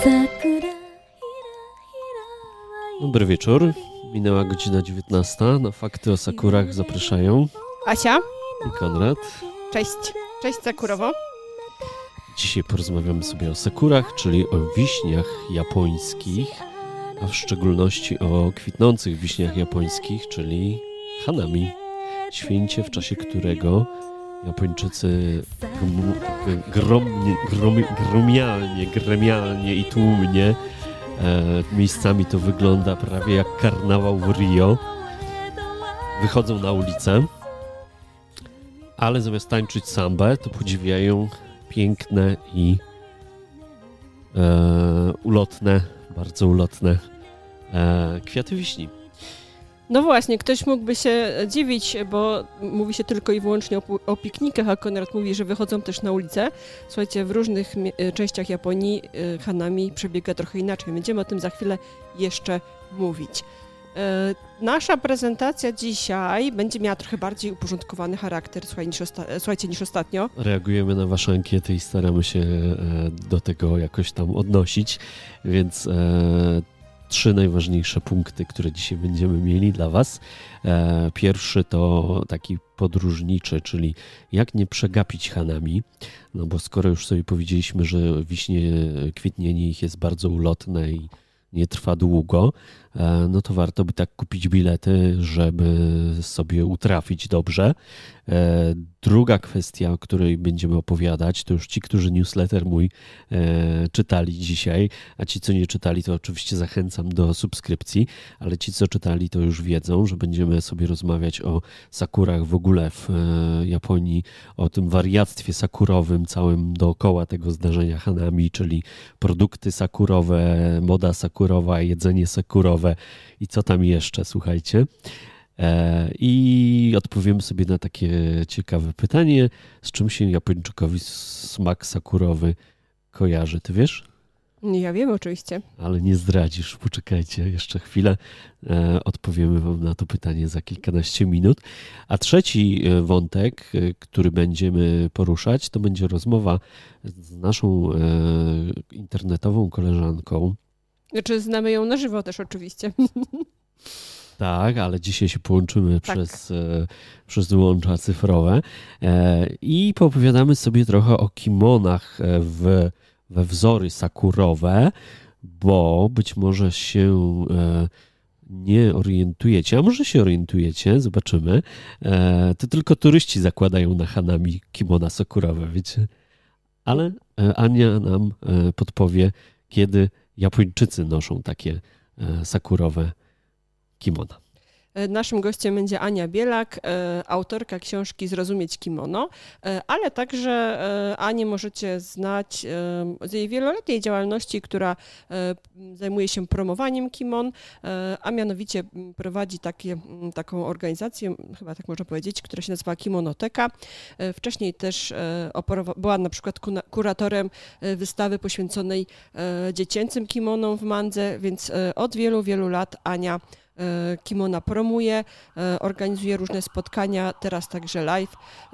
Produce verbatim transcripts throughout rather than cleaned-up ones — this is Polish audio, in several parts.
Dobry wieczór. Minęła godzina dziewiętnasta. Na fakty o sakurach zapraszają Asia i Konrad. Cześć. Cześć Sakurowo. Dzisiaj porozmawiamy sobie o sakurach, czyli o wiśniach japońskich, a w szczególności o kwitnących wiśniach japońskich, czyli hanami. Święcie, w czasie którego Japończycy gromnie, grom, gromialnie, gremialnie i tłumnie, e, miejscami to wygląda prawie jak karnawał w Rio, wychodzą na ulicę, ale zamiast tańczyć sambę, to podziwiają piękne i e, ulotne, bardzo ulotne e, kwiaty wiśni. No właśnie, ktoś mógłby się dziwić, bo mówi się tylko i wyłącznie o, o piknikach, a Konrad mówi, że wychodzą też na ulicę. Słuchajcie, w różnych częściach Japonii hanami przebiega trochę inaczej. Będziemy o tym za chwilę jeszcze mówić. Nasza prezentacja dzisiaj będzie miała trochę bardziej uporządkowany charakter, słuchaj, niż osta- słuchajcie, niż ostatnio. Reagujemy na wasze ankiety i staramy się do tego jakoś tam odnosić, więc e, trzy najważniejsze punkty, które dzisiaj będziemy mieli dla was. E, pierwszy to taki podróżniczy, czyli jak nie przegapić hanami, no bo skoro już sobie powiedzieliśmy, że wiśnie, kwitnienie ich jest bardzo ulotne i nie trwa długo, e, no to warto by tak kupić bilety, żeby sobie utrafić dobrze. E, druga kwestia, o której będziemy opowiadać, to już ci, którzy newsletter mój e, czytali dzisiaj, a ci, co nie czytali, to oczywiście zachęcam do subskrypcji, ale ci, co czytali, to już wiedzą, że będziemy sobie rozmawiać o sakurach w ogóle w e, Japonii, o tym wariactwie sakurowym całym dookoła tego zdarzenia hanami, czyli produkty sakurowe, moda sakurowa, jedzenie sakurowe i co tam jeszcze, słuchajcie. I odpowiemy sobie na takie ciekawe pytanie, z czym się Japończykowi smak sakurowy kojarzy. Ty wiesz? Ja wiem oczywiście. Ale nie zdradzisz. Poczekajcie jeszcze chwilę. Odpowiemy wam na to pytanie za kilkanaście minut. A trzeci wątek, który będziemy poruszać, to będzie rozmowa z naszą internetową koleżanką. Znaczy znamy ją na żywo też oczywiście. Tak, ale dzisiaj się połączymy tak. przez, e, przez łącza cyfrowe e, i poopowiadamy sobie trochę o kimonach w, we wzory sakurowe, bo być może się e, nie orientujecie, a może się orientujecie, zobaczymy. E, to tylko turyści zakładają na hanami kimona sakurowe, wiecie? Ale e, Ania nam e, podpowie, kiedy Japończycy noszą takie e, sakurowe kimona. Naszym gościem będzie Ania Bielak, autorka książki Zrozumieć kimono, ale także Anię możecie znać z jej wieloletniej działalności, która zajmuje się promowaniem kimon, a mianowicie prowadzi takie, taką organizację, chyba tak można powiedzieć, która się nazywa Kimonoteka. Wcześniej też była na przykład kuratorem wystawy poświęconej dziecięcym kimonom w Mandze, więc od wielu, wielu lat Ania kimona promuje, organizuje różne spotkania, teraz także live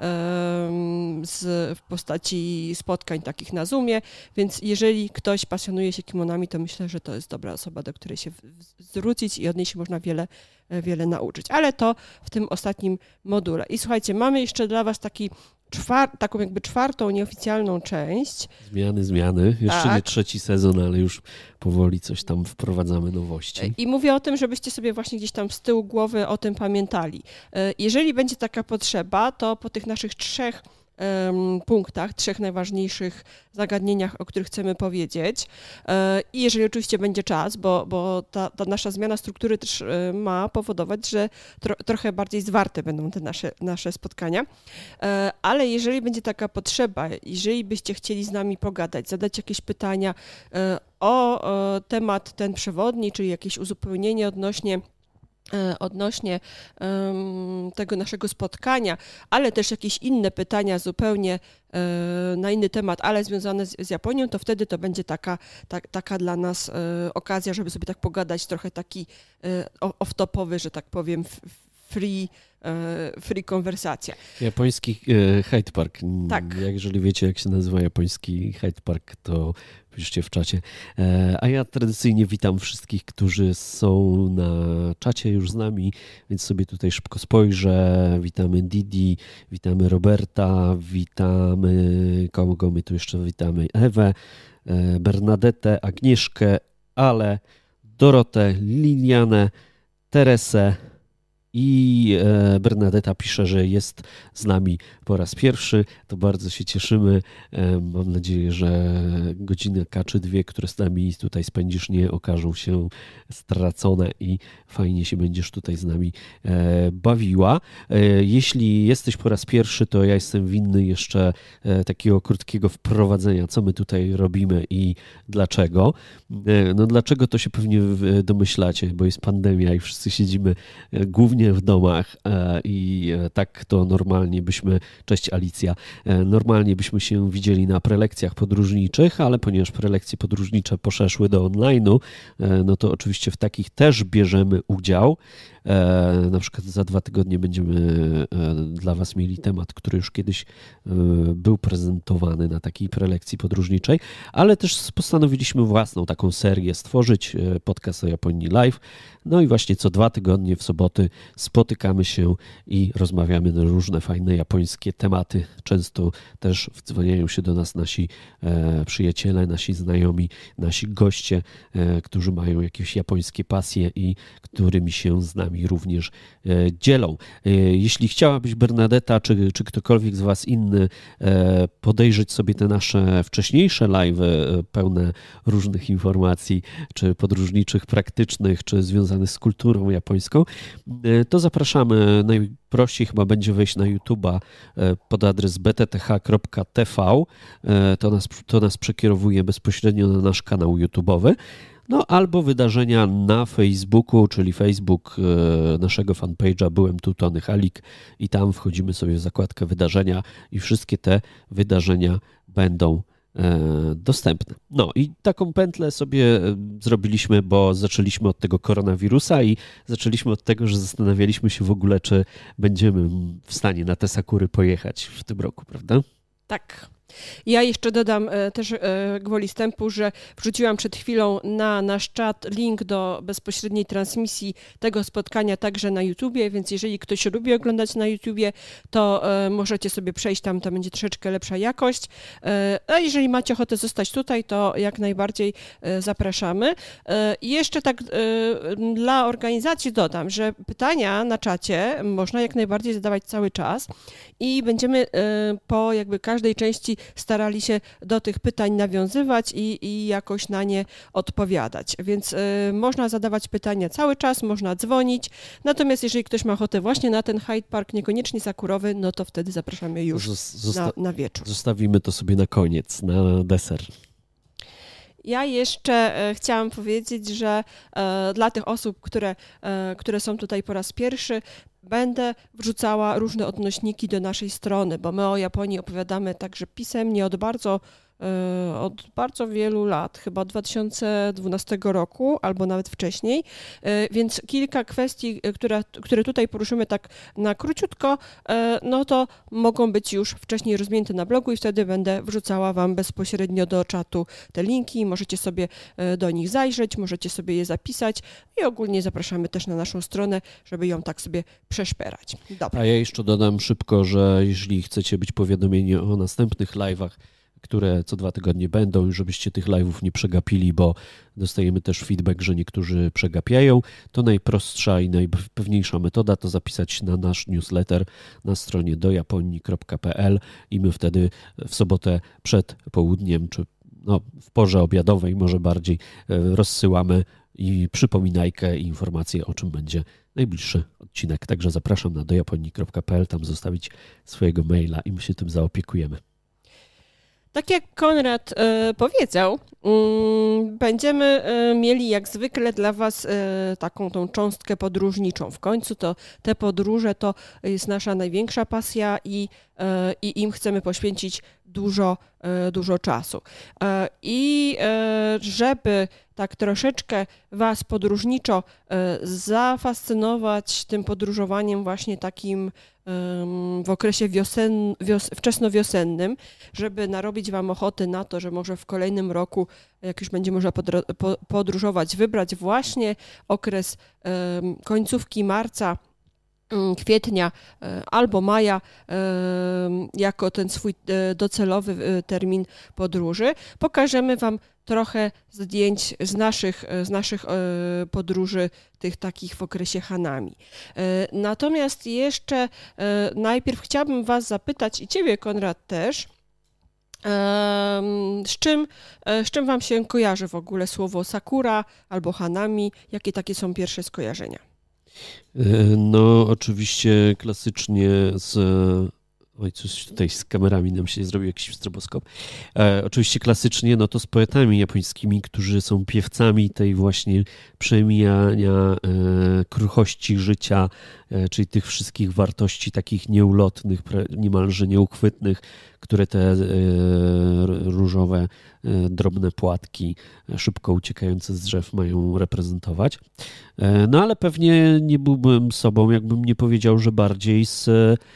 z, w postaci spotkań takich na Zoomie, więc jeżeli ktoś pasjonuje się kimonami, to myślę, że to jest dobra osoba, do której się zwrócić i od niej się można wiele, wiele nauczyć. Ale to w tym ostatnim module. I słuchajcie, mamy jeszcze dla was taki Czwar- taką jakby czwartą, nieoficjalną część. Zmiany, zmiany. Jeszcze tak. nie trzeci sezon, ale już powoli coś tam wprowadzamy nowości. I mówię o tym, żebyście sobie właśnie gdzieś tam z tyłu głowy o tym pamiętali. Jeżeli będzie taka potrzeba, to po tych naszych trzech um, punktach, trzech najważniejszych zagadnieniach, o których chcemy powiedzieć i jeżeli oczywiście będzie czas, bo, bo ta, ta nasza zmiana struktury też ma powodować, że tro, trochę bardziej zwarte będą te nasze, nasze spotkania, ale jeżeli będzie taka potrzeba, jeżeli byście chcieli z nami pogadać, zadać jakieś pytania o, o temat ten przewodni, czyli jakieś uzupełnienie odnośnie odnośnie um, tego naszego spotkania, ale też jakieś inne pytania zupełnie e, na inny temat, ale związane z, z Japonią, to wtedy to będzie taka, ta, taka dla nas e, okazja, żeby sobie tak pogadać, trochę taki e, off-topowy, że tak powiem, free, e, free konwersacja. Japoński e, Hyde Park. Tak. Jak, jeżeli wiecie, jak się nazywa japoński Hyde Park, to piszcie w czacie. A ja tradycyjnie witam wszystkich, którzy są na czacie już z nami, więc sobie tutaj szybko spojrzę. Witamy Didi, witamy Roberta, witamy, kogo my tu jeszcze witamy? Ewę, Bernadetę, Agnieszkę, Ale, Dorotę, Lilianę, Teresę i Bernadeta pisze, że jest z nami po raz pierwszy. To bardzo się cieszymy. Mam nadzieję, że godzinka czy dwie, które z nami tutaj spędzisz, nie okażą się stracone i fajnie się będziesz tutaj z nami bawiła. Jeśli jesteś po raz pierwszy, to ja jestem winny jeszcze takiego krótkiego wprowadzenia, co my tutaj robimy i dlaczego. No dlaczego to się pewnie domyślacie, bo jest pandemia i wszyscy siedzimy głównie w domach i tak to normalnie byśmy, cześć Alicja, normalnie byśmy się widzieli na prelekcjach podróżniczych, ale ponieważ prelekcje podróżnicze poszły do online'u, no to oczywiście w takich też bierzemy udział. Na przykład za dwa tygodnie będziemy dla Was mieli temat, który już kiedyś był prezentowany na takiej prelekcji podróżniczej, ale też postanowiliśmy własną taką serię stworzyć, podcast o Japonii Live. No i właśnie co dwa tygodnie w soboty spotykamy się i rozmawiamy na różne fajne japońskie tematy. Często też wdzwaniają się do nas nasi przyjaciele, nasi znajomi, nasi goście, którzy mają jakieś japońskie pasje i którymi się z nami również dzielą. Jeśli chciałabyś, Bernadetta, czy, czy ktokolwiek z Was inny podejrzeć sobie te nasze wcześniejsze live'y pełne różnych informacji, czy podróżniczych, praktycznych, czy związanych z kulturą japońską, to zapraszamy. Najprościej chyba będzie wejść na YouTube'a pod adres b t t h kropka t v. To nas, to nas przekierowuje bezpośrednio na nasz kanał YouTube'owy. No albo wydarzenia na Facebooku, czyli Facebook naszego fanpage'a Byłem tu, Tony Halik, i tam wchodzimy sobie w zakładkę wydarzenia i wszystkie te wydarzenia będą dostępne. No i taką pętlę sobie zrobiliśmy, bo zaczęliśmy od tego koronawirusa i zaczęliśmy od tego, że zastanawialiśmy się w ogóle, czy będziemy w stanie na te Sakury pojechać w tym roku, prawda? Tak. Ja jeszcze dodam też gwoli wstępu, że wrzuciłam przed chwilą na nasz czat link do bezpośredniej transmisji tego spotkania także na YouTubie, więc jeżeli ktoś lubi oglądać na YouTubie, to możecie sobie przejść tam, to będzie troszeczkę lepsza jakość. A jeżeli macie ochotę zostać tutaj, to jak najbardziej zapraszamy. I jeszcze tak dla organizacji dodam, że pytania na czacie można jak najbardziej zadawać cały czas i będziemy po jakby każdej części starali się do tych pytań nawiązywać i, i jakoś na nie odpowiadać. Więc y, można zadawać pytania cały czas, można dzwonić. Natomiast jeżeli ktoś ma ochotę właśnie na ten Hyde Park, niekoniecznie sakurowy, no to wtedy zapraszamy już Zosta- na, na wieczór. Zostawimy to sobie na koniec, na deser. Ja jeszcze chciałam powiedzieć, że dla tych osób, które, które są tutaj po raz pierwszy, będę wrzucała różne odnośniki do naszej strony, bo my o Japonii opowiadamy także pisemnie od bardzo, od bardzo wielu lat, chyba od dwa tysiące dwunastego roku albo nawet wcześniej, więc kilka kwestii, które, które tutaj poruszymy tak na króciutko, no to mogą być już wcześniej rozwinięte na blogu i wtedy będę wrzucała Wam bezpośrednio do czatu te linki, możecie sobie do nich zajrzeć, możecie sobie je zapisać i ogólnie zapraszamy też na naszą stronę, żeby ją tak sobie przeszperać. Dobra. A ja jeszcze dodam szybko, że jeśli chcecie być powiadomieni o następnych live'ach, które co dwa tygodnie będą, żebyście tych live'ów nie przegapili, bo dostajemy też feedback, że niektórzy przegapiają, to najprostsza i najpewniejsza metoda to zapisać się na nasz newsletter na stronie do japonii kropka p l i my wtedy w sobotę przed południem, czy no, w porze obiadowej może bardziej rozsyłamy i przypominajkę i informacje, o czym będzie najbliższy odcinek. Także zapraszam na do japonii kropka p l, tam zostawić swojego maila i my się tym zaopiekujemy. Tak jak Konrad e, powiedział, mm, będziemy e, mieli jak zwykle dla Was e, taką tą cząstkę podróżniczą. W końcu to te podróże to jest nasza największa pasja i, e, i im chcemy poświęcić dużo, dużo czasu. I żeby tak troszeczkę Was podróżniczo zafascynować tym podróżowaniem właśnie takim w okresie wiosen, wios, wczesnowiosennym, żeby narobić Wam ochoty na to, że może w kolejnym roku, jak już będzie można podróżować, wybrać właśnie okres końcówki marca, kwietnia albo maja jako ten swój docelowy termin podróży. Pokażemy Wam trochę zdjęć z naszych, z naszych podróży, tych takich w okresie Hanami. Natomiast jeszcze najpierw chciałabym Was zapytać i Ciebie, Konrad, też, z czym, z czym Wam się kojarzy w ogóle słowo sakura albo Hanami? Jakie takie są pierwsze skojarzenia? No oczywiście klasycznie z... Oj, coś tutaj z kamerami nam się zrobił jakiś stroboskop. E, oczywiście klasycznie, no to z poetami japońskimi, którzy są piewcami tej właśnie przemijania e, kruchości życia, e, czyli tych wszystkich wartości takich nieulotnych, niemalże nieuchwytnych, które te e, różowe, e, drobne płatki e, szybko uciekające z drzew mają reprezentować. E, no ale pewnie nie byłbym sobą, jakbym nie powiedział, że bardziej z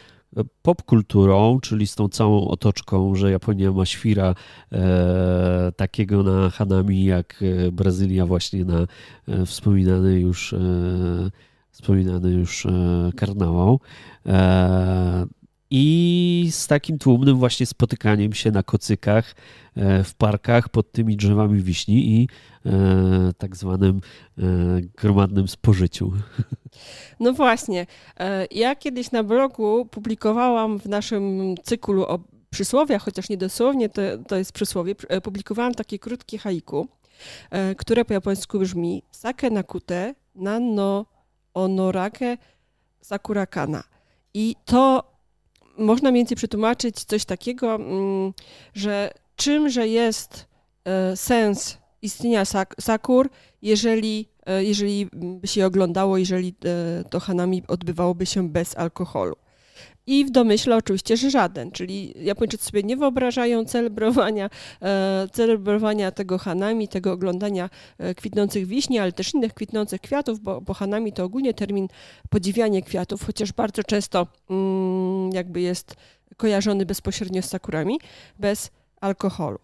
popkulturą, czyli z tą całą otoczką, że Japonia ma świra e, takiego na Hanami, jak Brazylia właśnie na e, wspominany już e, wspominany już e, karnawał. E, I z takim tłumnym właśnie spotykaniem się na kocykach e, w parkach pod tymi drzewami wiśni i e, tak zwanym e, gromadnym spożyciu. No właśnie. Ja kiedyś na blogu publikowałam w naszym cyklu o przysłowiach, chociaż nie dosłownie to, to jest przysłowie, publikowałam takie krótkie haiku, które po japońsku brzmi sake nakute nanno onorake sakurakana. I to można mniej więcej przetłumaczyć coś takiego, że czymże jest sens istnienia sakur, jeżeli jeżeli by się oglądało, jeżeli to Hanami odbywałoby się bez alkoholu. I w domyśle oczywiście, że żaden, czyli Japończycy sobie nie wyobrażają celebrowania, celebrowania tego Hanami, tego oglądania kwitnących wiśni, ale też innych kwitnących kwiatów, bo, bo Hanami to ogólnie termin podziwiania kwiatów, chociaż bardzo często mm, jakby jest kojarzony bezpośrednio z sakurami, bez alkoholu.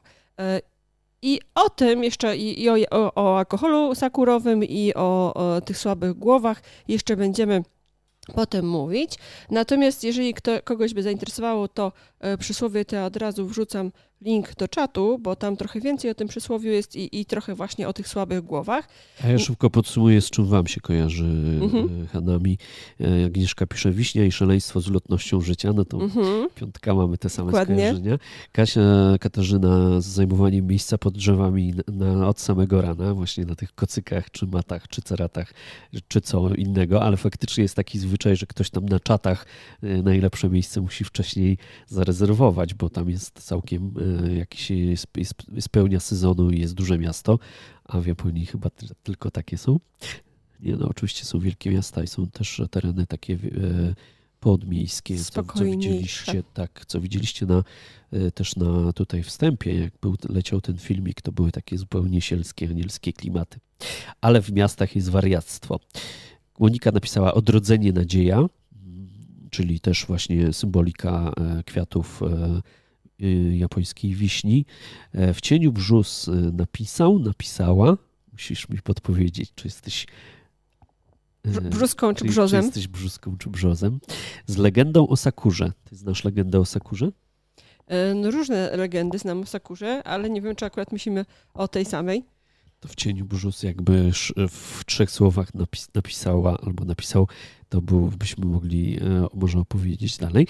I o tym jeszcze, i, i o, o, o alkoholu sakurowym, i o, o tych słabych głowach jeszcze będziemy potem mówić. Natomiast jeżeli kto, kogoś by zainteresowało to e, przysłowie, to ja od razu wrzucam link do czatu, bo tam trochę więcej o tym przysłowiu jest i, i trochę właśnie o tych słabych głowach. A ja szybko podsumuję, z czym wam się kojarzy mhm. Hanami. Agnieszka pisze wiśnia i szaleństwo z ulotnością życia, no to mhm. piątka mamy te same Dokładnie. skojarzenia. Kasia, Katarzyna z zajmowaniem miejsca pod drzewami na, od samego rana, właśnie na tych kocykach, czy matach, czy ceratach, czy co innego, ale faktycznie jest taki zwyczaj, że ktoś tam na czatach najlepsze miejsce musi wcześniej zarezerwować, bo tam jest całkiem jakiś jest, jest, jest pełnia sezonu i jest duże miasto, a w Japonii chyba tylko takie są. Nie, no oczywiście są wielkie miasta i są też tereny takie e, podmiejskie, co, co widzieliście, tak, co widzieliście na, e, też na tutaj wstępie, jak był, leciał ten filmik, to były takie zupełnie sielskie, anielskie klimaty. Ale w miastach jest wariactwo. Monika napisała odrodzenie, nadzieja, czyli też właśnie symbolika e, kwiatów e, japońskiej wiśni. W cieniu brzus napisał, napisała. Musisz mi podpowiedzieć, czy jesteś brzuską czy brzozem. Czy jesteś brzuską czy brzozem. Z legendą o Sakurze. Ty znasz legendę o Sakurze? No, różne legendy znam o Sakurze, ale nie wiem, czy akurat myślimy o tej samej. To w cieniu brzus jakby w trzech słowach napis, napisała albo napisał, to był, byśmy mogli może opowiedzieć dalej.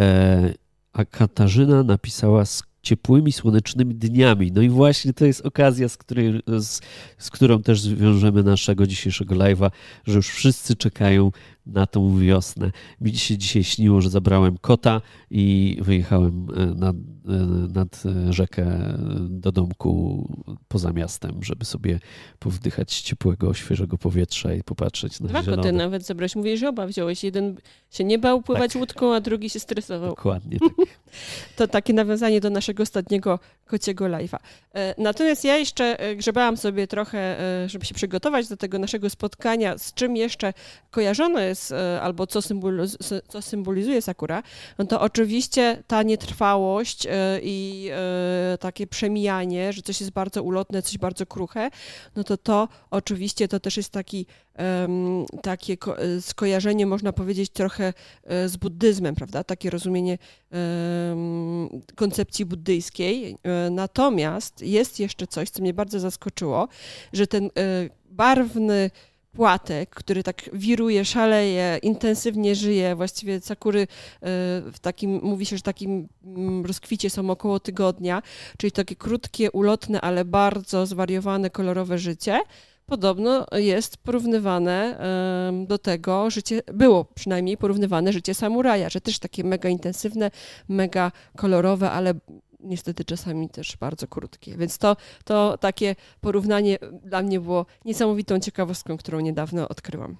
A Katarzyna napisała z ciepłymi, słonecznymi dniami. No i właśnie to jest okazja, z, której, z, z którą też zwiążemy naszego dzisiejszego live'a, że już wszyscy czekają na tą wiosnę. Mi się dzisiaj śniło, że zabrałem kota i wyjechałem nad, nad rzekę do domku poza miastem, żeby sobie powdychać ciepłego, świeżego powietrza i popatrzeć na Dwa zielone. koty nawet zabrałeś. Mówię, że oba wziąłeś. Jeden się nie bał pływać tak. łódką, a drugi się stresował. Dokładnie tak. To takie nawiązanie do naszego ostatniego kociego live'a. Natomiast ja jeszcze grzebałam sobie trochę, żeby się przygotować do tego naszego spotkania, z czym jeszcze kojarzone jest, albo co, symboliz co symbolizuje sakura, no to oczywiście ta nietrwałość i takie przemijanie, że coś jest bardzo ulotne, coś bardzo kruche, no to to oczywiście to też jest taki Um, takie ko skojarzenie, można powiedzieć, trochę e, z buddyzmem, prawda? Takie rozumienie um, koncepcji buddyjskiej. E, natomiast jest jeszcze coś, co mnie bardzo zaskoczyło, że ten e, barwny płatek, który tak wiruje, szaleje, intensywnie żyje, właściwie sakury e, w takim, mówi się, że takim rozkwicie są około tygodnia, czyli takie krótkie, ulotne, ale bardzo zwariowane, kolorowe życie, podobno jest porównywane um, do tego życie, było przynajmniej porównywane życie samuraja, że też takie mega intensywne, mega kolorowe, ale niestety czasami też bardzo krótkie. Więc to, to takie porównanie dla mnie było niesamowitą ciekawostką, którą niedawno odkryłam.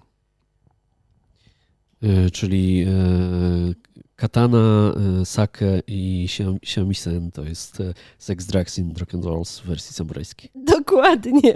E, czyli e, katana, e, sake i shamisen to jest e, sex, drugs and rock and rolls w wersji samurajskiej. Dokładnie.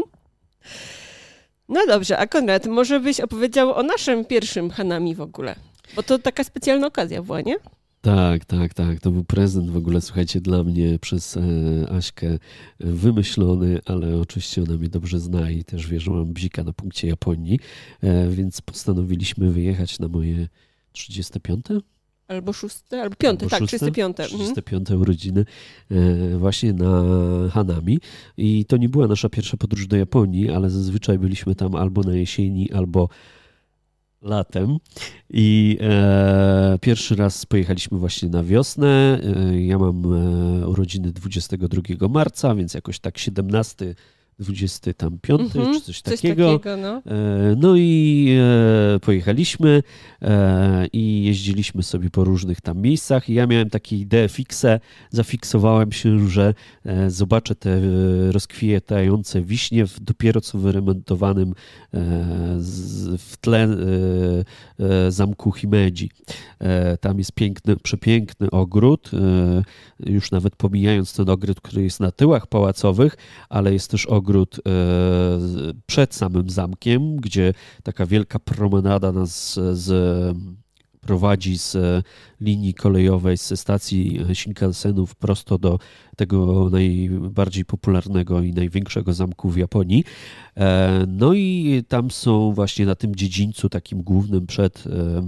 No dobrze, a Konrad, może byś opowiedział o naszym pierwszym hanami w ogóle? Bo to taka specjalna okazja była, nie? Tak, tak, tak. To był prezent w ogóle, słuchajcie, dla mnie przez e, Aśkę wymyślony, ale oczywiście ona mnie dobrze zna i też wie, że mam bzika na punkcie Japonii, e, więc postanowiliśmy wyjechać na moje trzydzieste piąte? Albo szóste, albo piąte, albo tak, trzydzieste piąte. trzydzieste piąte urodziny e, właśnie na hanami. I to nie była nasza pierwsza podróż do Japonii, ale zazwyczaj byliśmy tam albo na jesieni, albo latem. I e, pierwszy raz pojechaliśmy właśnie na wiosnę. E, ja mam e, urodziny dwudziestego drugiego marca, więc jakoś tak siedemnasty dwudziesty tam piąty, mm-hmm, czy coś, coś takiego. takiego no. E, no i e, pojechaliśmy e, i jeździliśmy sobie po różnych tam miejscach i ja miałem takie idee fixe, zafiksowałem się, że e, zobaczę te rozkwitające wiśnie w dopiero co wyremontowanym e, z, w tle e, e, zamku Himeji. E, tam jest piękny, przepiękny ogród, e, już nawet pomijając ten ogród, który jest na tyłach pałacowych, ale jest też ogród ogród przed samym zamkiem, gdzie taka wielka promenada nas z, prowadzi z linii kolejowej, ze stacji Shinkansenów prosto do tego najbardziej popularnego i największego zamku w Japonii. No i tam są właśnie na tym dziedzińcu takim głównym przed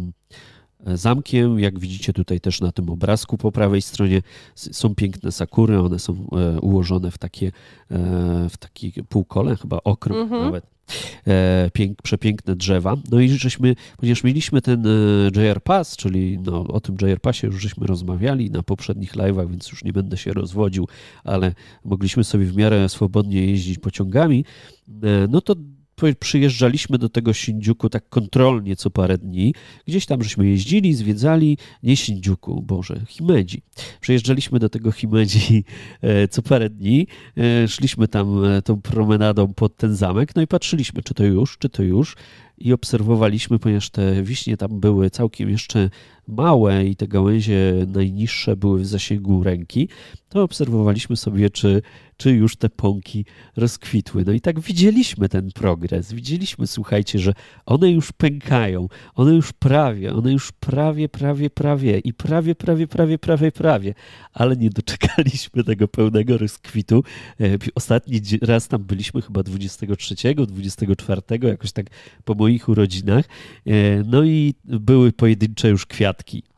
zamkiem. Jak widzicie tutaj też na tym obrazku po prawej stronie są piękne sakury, one są ułożone w takie, w takie półkole, chyba okrąg mm-hmm. nawet. Pięk, przepiękne drzewa. No i żeśmy, ponieważ mieliśmy ten J R Pass, czyli no, o tym J R Passie już żeśmy rozmawiali na poprzednich live'ach, więc już nie będę się rozwodził, ale mogliśmy sobie w miarę swobodnie jeździć pociągami, no to przyjeżdżaliśmy do tego Shinjuku tak kontrolnie co parę dni. Gdzieś tam żeśmy jeździli, zwiedzali, nie Shinjuku, Boże, Himeji. Przyjeżdżaliśmy do tego Himeji co parę dni, szliśmy tam tą promenadą pod ten zamek, no i patrzyliśmy, czy to już, czy to już i obserwowaliśmy, ponieważ te wiśnie tam były całkiem jeszcze małe i te gałęzie najniższe były w zasięgu ręki, to obserwowaliśmy sobie, czy, czy już te pąki rozkwitły. No i tak widzieliśmy ten progres. Widzieliśmy, słuchajcie, że one już pękają, one już prawie, one już prawie, prawie, prawie i prawie, prawie, prawie, prawie, prawie, ale nie doczekaliśmy tego pełnego rozkwitu. Ostatni raz tam byliśmy chyba dwudziestego trzeciego, dwudziestego czwartego, jakoś tak po moich urodzinach. No i były pojedyncze już kwiatki.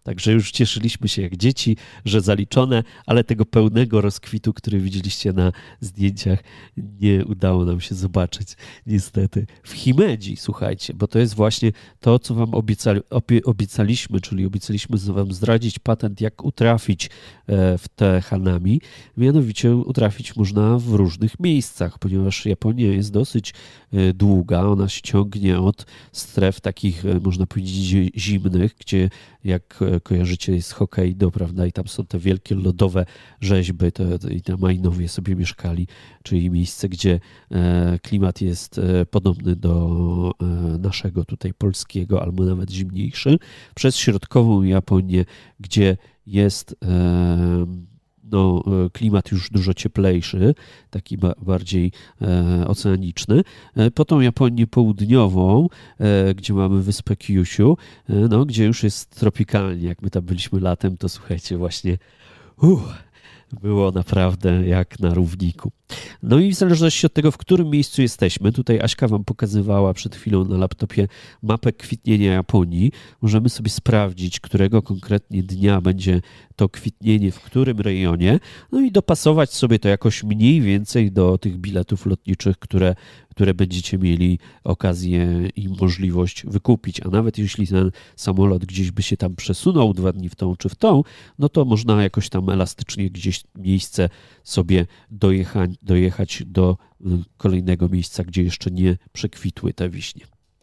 Także już cieszyliśmy się jak dzieci, że zaliczone, ale tego pełnego rozkwitu, który widzieliście na zdjęciach, nie udało nam się zobaczyć niestety. W Himedzi, słuchajcie, bo to jest właśnie to, co wam obiecali, obie, obiecaliśmy, czyli obiecaliśmy wam zdradzić patent, jak utrafić w te hanami. Mianowicie utrafić można w różnych miejscach, ponieważ Japonia jest dosyć długa, ona się ciągnie od stref takich, można powiedzieć, zimnych, gdzie jak kojarzycie jest Hokkaido, prawda, i tam są te wielkie lodowe rzeźby, to, to, i tam Ainowie sobie mieszkali, czyli miejsce, gdzie e, klimat jest e, podobny do e, naszego tutaj polskiego, albo nawet zimniejszy, przez środkową Japonię, gdzie jest e, no, klimat już dużo cieplejszy, taki ba- bardziej e, oceaniczny. E, po tą Japonię południową, e, gdzie mamy wyspę Kyushu, e, no, gdzie już jest tropikalnie. Jak my tam byliśmy latem, to słuchajcie, właśnie uh, było naprawdę jak na równiku. No i w zależności od tego, w którym miejscu jesteśmy, tutaj Aśka wam pokazywała przed chwilą na laptopie mapę kwitnienia Japonii. Możemy sobie sprawdzić, którego konkretnie dnia będzie to kwitnienie, w którym rejonie, no i dopasować sobie to jakoś mniej więcej do tych biletów lotniczych, które, które będziecie mieli okazję i możliwość wykupić. A nawet jeśli ten samolot gdzieś by się tam przesunął dwa dni w tą czy w tą, no to można jakoś tam elastycznie gdzieś miejsce sobie dojechać, dojechać do kolejnego miejsca, gdzie jeszcze nie przekwitły te wiśnie.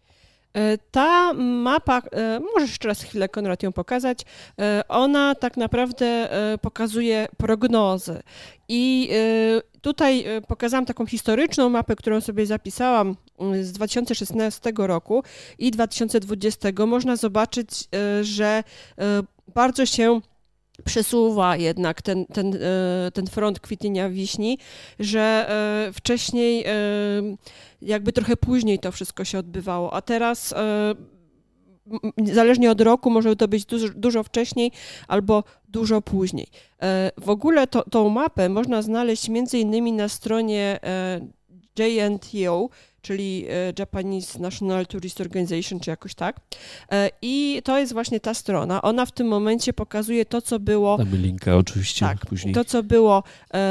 Ta mapa, możesz jeszcze raz chwilę, Konrad, ją pokazać, ona tak naprawdę pokazuje prognozy. I tutaj pokazałam taką historyczną mapę, którą sobie zapisałam z dwa tysiące szesnastego roku i dwa tysiące dwudziestego. Można zobaczyć, że bardzo się przesuwa jednak ten, ten, ten front kwitnienia wiśni, że wcześniej jakby trochę później to wszystko się odbywało, a teraz zależnie od roku może to być dużo, dużo wcześniej albo dużo później. W ogóle to, tą mapę można znaleźć między innymi na stronie J N T O, czyli Japanese National Tourist Organization, czy jakoś tak. I to jest właśnie ta strona. Ona w tym momencie pokazuje to, co było... Damy linka oczywiście tak, później. To, co było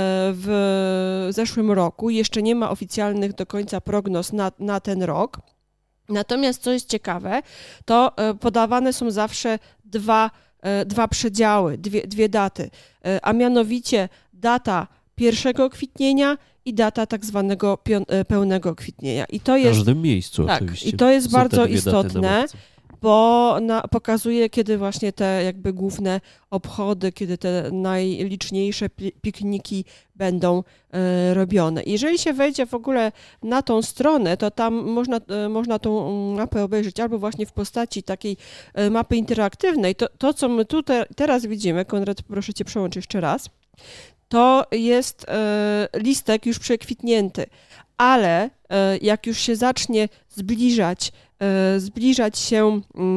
w zeszłym roku. Jeszcze nie ma oficjalnych do końca prognoz na, na ten rok. Natomiast co jest ciekawe, to podawane są zawsze dwa, dwa przedziały, dwie, dwie daty, a mianowicie data pierwszego kwitnienia i data tak zwanego pełnego kwitnienia. I to jest, w każdym miejscu tak, oczywiście. I to jest Są bardzo istotne, bo na, pokazuje, kiedy właśnie te jakby główne obchody, kiedy te najliczniejsze pikniki będą e, robione. Jeżeli się wejdzie w ogóle na tą stronę, to tam można, e, można tą mapę obejrzeć albo właśnie w postaci takiej e, mapy interaktywnej. To, to co my tu te, teraz widzimy, Konrad, proszę cię przełączyć jeszcze raz, to jest e, listek już przekwitnięty, ale e, jak już się zacznie zbliżać, e, zbliżać się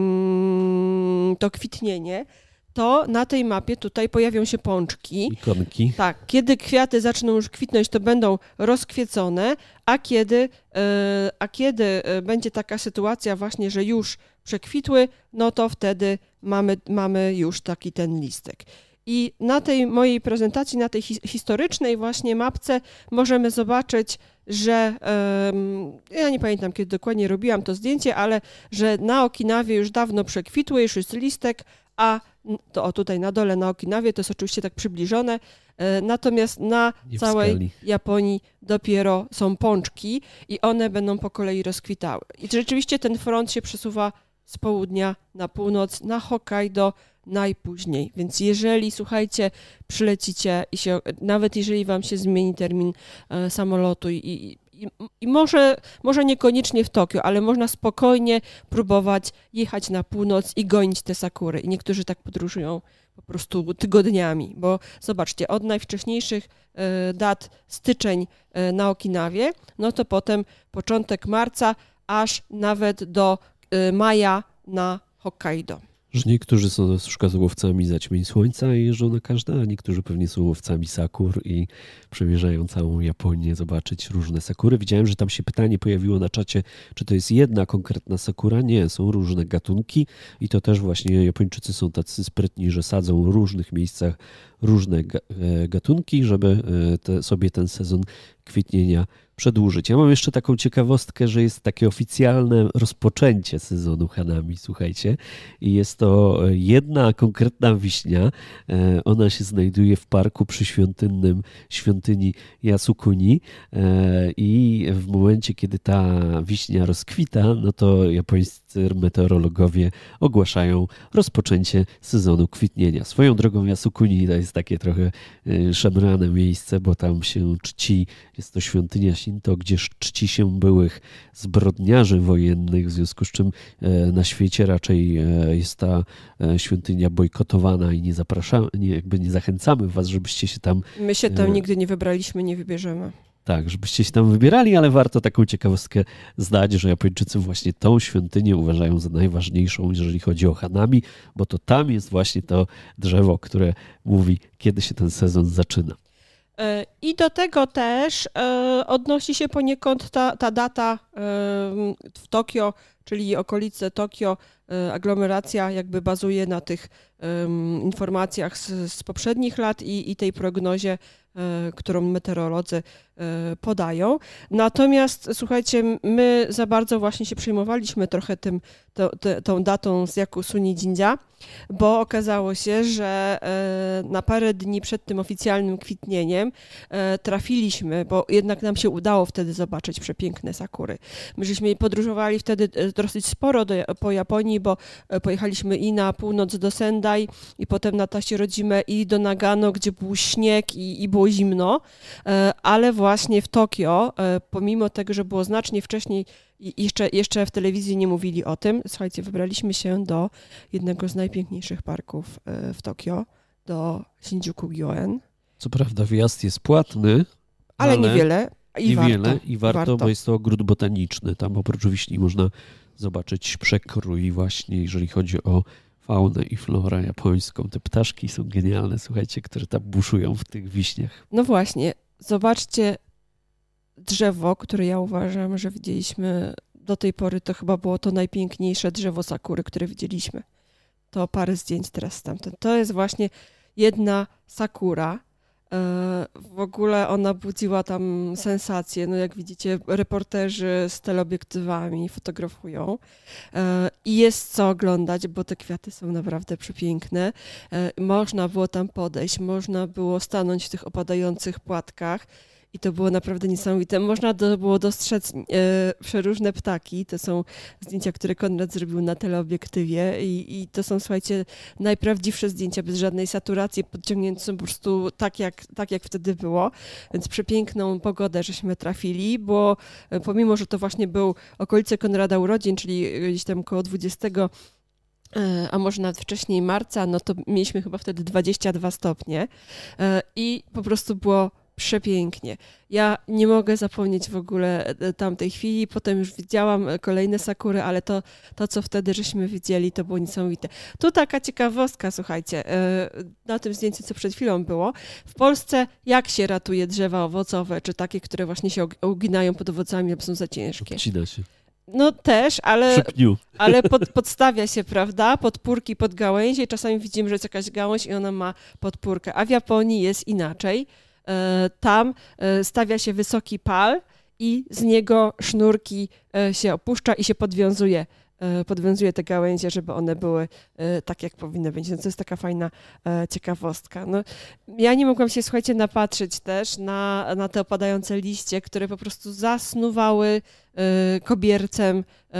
mm, to kwitnienie, to na tej mapie tutaj pojawią się pączki. Ikonki. Tak, kiedy kwiaty zaczną już kwitnąć, to będą rozkwiecone, a kiedy, e, a kiedy będzie taka sytuacja właśnie, że już przekwitły, no to wtedy mamy, mamy już taki ten listek. I na tej mojej prezentacji, na tej hi- historycznej właśnie mapce możemy zobaczyć, że um, ja nie pamiętam, kiedy dokładnie robiłam to zdjęcie, ale że na Okinawie już dawno przekwitły, już jest listek, a to o, tutaj na dole na Okinawie to jest oczywiście tak przybliżone, e, natomiast na Nie całej Japonii dopiero są pączki i one będą po kolei rozkwitały. I rzeczywiście ten front się przesuwa z południa na północ, na Hokkaido najpóźniej. Więc jeżeli, słuchajcie, przylecicie i się, nawet jeżeli wam się zmieni termin e, samolotu i, i, i, i może, może niekoniecznie w Tokio, ale można spokojnie próbować jechać na północ i gonić te sakury. I niektórzy tak podróżują po prostu tygodniami, bo zobaczcie, od najwcześniejszych e, dat styczeń e, na Okinawie, no to potem początek marca, aż nawet do e, maja na Hokkaido. Że niektórzy są na przykład łowcami zaćmień słońca i jeżdżą na każde, a niektórzy pewnie są łowcami sakur i przemierzają całą Japonię zobaczyć różne sakury. Widziałem, że tam się pytanie pojawiło na czacie, czy to jest jedna konkretna sakura. Nie, są różne gatunki i to też właśnie Japończycy są tacy sprytni, że sadzą w różnych miejscach różne gatunki, żeby te, sobie ten sezon kwitnienia przedłużyć. Ja mam jeszcze taką ciekawostkę, że jest takie oficjalne rozpoczęcie sezonu hanami, słuchajcie, i jest to jedna konkretna wiśnia. Ona się znajduje w parku przyświątynnym świątyni Yasukuni i w momencie, kiedy ta wiśnia rozkwita, no to japońscy meteorologowie ogłaszają rozpoczęcie sezonu kwitnienia. Swoją drogą Yasukuni to jest takie trochę szemrane miejsce, bo tam się czci, jest to świątynia Shinto, gdzie czci się byłych zbrodniarzy wojennych, w związku z czym na świecie raczej jest ta świątynia bojkotowana i nie zapraszamy, nie, jakby nie zachęcamy was, żebyście się tam... My się tam nigdy nie wybraliśmy, nie wybierzemy. Tak, żebyście się tam wybierali, ale warto taką ciekawostkę zdać, że Japończycy właśnie tą świątynię uważają za najważniejszą, jeżeli chodzi o hanami, bo to tam jest właśnie to drzewo, które mówi, kiedy się ten sezon zaczyna. I do tego też odnosi się poniekąd ta, ta data w Tokio, czyli okolice Tokio, aglomeracja jakby bazuje na tych informacjach z, z poprzednich lat i, i tej prognozie, którą meteorolodzy podają. Natomiast słuchajcie, my za bardzo właśnie się przejmowaliśmy trochę tym, to, to, tą datą z Yakusuni Jinja, bo okazało się, że na parę dni przed tym oficjalnym kwitnieniem trafiliśmy, bo jednak nam się udało wtedy zobaczyć przepiękne sakury. My żeśmy podróżowali wtedy dosyć sporo do, po Japonii, bo pojechaliśmy i na północ do Sendai, i potem na Tasie Rodzime, i do Nagano, gdzie był śnieg i, i było zimno, ale właśnie w Tokio, pomimo tego, że było znacznie wcześniej i jeszcze, jeszcze w telewizji nie mówili o tym, słuchajcie, wybraliśmy się do jednego z najpiękniejszych parków w Tokio, do Shinjuku-gyoen. Co prawda wjazd jest płatny, ale, ale niewiele i niewiele warto. i warto, warto, bo jest to ogród botaniczny. Tam oprócz wiśni można zobaczyć przekrój właśnie, jeżeli chodzi o faunę i florę japońską. Te ptaszki są genialne, słuchajcie, które tam buszują w tych wiśniach. No właśnie, zobaczcie drzewo, które ja uważam, że widzieliśmy do tej pory, to chyba było to najpiękniejsze drzewo sakury, które widzieliśmy. To parę zdjęć teraz stamtąd. To jest właśnie jedna sakura. W ogóle ona budziła tam sensację. No jak widzicie, reporterzy z teleobiektywami fotografują i jest co oglądać, bo te kwiaty są naprawdę przepiękne. Można było tam podejść, można było stanąć w tych opadających płatkach i to było naprawdę niesamowite. Można do, było dostrzec e, przeróżne ptaki. To są zdjęcia, które Konrad zrobił na teleobiektywie i, i to są, słuchajcie, najprawdziwsze zdjęcia, bez żadnej saturacji, podciągnięte są po prostu tak jak, tak, jak wtedy było. Więc przepiękną pogodę żeśmy trafili, bo pomimo, że to właśnie był okolice Konrada urodzin, czyli gdzieś tam koło dwudziestego, a może nawet wcześniej marca, no to mieliśmy chyba wtedy dwadzieścia dwa stopnie i po prostu było przepięknie. Ja nie mogę zapomnieć w ogóle tamtej chwili. Potem już widziałam kolejne sakury, ale to, to co wtedy żeśmy widzieli, to było niesamowite. Tu taka ciekawostka, słuchajcie, na tym zdjęciu, co przed chwilą było. W Polsce jak się ratuje drzewa owocowe, czy takie, które właśnie się uginają pod owocami, bo są za ciężkie? Odcina się. No też, ale, ale pod, podstawia się, prawda, podpórki pod gałęzie. Czasami widzimy, że jest jakaś gałąź i ona ma podpórkę, a w Japonii jest inaczej. Tam stawia się wysoki pal i z niego sznurki się opuszcza i się podwiązuje, podwiązuje te gałęzie, żeby one były tak, jak powinny być. No to jest taka fajna ciekawostka. No, ja nie mogłam się, słuchajcie, napatrzeć też na, na te opadające liście, które po prostu zasnuwały kobiercem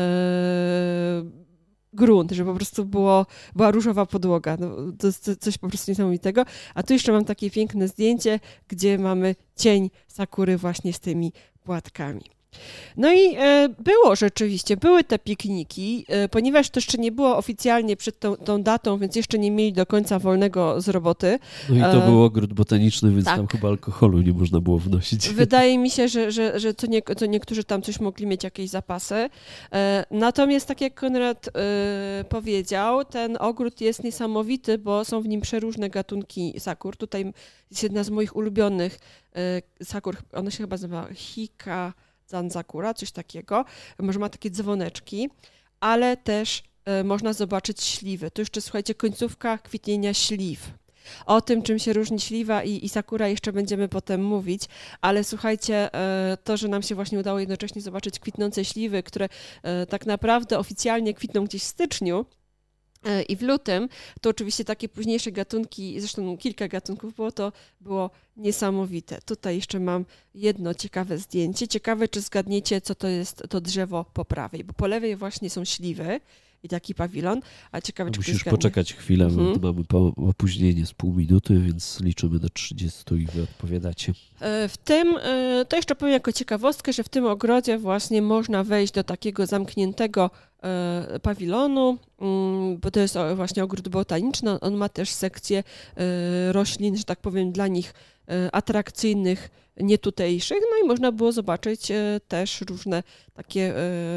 grunt, że po prostu było, była różowa podłoga. No, to jest coś po prostu niesamowitego. A tu jeszcze mam takie piękne zdjęcie, gdzie mamy cień sakury właśnie z tymi płatkami. No i e, było rzeczywiście, były te pikniki, e, ponieważ to jeszcze nie było oficjalnie przed tą, tą datą, więc jeszcze nie mieli do końca wolnego z roboty. No i to e, był ogród botaniczny, więc tak. tam chyba alkoholu nie można było wnosić. Wydaje mi się, że, że, że co, nie, co niektórzy tam coś mogli mieć, jakieś zapasy. E, natomiast tak jak Konrad e, powiedział, ten ogród jest niesamowity, bo są w nim przeróżne gatunki sakur. Tutaj jest jedna z moich ulubionych e, sakur, ona się chyba nazywa Hika Zanzakura, coś takiego. Może ma takie dzwoneczki, ale też e, można zobaczyć śliwy. Tu jeszcze, słuchajcie, końcówka kwitnienia śliw. O tym, czym się różni śliwa i, i sakura, jeszcze będziemy potem mówić, ale słuchajcie, e, to, że nam się właśnie udało jednocześnie zobaczyć kwitnące śliwy, które e, tak naprawdę oficjalnie kwitną gdzieś w styczniu, i w lutym, to oczywiście takie późniejsze gatunki, zresztą kilka gatunków było, to było niesamowite. Tutaj jeszcze mam jedno ciekawe zdjęcie. Ciekawe, czy zgadniecie, co to jest to drzewo po prawej, bo po lewej właśnie są śliwy i taki pawilon, a ciekawe, czy Musisz ktoś zgadnie. poczekać chwilę, Mhm. bo mamy po, opóźnienie z pół minuty, więc liczymy do trzydziestu i wy odpowiadacie. W tym, to jeszcze powiem jako ciekawostkę, że w tym ogrodzie właśnie można wejść do takiego zamkniętego pawilonu, bo to jest właśnie ogród botaniczny. On ma też sekcję roślin, że tak powiem, dla nich atrakcyjnych, nie tutejszych, no i można było zobaczyć też różne takie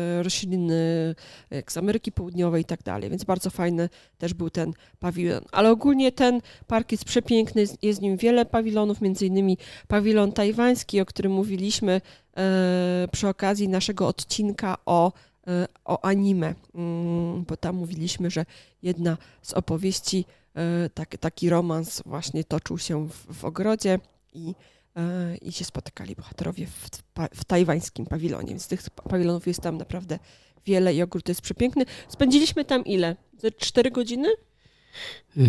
rośliny jak z Ameryki Południowej i tak dalej, więc bardzo fajny też był ten pawilon. Ale ogólnie ten park jest przepiękny, jest w nim wiele pawilonów, między innymi pawilon tajwański, o którym mówiliśmy przy okazji naszego odcinka o o anime, bo tam mówiliśmy, że jedna z opowieści, tak, taki romans właśnie toczył się w, w ogrodzie i, i się spotykali bohaterowie w, w tajwańskim pawilonie, więc tych pawilonów jest tam naprawdę wiele i ogród jest przepiękny. Spędziliśmy tam ile? Ze cztery godziny? Eee,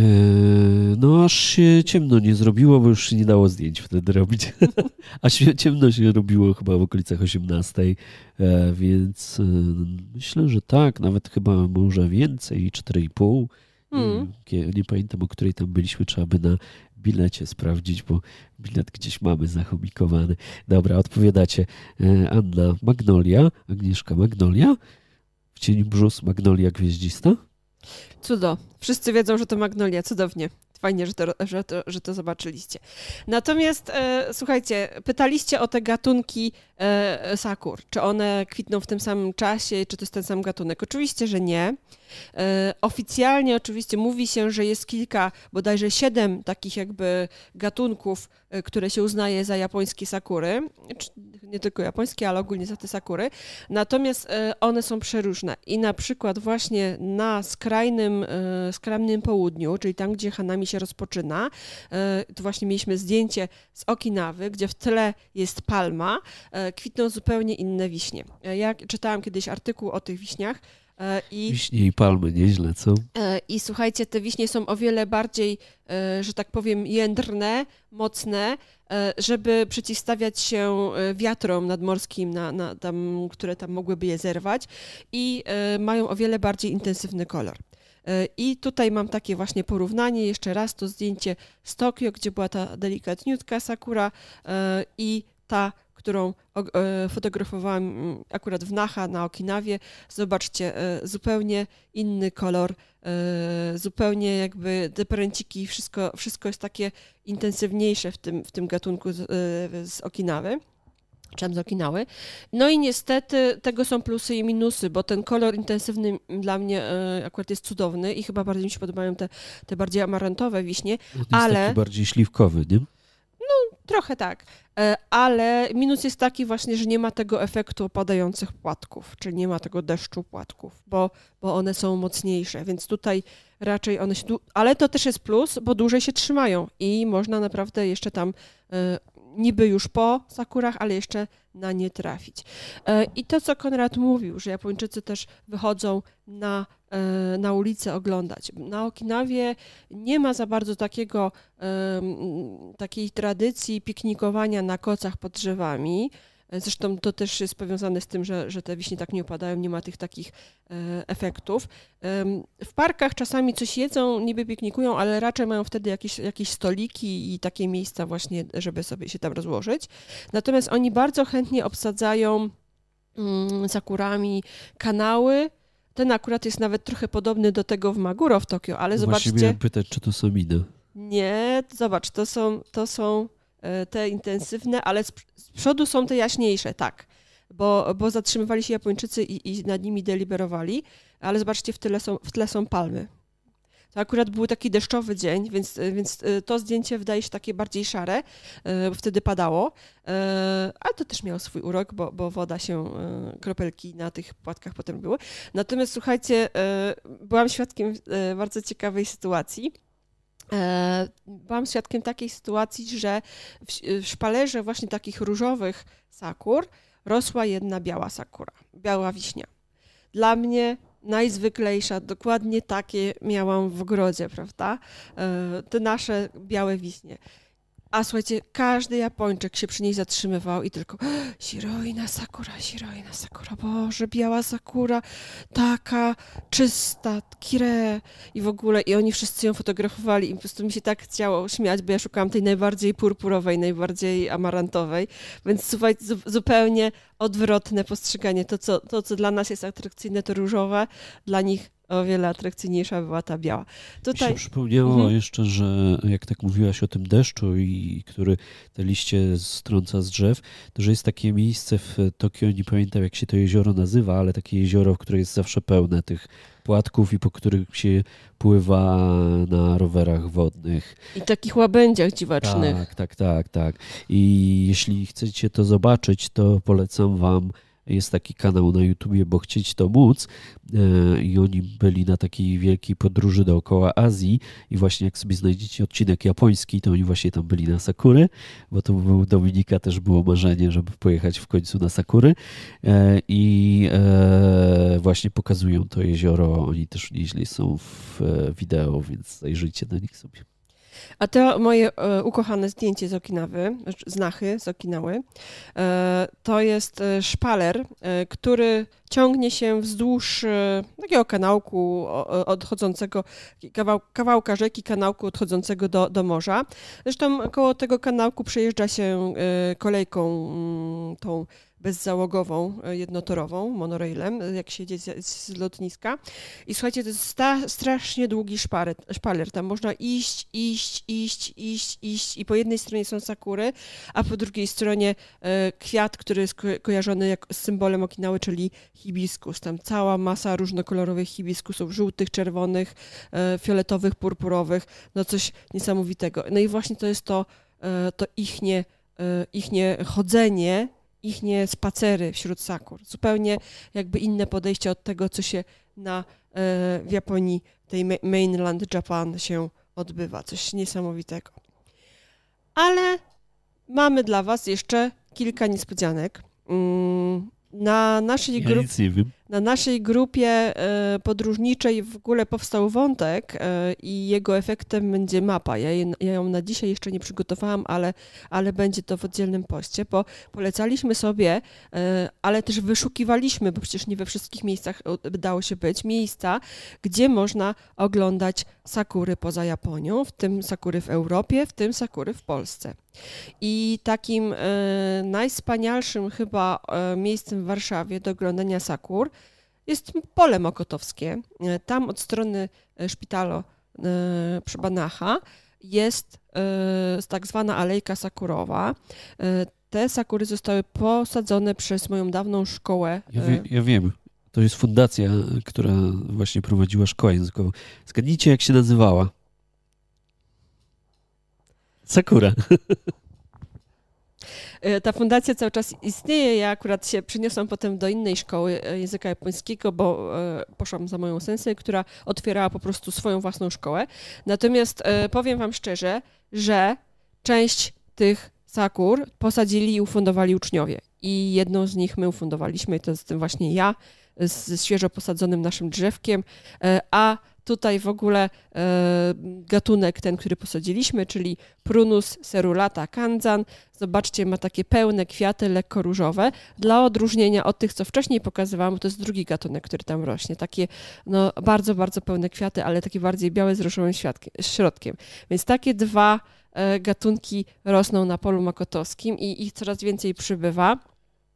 no aż się ciemno nie zrobiło, bo już się nie dało zdjęć wtedy robić. A ciemno się robiło chyba w okolicach osiemnastej, e, więc e, myślę, że tak, nawet chyba może więcej, cztery i pół. Hmm. Nie, nie pamiętam, o której tam byliśmy, trzeba by na bilecie sprawdzić, bo bilet gdzieś mamy zachomikowany. Dobra, odpowiadacie. E, Anna, Magnolia, Agnieszka, Magnolia. W cieniu brzus, Magnolia gwieździsta. Cudo. Wszyscy wiedzą, że to magnolia. Cudownie. Fajnie, że to, że to, że to zobaczyliście. Natomiast e, słuchajcie, pytaliście o te gatunki e, sakur. Czy one kwitną w tym samym czasie, czy to jest ten sam gatunek? Oczywiście, że nie. E, oficjalnie oczywiście mówi się, że jest kilka, bodajże siedem takich jakby gatunków, e, które się uznaje za japońskie sakury. Nie tylko japońskie, ale ogólnie za te sakury. Natomiast e, one są przeróżne. I na przykład właśnie na skrajnym, e, skrajnym południu, czyli tam, gdzie Hanami się rozpoczyna, e, to właśnie mieliśmy zdjęcie z Okinawy, gdzie w tle jest palma, e, kwitną zupełnie inne wiśnie. E, ja czytałam kiedyś artykuł o tych wiśniach, I, Wiśnie i palmy, nieźle, co? I słuchajcie, te wiśnie są o wiele bardziej, że tak powiem, jędrne, mocne, żeby przeciwstawiać się wiatrom nadmorskim, na, na tam, które tam mogłyby je zerwać, i mają o wiele bardziej intensywny kolor. I tutaj mam takie właśnie porównanie, jeszcze raz to zdjęcie z Tokio, gdzie była ta delikatniutka sakura i ta, którą fotografowałam akurat w Naha na Okinawie. Zobaczcie, zupełnie inny kolor, zupełnie jakby te pręciki, wszystko, wszystko jest takie intensywniejsze w tym, w tym gatunku z, z Okinawy. Czym z Okinawy. No i niestety tego są plusy i minusy, bo ten kolor intensywny dla mnie akurat jest cudowny i chyba bardziej mi się podobają te, te bardziej amarantowe wiśnie, On jest ale... taki bardziej śliwkowy, nie? No, trochę tak, ale minus jest taki właśnie, że nie ma tego efektu opadających płatków, czyli nie ma tego deszczu płatków, bo, bo one są mocniejsze, więc tutaj raczej one się... Ale to też jest plus, bo dłużej się trzymają i można naprawdę jeszcze tam niby już po sakurach, ale jeszcze na nie trafić. I to, co Konrad mówił, że Japończycy też wychodzą na, na ulicę oglądać. Na Okinawie nie ma za bardzo takiego, takiej tradycji piknikowania na kocach pod drzewami. Zresztą to też jest powiązane z tym, że, że te wiśnie tak nie opadają, nie ma tych takich e, efektów. E, w parkach czasami coś jedzą, niby piknikują, ale raczej mają wtedy jakieś, jakieś stoliki i takie miejsca właśnie, żeby sobie się tam rozłożyć. Natomiast oni bardzo chętnie obsadzają mm, sakurami kanały. Ten akurat jest nawet trochę podobny do tego w Maguro w Tokio, ale Właśnie zobaczcie... miałem pytać, czy to są inne. Nie, zobacz, to są, to są te intensywne, ale z, z przodu są te jaśniejsze, tak. Bo, bo zatrzymywali się Japończycy i, i nad nimi deliberowali, ale zobaczcie, w tle są, w tle są palmy. To akurat był taki deszczowy dzień, więc, więc to zdjęcie wydaje się takie bardziej szare, bo wtedy padało, ale to też miało swój urok, bo, bo woda się, kropelki na tych płatkach potem były. Natomiast słuchajcie, byłam świadkiem bardzo ciekawej sytuacji. Byłam świadkiem takiej sytuacji, że w szpalerze właśnie takich różowych sakur rosła jedna biała sakura, biała wiśnia. Dla mnie najzwyklejsza, dokładnie takie miałam w ogrodzie, prawda? Te nasze białe wiśnie. A słuchajcie, każdy Japończyk się przy niej zatrzymywał i tylko Shiroina sakura, Shiroina sakura, Boże, biała sakura, taka czysta, kire i w ogóle, i oni wszyscy ją fotografowali i po prostu mi się tak chciało śmiać, bo ja szukałam tej najbardziej purpurowej, najbardziej amarantowej, więc słuchajcie, zupełnie odwrotne postrzeganie. To co, to, co dla nas jest atrakcyjne, to różowe, dla nich o wiele atrakcyjniejsza była ta biała. Tutaj... Mi się przypomniało mhm. jeszcze, że jak tak mówiłaś o tym deszczu, i który te liście strąca z drzew, to że jest takie miejsce w Tokio, nie pamiętam jak się to jezioro nazywa, ale takie jezioro, które jest zawsze pełne tych płatków i po których się pływa na rowerach wodnych. I takich łabędziach dziwacznych. Tak, tak, tak, tak. I jeśli chcecie to zobaczyć, to polecam wam. Jest taki kanał na YouTubie, bo chcieć to móc, i oni byli na takiej wielkiej podróży dookoła Azji i właśnie jak sobie znajdziecie odcinek japoński, to oni właśnie tam byli na Sakury, bo to był Dominika też było marzenie, żeby pojechać w końcu na Sakury i właśnie pokazują to jezioro, oni też nieźle są w wideo, więc zajrzyjcie na nich sobie. A to moje e, ukochane zdjęcie z Okinawy, z Nachy, z Okinawy, e, to jest szpaler, e, który ciągnie się wzdłuż e, takiego kanałku o, odchodzącego, kawał, kawałka rzeki, kanałku odchodzącego do, do morza. Zresztą koło tego kanałku przejeżdża się e, kolejką m, tą bezzałogową, jednotorową, monorailem, jak się jedzie z, z lotniska. I słuchajcie, to jest sta, strasznie długi szpaler, szpaler. Tam można iść, iść, iść, iść, iść i po jednej stronie są sakury, a po drugiej stronie e, kwiat, który jest ko kojarzony jak z symbolem Okinawy, czyli hibiskus. Tam cała masa różnokolorowych hibiskusów, żółtych, czerwonych, e, fioletowych, purpurowych, no coś niesamowitego. No i właśnie to jest to, e, to ichnie, e, ichnie chodzenie, ich nie spacery wśród sakur. Zupełnie jakby inne podejście od tego, co się na, w Japonii, tej mainland Japan się odbywa. Coś niesamowitego. Ale mamy dla was jeszcze kilka niespodzianek. Na naszej, ja grup... nie na naszej grupie podróżniczej w ogóle powstał wątek i jego efektem będzie mapa. Ja, je, ja ją na dzisiaj jeszcze nie przygotowałam, ale, ale będzie to w oddzielnym poście, bo polecaliśmy sobie, ale też wyszukiwaliśmy, bo przecież nie we wszystkich miejscach dało się być, miejsca, gdzie można oglądać sakury poza Japonią, w tym sakury w Europie, w tym sakury w Polsce. I takim e, najwspanialszym chyba e, miejscem w Warszawie do oglądania sakur jest Pole Mokotowskie. E, tam od strony szpitala e, przy Banacha jest e, tak zwana alejka sakurowa. E, te sakury zostały posadzone przez moją dawną szkołę. Ja, wie, ja wiem. To jest fundacja, która właśnie prowadziła szkołę językową. Zgadnijcie, jak się nazywała? Sakura. Ta fundacja cały czas istnieje. Ja akurat się przeniosłam potem do innej szkoły języka japońskiego, bo poszłam za moją sensei, która otwierała po prostu swoją własną szkołę. Natomiast powiem wam szczerze, że część tych sakur posadzili i ufundowali uczniowie. I jedną z nich my ufundowaliśmy, to jest właśnie ja, z świeżo posadzonym naszym drzewkiem, a tutaj w ogóle e, gatunek ten, który posadziliśmy, czyli Prunus cerulata kanzan. Zobaczcie, ma takie pełne kwiaty, lekko różowe. Dla odróżnienia od tych, co wcześniej pokazywałam, bo to jest drugi gatunek, który tam rośnie. Takie no, bardzo, bardzo pełne kwiaty, ale takie bardziej białe z różowym środkiem. Więc takie dwa e, gatunki rosną na polu mokotowskim i ich coraz więcej przybywa.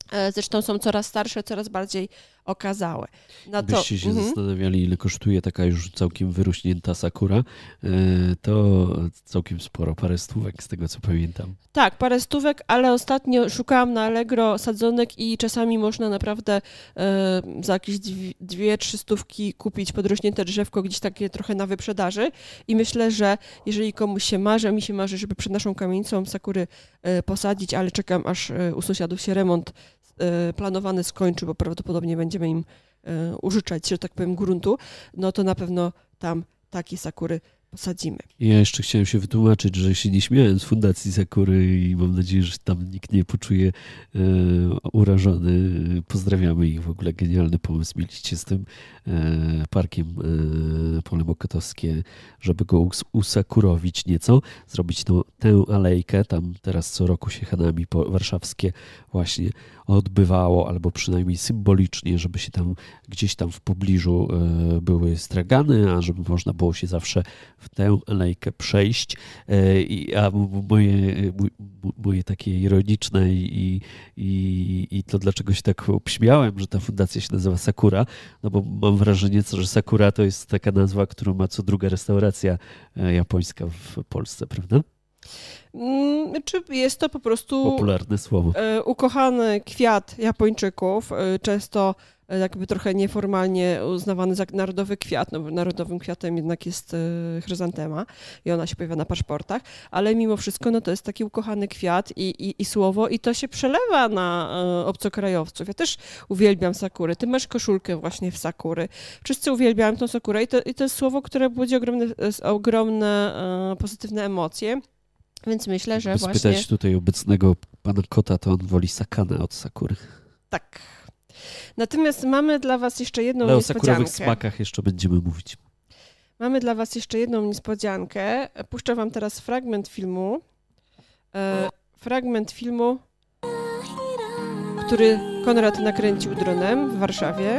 Zresztą są coraz starsze, coraz bardziej okazałe. Na to, Byście się mhm. zastanawiali, ile kosztuje taka już całkiem wyrośnięta sakura, to całkiem sporo, parę stówek z tego, co pamiętam. Tak, parę stówek, ale ostatnio szukałam na Allegro sadzonek i czasami można naprawdę e, za jakieś dwie, dwie, trzy stówki kupić podrośnięte drzewko gdzieś takie trochę na wyprzedaży i myślę, że jeżeli komuś się marzy, a mi się marzy, żeby przed naszą kamienicą sakury e, posadzić, ale czekam, aż e, u sąsiadów się remont planowany skończy, bo prawdopodobnie będziemy im e, użyczać, że tak powiem, gruntu, no to na pewno tam takie sakury posadzimy. Ja jeszcze chciałem się wytłumaczyć, że się nie śmiałem z Fundacji Sakury i mam nadzieję, że tam nikt nie poczuje e, urażony. Pozdrawiamy ich, w ogóle genialny pomysł mieliście z tym e, parkiem e, Pole Mokotowskie, żeby go us- usakurowić nieco, zrobić tą, tę alejkę, tam teraz co roku się Hanami po, warszawskie właśnie odbywało, albo przynajmniej symbolicznie, żeby się tam gdzieś tam w pobliżu e, były stragany, a żeby można było się zawsze w tę alejkę przejść. E, i, a moje, moje takie ironiczne i, i, i to, dlaczego się tak obśmiałem, że ta fundacja się nazywa Sakura, no bo mam wrażenie, że Sakura to jest taka nazwa, którą ma co druga restauracja japońska w Polsce, prawda? Czy jest to po prostu popularne słowo. Ukochany kwiat Japończyków, często jakby trochę nieformalnie uznawany za narodowy kwiat, no bo narodowym kwiatem jednak jest chryzantema i ona się pojawia na paszportach, ale mimo wszystko no to jest taki ukochany kwiat i, i, i słowo i to się przelewa na obcokrajowców. Ja też uwielbiam sakury. Ty masz koszulkę właśnie w sakury. Wszyscy uwielbiają tą sakurę i to, i to jest słowo, które budzi ogromne, ogromne pozytywne emocje. Więc myślę, że właśnie... spytać tutaj obecnego pana Kota, to on woli sakanę od sakury. Tak. Natomiast mamy dla was jeszcze jedną Ale niespodziankę. Ale o sakurowych smakach jeszcze będziemy mówić. Mamy dla was jeszcze jedną niespodziankę. Puszczę wam teraz fragment filmu. E, fragment filmu, który Konrad nakręcił dronem w Warszawie.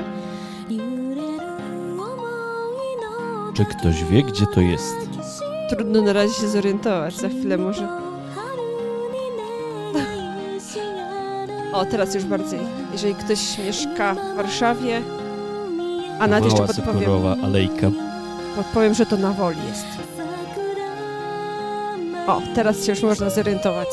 Czy ktoś wie, gdzie to jest? Trudno na razie się zorientować, za chwilę może. O, teraz już bardziej. Jeżeli ktoś mieszka w Warszawie, a nawet jeszcze podpowiem... Mała alejka. Podpowiem, że to na Woli jest. O, teraz się już można zorientować.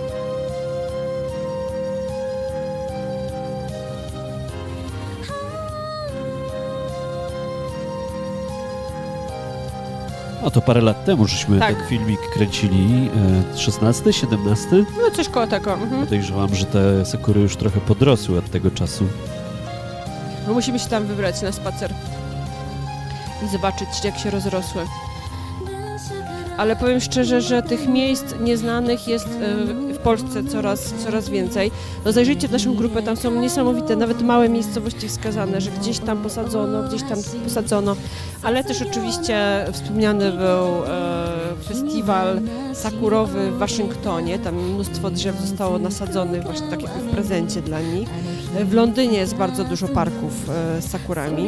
A to parę lat temu żeśmy tak. ten filmik kręcili, szesnasty, siedemnasty? No coś koło tego. Mhm. Podejrzewam, że te sakury już trochę podrosły od tego czasu. No musimy się tam wybrać na spacer i zobaczyć, jak się rozrosły. Ale powiem szczerze, że tych miejsc nieznanych jest w Polsce coraz, coraz więcej. No zajrzyjcie w naszą grupę, tam są niesamowite, nawet małe miejscowości wskazane, że gdzieś tam posadzono, gdzieś tam posadzono, ale też oczywiście wspomniany był festiwal sakurowy w Waszyngtonie, tam mnóstwo drzew zostało nasadzonych właśnie tak jakby w prezencie dla nich. W Londynie jest bardzo dużo parków z sakurami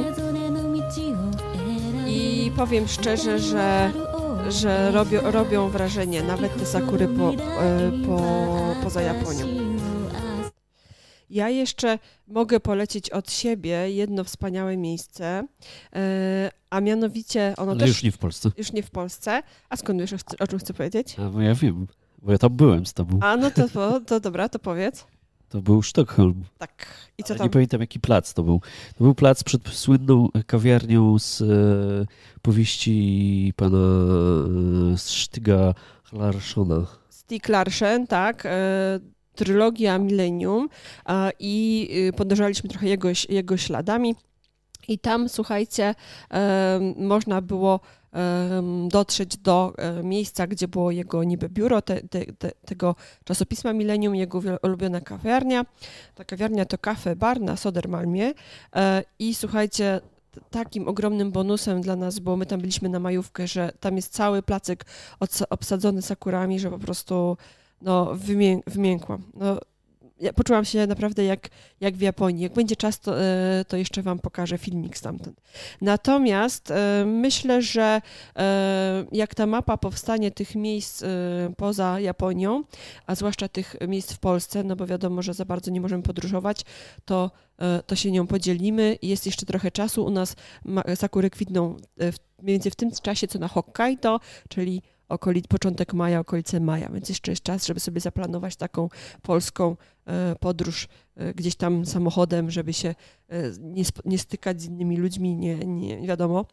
i powiem szczerze, że że robią, robią wrażenie, nawet te sakury po, po, poza Japonią. Ja jeszcze mogę polecić od siebie jedno wspaniałe miejsce, a mianowicie ono Ale też... już nie w Polsce. Już nie w Polsce. A skąd wiesz, o czym chcę powiedzieć? A bo ja wiem, bo ja tam byłem z tobą. A no to, to, to dobra, to powiedz. To był Sztokholm. Tak. I co Ale tam? Nie pamiętam, jaki plac to był. To był plac przed słynną kawiarnią z e, powieści pana e, Stiga Larssona. Stieg Larsson, tak. E, trylogia Millennium. E, I podążaliśmy trochę jego, jego śladami. I tam, słuchajcie, e, można było dotrzeć do miejsca, gdzie było jego niby biuro te, te, te, tego czasopisma Millennium, jego ulubiona kawiarnia. Ta kawiarnia to Cafe Bar na Sodermalmie i słuchajcie, takim ogromnym bonusem dla nas, bo my tam byliśmy na majówkę, że tam jest cały placyk obsadzony sakurami, że po prostu no, wymię- wymiękłam. No, ja poczułam się naprawdę jak, jak w Japonii. Jak będzie czas, to, to jeszcze wam pokażę filmik stamtąd. Natomiast myślę, że jak ta mapa powstanie tych miejsc poza Japonią, a zwłaszcza tych miejsc w Polsce, no bo wiadomo, że za bardzo nie możemy podróżować, to, to się nią podzielimy. Jest jeszcze trochę czasu. U nas sakury kwitną w, mniej więcej w tym czasie, co na Hokkaido, czyli okolic, początek maja, okolice maja, więc jeszcze jest czas, żeby sobie zaplanować taką polską podróż gdzieś tam samochodem, żeby się nie, nie stykać z innymi ludźmi, nie, nie wiadomo.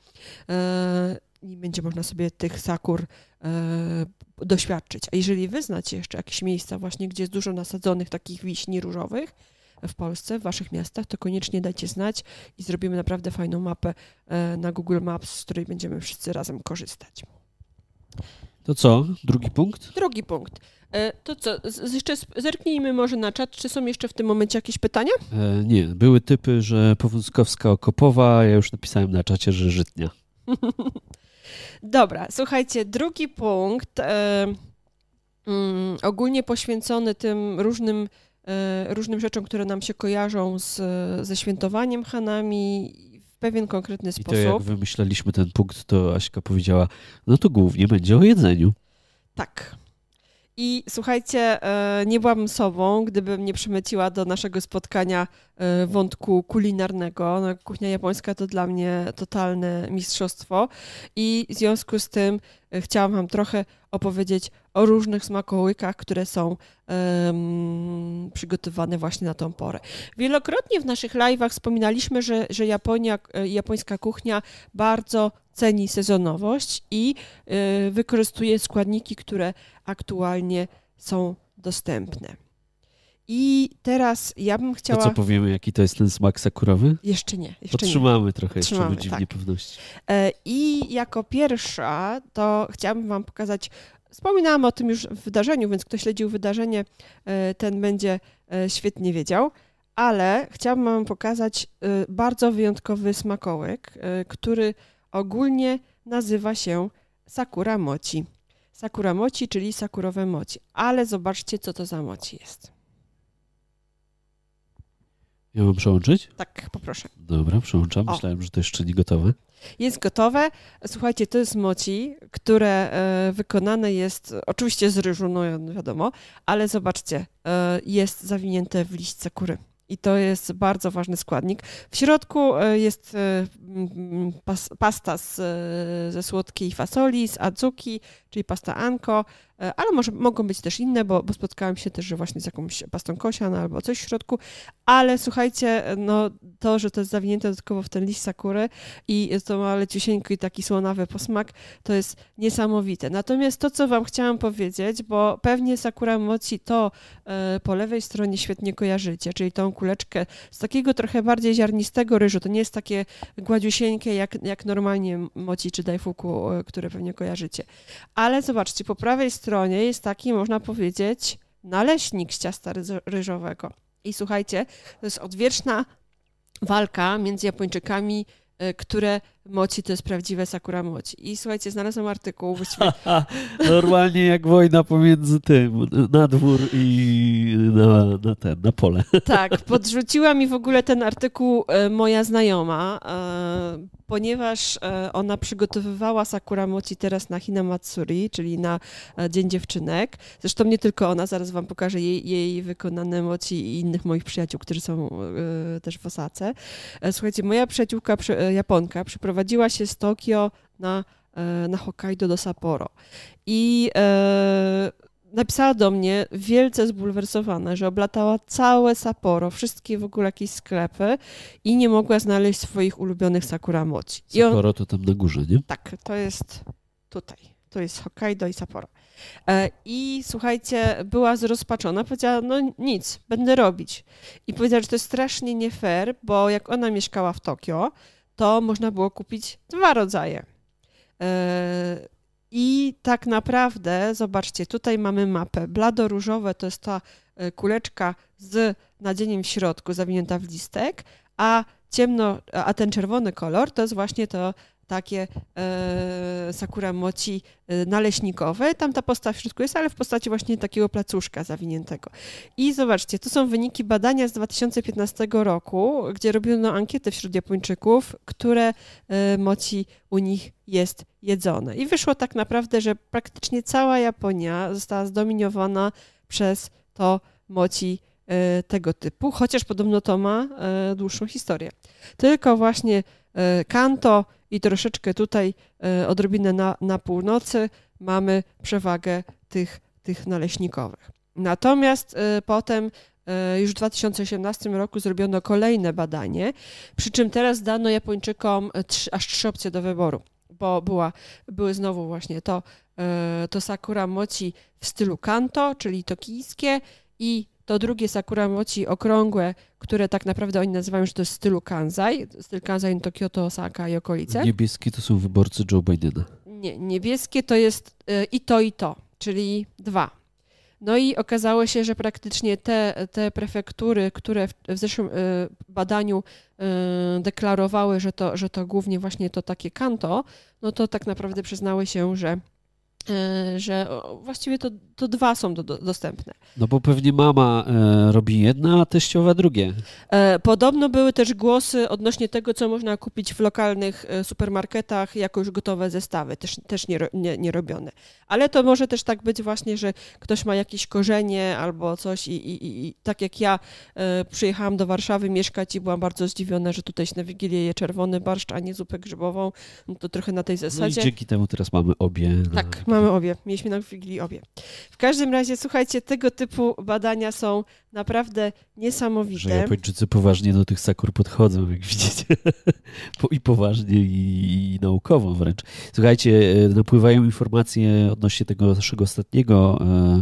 I będzie można sobie tych sakur doświadczyć. A jeżeli wy znacie jeszcze jakieś miejsca właśnie, gdzie jest dużo nasadzonych takich wiśni różowych w Polsce, w waszych miastach, to koniecznie dajcie znać i zrobimy naprawdę fajną mapę na Google Maps, z której będziemy wszyscy razem korzystać. To co? Drugi punkt? Drugi punkt. To co? Z, jeszcze zerknijmy może na czat. Czy są jeszcze w tym momencie jakieś pytania? E, nie. Były typy, że Powązkowska Okopowa, ja już napisałem na czacie, że Żytnia. Dobra, słuchajcie, drugi punkt e, mm, ogólnie poświęcony tym różnym, e, różnym rzeczom, które nam się kojarzą z, ze świętowaniem Hanami w pewien konkretny I sposób. to jak wymyślaliśmy ten punkt, to Aśka powiedziała, no to głównie będzie o jedzeniu. Tak. I słuchajcie, nie byłabym sobą, gdybym nie przemyciła do naszego spotkania wątku kulinarnego. No, kuchnia japońska to dla mnie totalne mistrzostwo i w związku z tym chciałam wam trochę opowiedzieć o różnych smakołykach, które są um, przygotowane właśnie na tą porę. Wielokrotnie w naszych live'ach wspominaliśmy, że, że Japonia, japońska kuchnia bardzo ceni sezonowość i y, wykorzystuje składniki, które aktualnie są dostępne. I teraz ja bym chciała... To co powiemy, jaki to jest ten smak sakurowy? Jeszcze nie. Jeszcze Podtrzymamy nie. trochę Podtrzymamy, jeszcze ludzi tak. w niepewności. I jako pierwsza to chciałabym wam pokazać, wspominałam o tym już w wydarzeniu, więc kto śledził wydarzenie, ten będzie świetnie wiedział, ale chciałabym wam pokazać bardzo wyjątkowy smakołyk, który ogólnie nazywa się sakura mochi. Sakura mochi, czyli sakurowe mochi. Ale zobaczcie, co to za mochi jest. Ja mam przełączyć? Tak, poproszę. Dobra, przełączam. Myślałem, o. że to jeszcze nie gotowe. Jest gotowe. Słuchajcie, to jest mochi, które e, wykonane jest oczywiście z ryżu, no wiadomo, ale zobaczcie, e, jest zawinięte w liść sakury. I to jest bardzo ważny składnik. W środku jest pas, pasta z, ze słodkiej fasoli, z adzuki, czyli pasta anko, ale może mogą być też inne, bo, bo spotkałam się też, że właśnie z jakąś pastą kosian albo coś w środku, ale słuchajcie, no to, że to jest zawinięte dodatkowo w ten liść sakury i to ma leciusieńko i taki słonawy posmak, to jest niesamowite. Natomiast to, co wam chciałam powiedzieć, bo pewnie sakura mochi to y, po lewej stronie świetnie kojarzycie, czyli tą kuleczkę z takiego trochę bardziej ziarnistego ryżu, to nie jest takie gładziusieńkie jak, jak normalnie mochi czy daifuku, y, które pewnie kojarzycie. Ale zobaczcie, po prawej stronie jest taki, można powiedzieć, naleśnik z ciasta ryżowego. I słuchajcie, to jest odwieczna walka między Japończykami, które mochi to jest prawdziwe sakura mochi. I słuchajcie, znalazłam artykuł. Właściwie... Normalnie jak wojna pomiędzy tym, na dwór i na, na ten, na pole. Tak, podrzuciła mi w ogóle ten artykuł moja znajoma, ponieważ ona przygotowywała sakura mochi teraz na Hinamatsuri, czyli na Dzień Dziewczynek. Zresztą nie tylko ona, zaraz wam pokażę jej, jej wykonane mochi i innych moich przyjaciół, którzy są też w Osace. Słuchajcie, moja przyjaciółka Japonka przyprowadziła się z Tokio na, na Hokkaido do Sapporo i e, napisała do mnie wielce zbulwersowana, że oblatała całe Sapporo, wszystkie w ogóle jakieś sklepy i nie mogła znaleźć swoich ulubionych sakura mochi. Sapporo on, to tam na górze, nie? Tak, to jest tutaj. To jest Hokkaido i Sapporo. E, I słuchajcie, była zrozpaczona, powiedziała, no nic, będę robić. I powiedziała, że to jest strasznie nie fair, bo jak ona mieszkała w Tokio, to można było kupić dwa rodzaje. E, I tak naprawdę, zobaczcie, tutaj mamy mapę. Blado-różowe to jest ta kuleczka z nadzieniem w środku, zawinięta w listek, a ciemno, a ten czerwony kolor to jest właśnie to takie e, sakura mochi e, naleśnikowe. Tam ta postawa w środku jest, ale w postaci właśnie takiego placuszka zawiniętego. I zobaczcie, to są wyniki badania z dwa tysiące piętnastego roku, gdzie robiono ankietę wśród Japończyków, które e, mochi u nich jest jedzone. I wyszło tak naprawdę, że praktycznie cała Japonia została zdominowana przez to mochi e, tego typu, chociaż podobno to ma e, dłuższą historię. Tylko właśnie e, Kanto i troszeczkę tutaj e, odrobinę na, na północy mamy przewagę tych, tych naleśnikowych. Natomiast e, potem e, już w dwa tysiące osiemnastym roku zrobiono kolejne badanie, przy czym teraz dano Japończykom trzy, aż trzy opcje do wyboru, bo była, były znowu właśnie to, e, to sakura mochi w stylu Kanto, czyli tokijskie, i to drugie sakura mochi okrągłe, które tak naprawdę oni nazywają, że to jest w stylu Kansai. Styl Kansai to Kyoto, Osaka i okolice. Niebieskie to są wyborcy Joe Bidena. Nie, niebieskie to jest y, i to, i to, czyli dwa. No i okazało się, że praktycznie te, te prefektury, które w, w zeszłym y, badaniu y, deklarowały, że to, że to głównie właśnie to takie Kanto, no to tak naprawdę przyznały się, że że właściwie to, to dwa są do, do, dostępne. No bo pewnie mama e, robi jedno, a teściowa drugie. E, podobno były też głosy odnośnie tego, co można kupić w lokalnych e, supermarketach jako już gotowe zestawy, też, też nie, nie, nie robione. Ale to może też tak być właśnie, że ktoś ma jakieś korzenie albo coś i, i, i tak jak ja e, przyjechałam do Warszawy mieszkać i byłam bardzo zdziwiona, że tutaj się na Wigilię je czerwony barszcz, a nie zupę grzybową, no to trochę na tej zasadzie. No i dzięki temu teraz mamy obie. Tak, mamy obie. Mieliśmy na Wigilii obie. W każdym razie, słuchajcie, tego typu badania są naprawdę niesamowite. Że Japończycy poważnie do tych sakur podchodzą, jak widzicie. I poważnie, i, i naukowo wręcz. Słuchajcie, napływają informacje odnośnie tego naszego ostatniego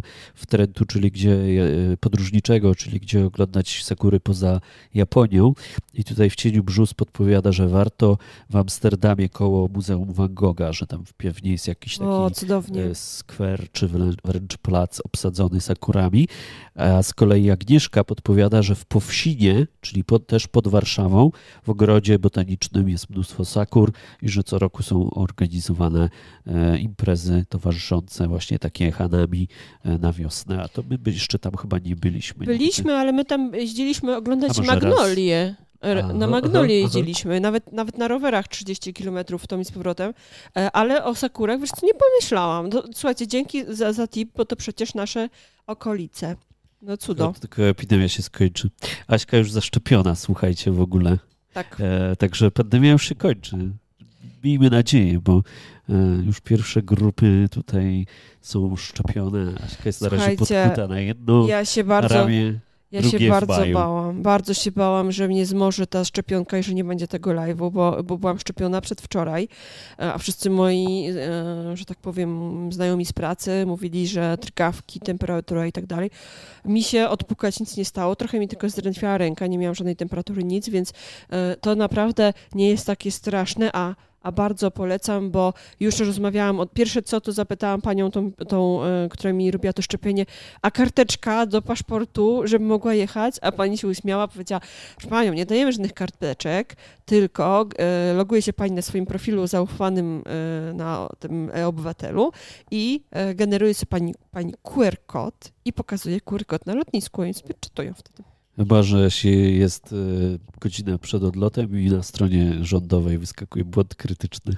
w trendu, czyli gdzie podróżniczego, czyli gdzie oglądać sakury poza Japonią. I tutaj w cieniu brzus podpowiada, że warto w Amsterdamie koło Muzeum Van Gogha, że tam pewnie jest jakiś taki o, cudownie. skwer, czy wręcz plac obsadzony sakurami. A z kolei Agnieszka podpowiada, że w Powsinie, czyli pod, też pod Warszawą, w ogrodzie botanicznym jest mnóstwo sakur i że co roku są organizowane e, imprezy towarzyszące właśnie takie hanami e, na wiosnę. A to my by jeszcze tam chyba nie byliśmy. Byliśmy, nigdy. Ale my tam jeździliśmy oglądać Magnolię. Aha, na Magnolię aha, jeździliśmy, aha. Nawet, nawet na rowerach trzydzieści kilometrów w tom i z powrotem, ale o sakurach, wiesz co, nie pomyślałam. No, słuchajcie, dzięki za, za tip, bo to przecież nasze okolice. No cudo. No, tylko epidemia się skończy. Aśka już zaszczepiona, słuchajcie, w ogóle. Tak. E, także pandemia już się kończy. Miejmy nadzieję, bo e, już pierwsze grupy tutaj są szczepione. Aśka jest na razie podkuta na jedno ja się bardzo... ramię. Ja się bardzo bałam, bardzo się bałam, że mnie zmoży ta szczepionka i że nie będzie tego live'u, bo, bo byłam szczepiona przedwczoraj, a wszyscy moi, że tak powiem, znajomi z pracy mówili, że drgawki, temperatura i tak dalej. Mi się odpukać nic nie stało, trochę mi tylko zdrętwiała ręka, nie miałam żadnej temperatury, nic, więc to naprawdę nie jest takie straszne, a a bardzo polecam, bo już rozmawiałam, od pierwsze co, to zapytałam panią, tą, tą, która mi robiła to szczepienie, a karteczka do paszportu, żebym mogła jechać, a pani się uśmiała, powiedziała, że panią, nie dajemy żadnych karteczek, tylko e, loguje się pani na swoim profilu zaufanym e, na tym e-obywatelu i e, generuje sobie pani, pani Q R kod i pokazuje Q R kod na lotnisku, więc czytują wtedy. Chyba, że się jest y, godzinę przed odlotem i na stronie rządowej wyskakuje błąd krytyczny.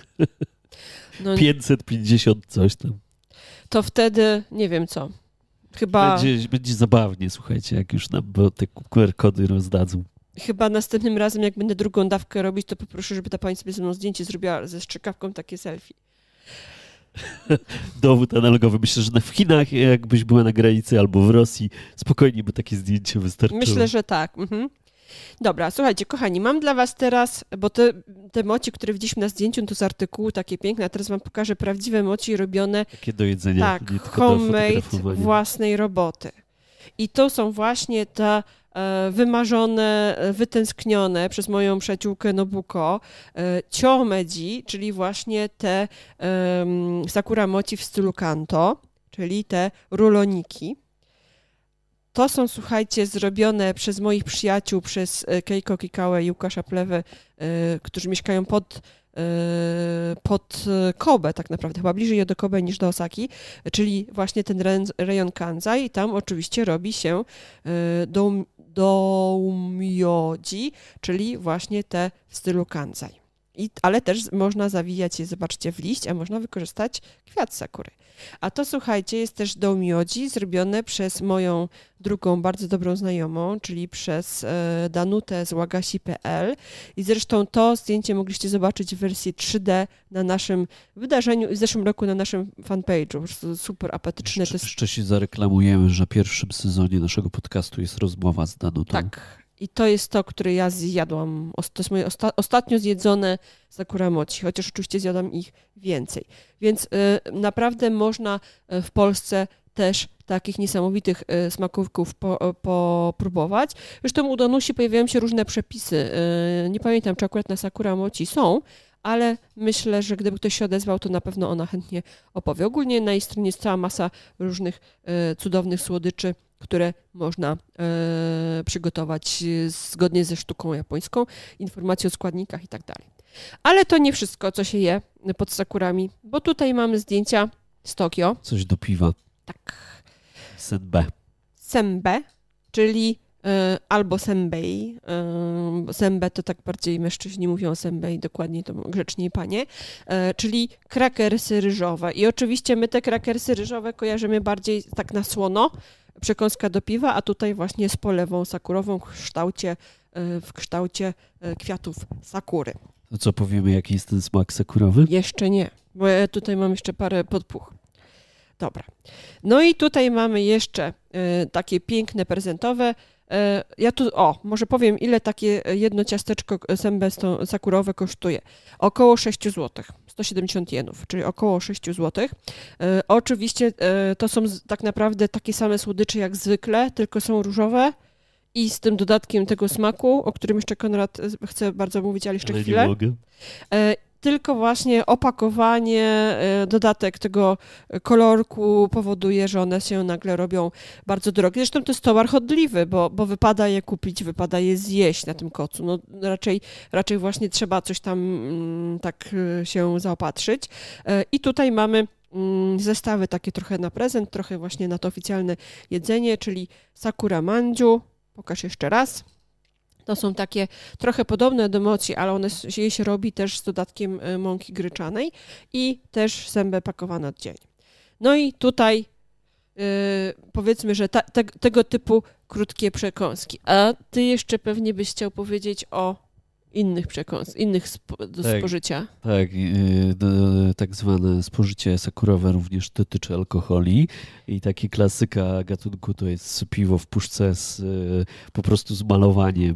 No, pięćset pięćdziesiąt coś tam. To wtedy nie wiem co. Chyba... Będzie, będzie zabawnie, słuchajcie, jak już nam bo te Q R kody rozdadzą. Chyba następnym razem, jak będę drugą dawkę robić, to poproszę, żeby ta pani sobie ze mną zdjęcie zrobiła ze strzykawką, takie selfie. Dowód analogowy. Myślę, że w Chinach, jakbyś była na granicy albo w Rosji, spokojnie by takie zdjęcie wystarczyło. Myślę, że tak. Mhm. Dobra, słuchajcie, kochani, mam dla was teraz, bo te, te moci, które widzieliśmy na zdjęciu, to z artykułu takie piękne, a teraz wam pokażę prawdziwe moci robione takie do jedzenia, tak, nie tylko homemade, do własnej roboty. I to są właśnie te e, wymarzone, wytęsknione przez moją przyjaciółkę Nobuko e, Chomeji, czyli właśnie te e, sakura mochi w stylu Kanto, czyli te ruloniki. to są, słuchajcie, zrobione przez moich przyjaciół, przez Keiko Kikałę i Łukasza Plewę, którzy mieszkają pod, pod Kobe tak naprawdę, chyba bliżej do Kobe niż do Osaki, czyli właśnie ten rejon Kansai i tam oczywiście robi się dom, doumyoji, czyli właśnie te w stylu Kansai. I, ale też można zawijać je, zobaczcie, w liść, a można wykorzystać kwiat sakury. A to, słuchajcie, jest też doumyoji zrobione przez moją drugą bardzo dobrą znajomą, czyli przez e, Danutę z łagasi kropka pe el. I zresztą to zdjęcie mogliście zobaczyć w wersji trzy D na naszym wydarzeniu i w zeszłym roku na naszym fanpage'u. Super apetyczne. Jeszcze, to jest... jeszcze się zareklamujemy, że w pierwszym sezonie naszego podcastu jest rozmowa z Danutą. Tak. I to jest to, które ja zjadłam. To jest moje osta- ostatnio zjedzone sakura mochi, chociaż oczywiście zjadłam ich więcej. Więc y, naprawdę można w Polsce też takich niesamowitych y, smakówków po, popróbować. Zresztą u Danusi pojawiają się różne przepisy. Y, nie pamiętam, czy akurat na sakura mochi są, ale myślę, że gdyby ktoś się odezwał, to na pewno ona chętnie opowie. Ogólnie na jej stronie jest cała masa różnych y, cudownych słodyczy, które można e, przygotować zgodnie ze sztuką japońską, informacje o składnikach i tak dalej. Ale to nie wszystko, co się je pod sakurami, bo tutaj mamy zdjęcia z Tokio. Coś do piwa. Tak. Senbe. Senbe, czyli e, albo senbei. E, senbe to tak bardziej mężczyźni mówią senbei, dokładnie to grzeczniej panie, e, czyli krakersy ryżowe. I oczywiście my te krakersy ryżowe kojarzymy bardziej tak na słono, przekąska do piwa, a tutaj właśnie z polewą sakurową w kształcie, w kształcie kwiatów sakury. To co powiemy, jaki jest ten smak sakurowy? Jeszcze nie, bo ja tutaj mam jeszcze parę podpuch. Dobra. No i tutaj mamy jeszcze takie piękne prezentowe. Ja tu, o, może powiem, ile takie jedno ciasteczko senbe sakurowe kosztuje. Około sześć złotych, sto siedemdziesiąt jenów, czyli około sześć złotych. E, oczywiście e, to są z, tak naprawdę takie same słodycze jak zwykle, tylko są różowe i z tym dodatkiem tego smaku, o którym jeszcze Konrad chce bardzo mówić, ale jeszcze ale chwilę. Nie mogę. E, tylko właśnie opakowanie, dodatek tego kolorku powoduje, że one się nagle robią bardzo drogie. Zresztą to jest towar chodliwy, bo, bo wypada je kupić, wypada je zjeść na tym kocu. No raczej, raczej właśnie trzeba coś tam mm, tak się zaopatrzyć. I tutaj mamy mm, zestawy takie trochę na prezent, trochę właśnie na to oficjalne jedzenie, czyli sakura manju. Pokaż jeszcze raz. To są takie trochę podobne do mochi, ale one się, się robi też z dodatkiem mąki gryczanej i też senbe pakowane oddzielnie. No i tutaj yy, powiedzmy, że ta, te, tego typu krótkie przekąski. A ty jeszcze pewnie byś chciał powiedzieć o innych przekąskach, innych spo, do tak, spożycia. Tak, yy, do, tak zwane spożycie sakurowe również dotyczy alkoholi i taki klasyka gatunku to jest piwo w puszce z, yy, po prostu z malowaniem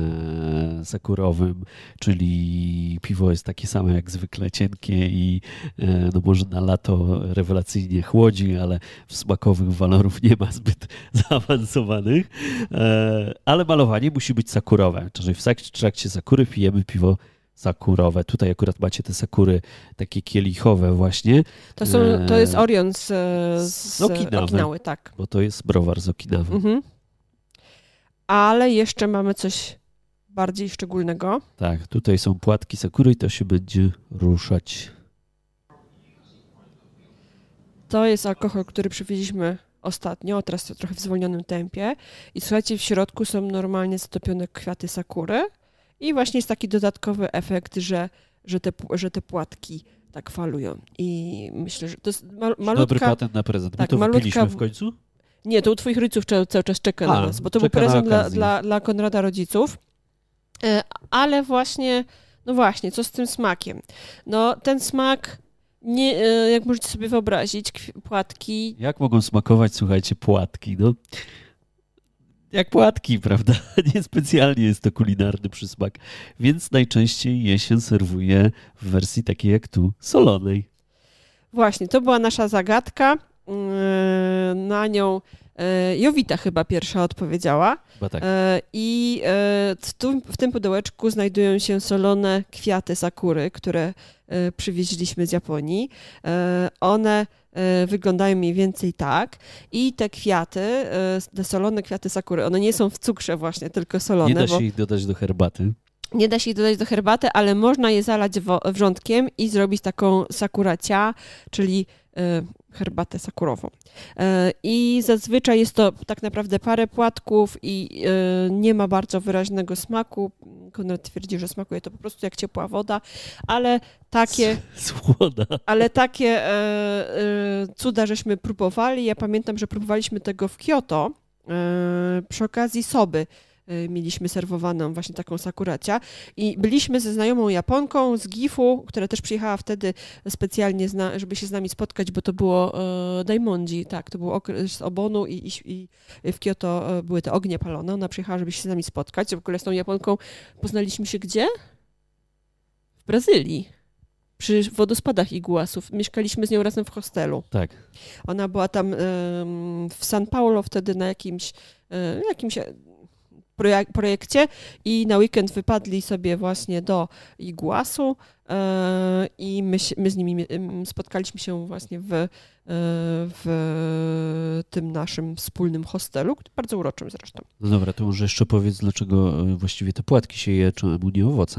yy, sakurowym, czyli piwo jest takie same jak zwykle, cienkie i yy, no może na lato rewelacyjnie chłodzi, ale smakowych walorów nie ma zbyt zaawansowanych, yy, ale malowanie musi być sakurowe, czyli w trakcie sakury pijemy piwo sakurowe. Tutaj akurat macie te sakury takie kielichowe właśnie. To, są, to jest Orion z, z, z Okinawy, Okinawy, tak. Bo to jest browar z Okinawy. Mhm. Ale jeszcze mamy coś bardziej szczególnego. Tak, tutaj są płatki sakury i to się będzie ruszać. To jest alkohol, który przywieźliśmy ostatnio, teraz trochę w zwolnionym tempie. I słuchajcie, w środku są normalnie zatopione kwiaty sakury. I właśnie jest taki dodatkowy efekt, że, że, te, że te płatki tak falują. I myślę, że to jest mal, malutka... Dobry patent na prezent. My tak, to malutka, wypiliśmy w końcu? Nie, to u twoich rodziców cały, cały czas czeka A, na nas, bo to był prezent dla, okazję. dla, dla Konrada rodziców. Ale właśnie, no właśnie, co z tym smakiem? No ten smak, nie, jak możecie sobie wyobrazić, płatki... Jak mogą smakować, słuchajcie, płatki? No... Jak płatki, prawda? Niespecjalnie jest to kulinarny przysmak, więc najczęściej je się serwuje w wersji takiej jak tu, solonej. Właśnie, to była nasza zagadka. Na nią Jowita chyba pierwsza odpowiedziała. Chyba tak. I tu, w tym pudełeczku znajdują się solone kwiaty sakury, które przywieźliśmy z Japonii. One wyglądają mniej więcej tak. I te kwiaty, te solone kwiaty sakury, one nie są w cukrze właśnie, tylko solone. Nie da się bo... ich dodać do herbaty. Nie da się ich dodać do herbaty, ale można je zalać wo- wrzątkiem i zrobić taką sakuracia, czyli y, herbatę sakurową. Y, I zazwyczaj jest to tak naprawdę parę płatków i y, nie ma bardzo wyraźnego smaku. Konrad twierdzi, że smakuje to po prostu jak ciepła woda, ale takie... Słoda. Ale takie y, y, cuda żeśmy próbowali. Ja pamiętam, że próbowaliśmy tego w Kyoto y, przy okazji soby. Mieliśmy serwowaną właśnie taką sakuracia i byliśmy ze znajomą Japonką z Gifu, która też przyjechała wtedy specjalnie, zna, żeby się z nami spotkać, bo to było e, Daimonji, tak, to był okres obonu i, i, i w Kyoto były te ognie palone. Ona przyjechała, żeby się z nami spotkać. W ogóle z tą Japonką poznaliśmy się gdzie? W Brazylii. Przy wodospadach Iguasów. Mieszkaliśmy z nią razem w hostelu. Tak. Ona była tam e, w São Paulo wtedy na jakimś, e, jakimś projekcie i na weekend wypadli sobie właśnie do Iguasu e, i my, my z nimi spotkaliśmy się właśnie w, e, w tym naszym wspólnym hostelu, bardzo uroczym zresztą. No dobra, to może jeszcze powiedz, dlaczego właściwie te płatki się je, czemu nie owoce?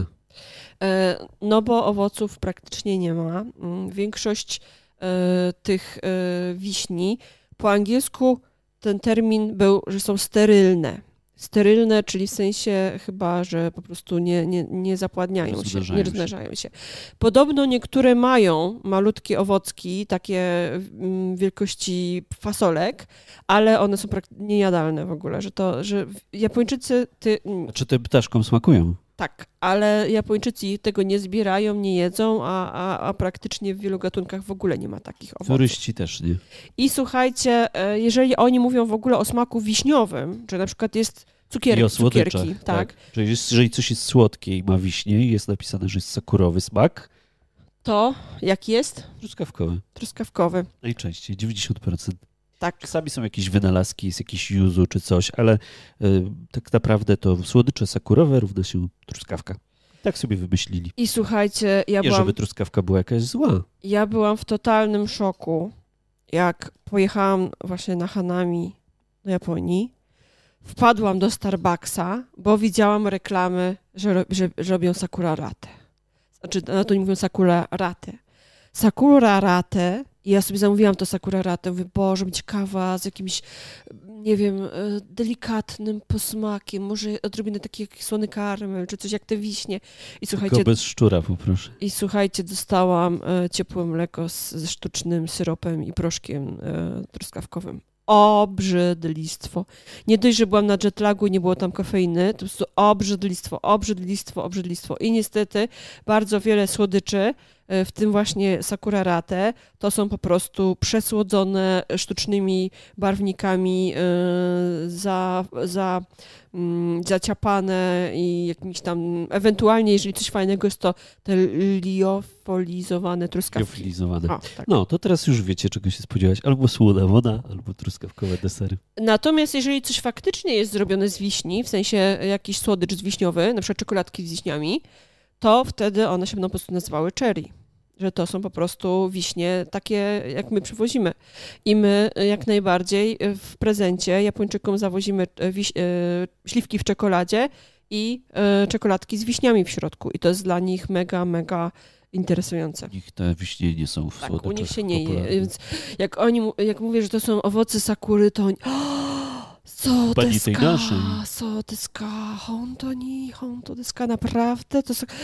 E, no bo owoców praktycznie nie ma. Większość e, tych e, wiśni, po angielsku ten termin był, że są sterylne. Sterylne, czyli w sensie chyba, że po prostu nie, nie, nie zapładniają się, nie rozmnażają się. Podobno niektóre mają malutkie owocki, takie wielkości fasolek, ale one są prak- niejadalne w ogóle, że to, że Japończycy... Ty... Czy te ptaszkom smakują? Tak, ale Japończycy tego nie zbierają, nie jedzą, a, a, a praktycznie w wielu gatunkach w ogóle nie ma takich owoców. Turyści też nie. I słuchajcie, jeżeli oni mówią w ogóle o smaku wiśniowym, że na przykład jest cukier, I o cukierki, tak. tak. Czyli jest, jeżeli coś jest słodkie i ma wiśnie i jest napisane, że jest sakurowy smak, to jak jest? Truskawkowy. Truskawkowy. Najczęściej, dziewięćdziesiąt procent. Tak. Czasami są jakieś wynalazki, jest jakiś yuzu czy coś, ale y, tak naprawdę to słodycze sakurowe równa się truskawka. Tak sobie wymyślili. I słuchajcie, ja Nie, byłam... żeby truskawka była jakaś zła. Ja byłam w totalnym szoku, jak pojechałam właśnie na Hanami do Japonii. Wpadłam do Starbucksa, bo widziałam reklamy, że, że, że robią sakura latte. Znaczy, na to nie mówią sakura latte. Sakura latte, i ja sobie zamówiłam to sakura latte, mówię, Boże, będzie kawa z jakimś, nie wiem, delikatnym posmakiem, może odrobinę taki jak słony karmel, czy coś jak te wiśnie. I słuchajcie, tylko bez szczura, poproszę. I słuchajcie, dostałam e, ciepłe mleko z, ze sztucznym syropem i proszkiem e, truskawkowym. Obrzydlistwo. Nie dość, że byłam na jetlagu i nie było tam kofeiny, to po prostu obrzydlistwo, obrzydlistwo, obrzydlistwo. I niestety bardzo wiele słodyczy, w tym właśnie sakura latte, to są po prostu przesłodzone sztucznymi barwnikami, za, za, zaciapane i jakimiś tam, ewentualnie jeżeli coś fajnego jest to te liofilizowane truskawki. Liofilizowane. O, tak. No, to teraz już wiecie, czego się spodziewać. Albo słona woda, albo truskawkowe desery. Natomiast jeżeli coś faktycznie jest zrobione z wiśni, w sensie jakiś słodycz z wiśniowy, na przykład czekoladki z wiśniami, to wtedy one się będą po prostu nazywały cherry. Że to są po prostu wiśnie takie, jak my przywozimy. I my jak najbardziej w prezencie Japończykom zawozimy wiś- śliwki w czekoladzie i czekoladki z wiśniami w środku. I to jest dla nich mega, mega interesujące. U nich te wiśnie nie są w tak, słodyczach. u nich się nie je. popularne. Więc jak oni, jak mówię, że to są owoce sakury, to oni... Co Pani deska, tej naszej. co deska, honto ni, honto deska, naprawdę to są...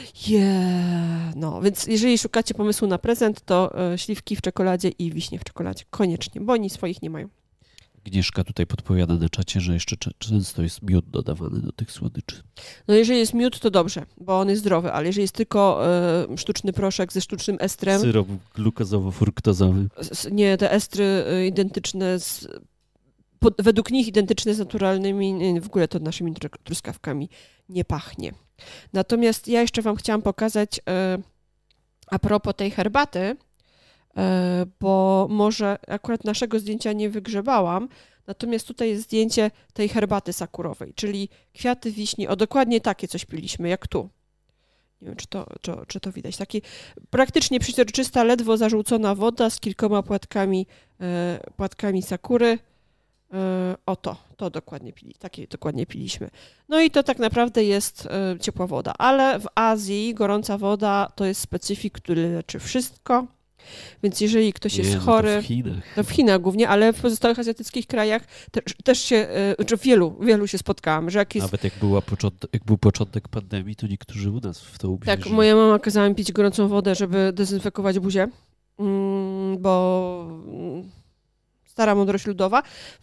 Yeah. No, więc jeżeli szukacie pomysłu na prezent, to e, śliwki w czekoladzie i wiśnie w czekoladzie, koniecznie, bo oni swoich nie mają. Agnieszka tutaj podpowiada na czacie, że jeszcze cze- często jest miód dodawany do tych słodyczy. No jeżeli jest miód, to dobrze, bo on jest zdrowy, ale jeżeli jest tylko e, sztuczny proszek ze sztucznym estrem... Syrop glukozowo-fruktozowy. S, nie, te estry e, identyczne z... Pod, według nich identyczne z naturalnymi, w ogóle to naszymi truskawkami nie pachnie. Natomiast ja jeszcze wam chciałam pokazać e, a propos tej herbaty, e, bo może akurat naszego zdjęcia nie wygrzebałam, Natomiast tutaj jest zdjęcie tej herbaty sakurowej, czyli kwiaty wiśni, o dokładnie takie coś piliśmy, jak tu. Nie wiem, czy to, czy, czy to widać. Taki praktycznie przeźroczysta, ledwo zażółcona woda z kilkoma płatkami, e, płatkami sakury. E, o to, to dokładnie pili, takie dokładnie piliśmy. No i to tak naprawdę jest e, ciepła woda, ale w Azji gorąca woda to jest specyfik, który leczy wszystko. Więc jeżeli ktoś jest Nie, no chory, to w Chinach. to w Chinach głównie, ale w pozostałych azjatyckich krajach też, też się, że wielu, wielu się spotkałam, że jak jest... Nawet jak, była początek, jak był początek pandemii, to niektórzy u nas w to uwierzyli. Tak, moja mama kazała mi pić gorącą wodę, żeby dezynfekować buzię, bo stara mądrość ludowa.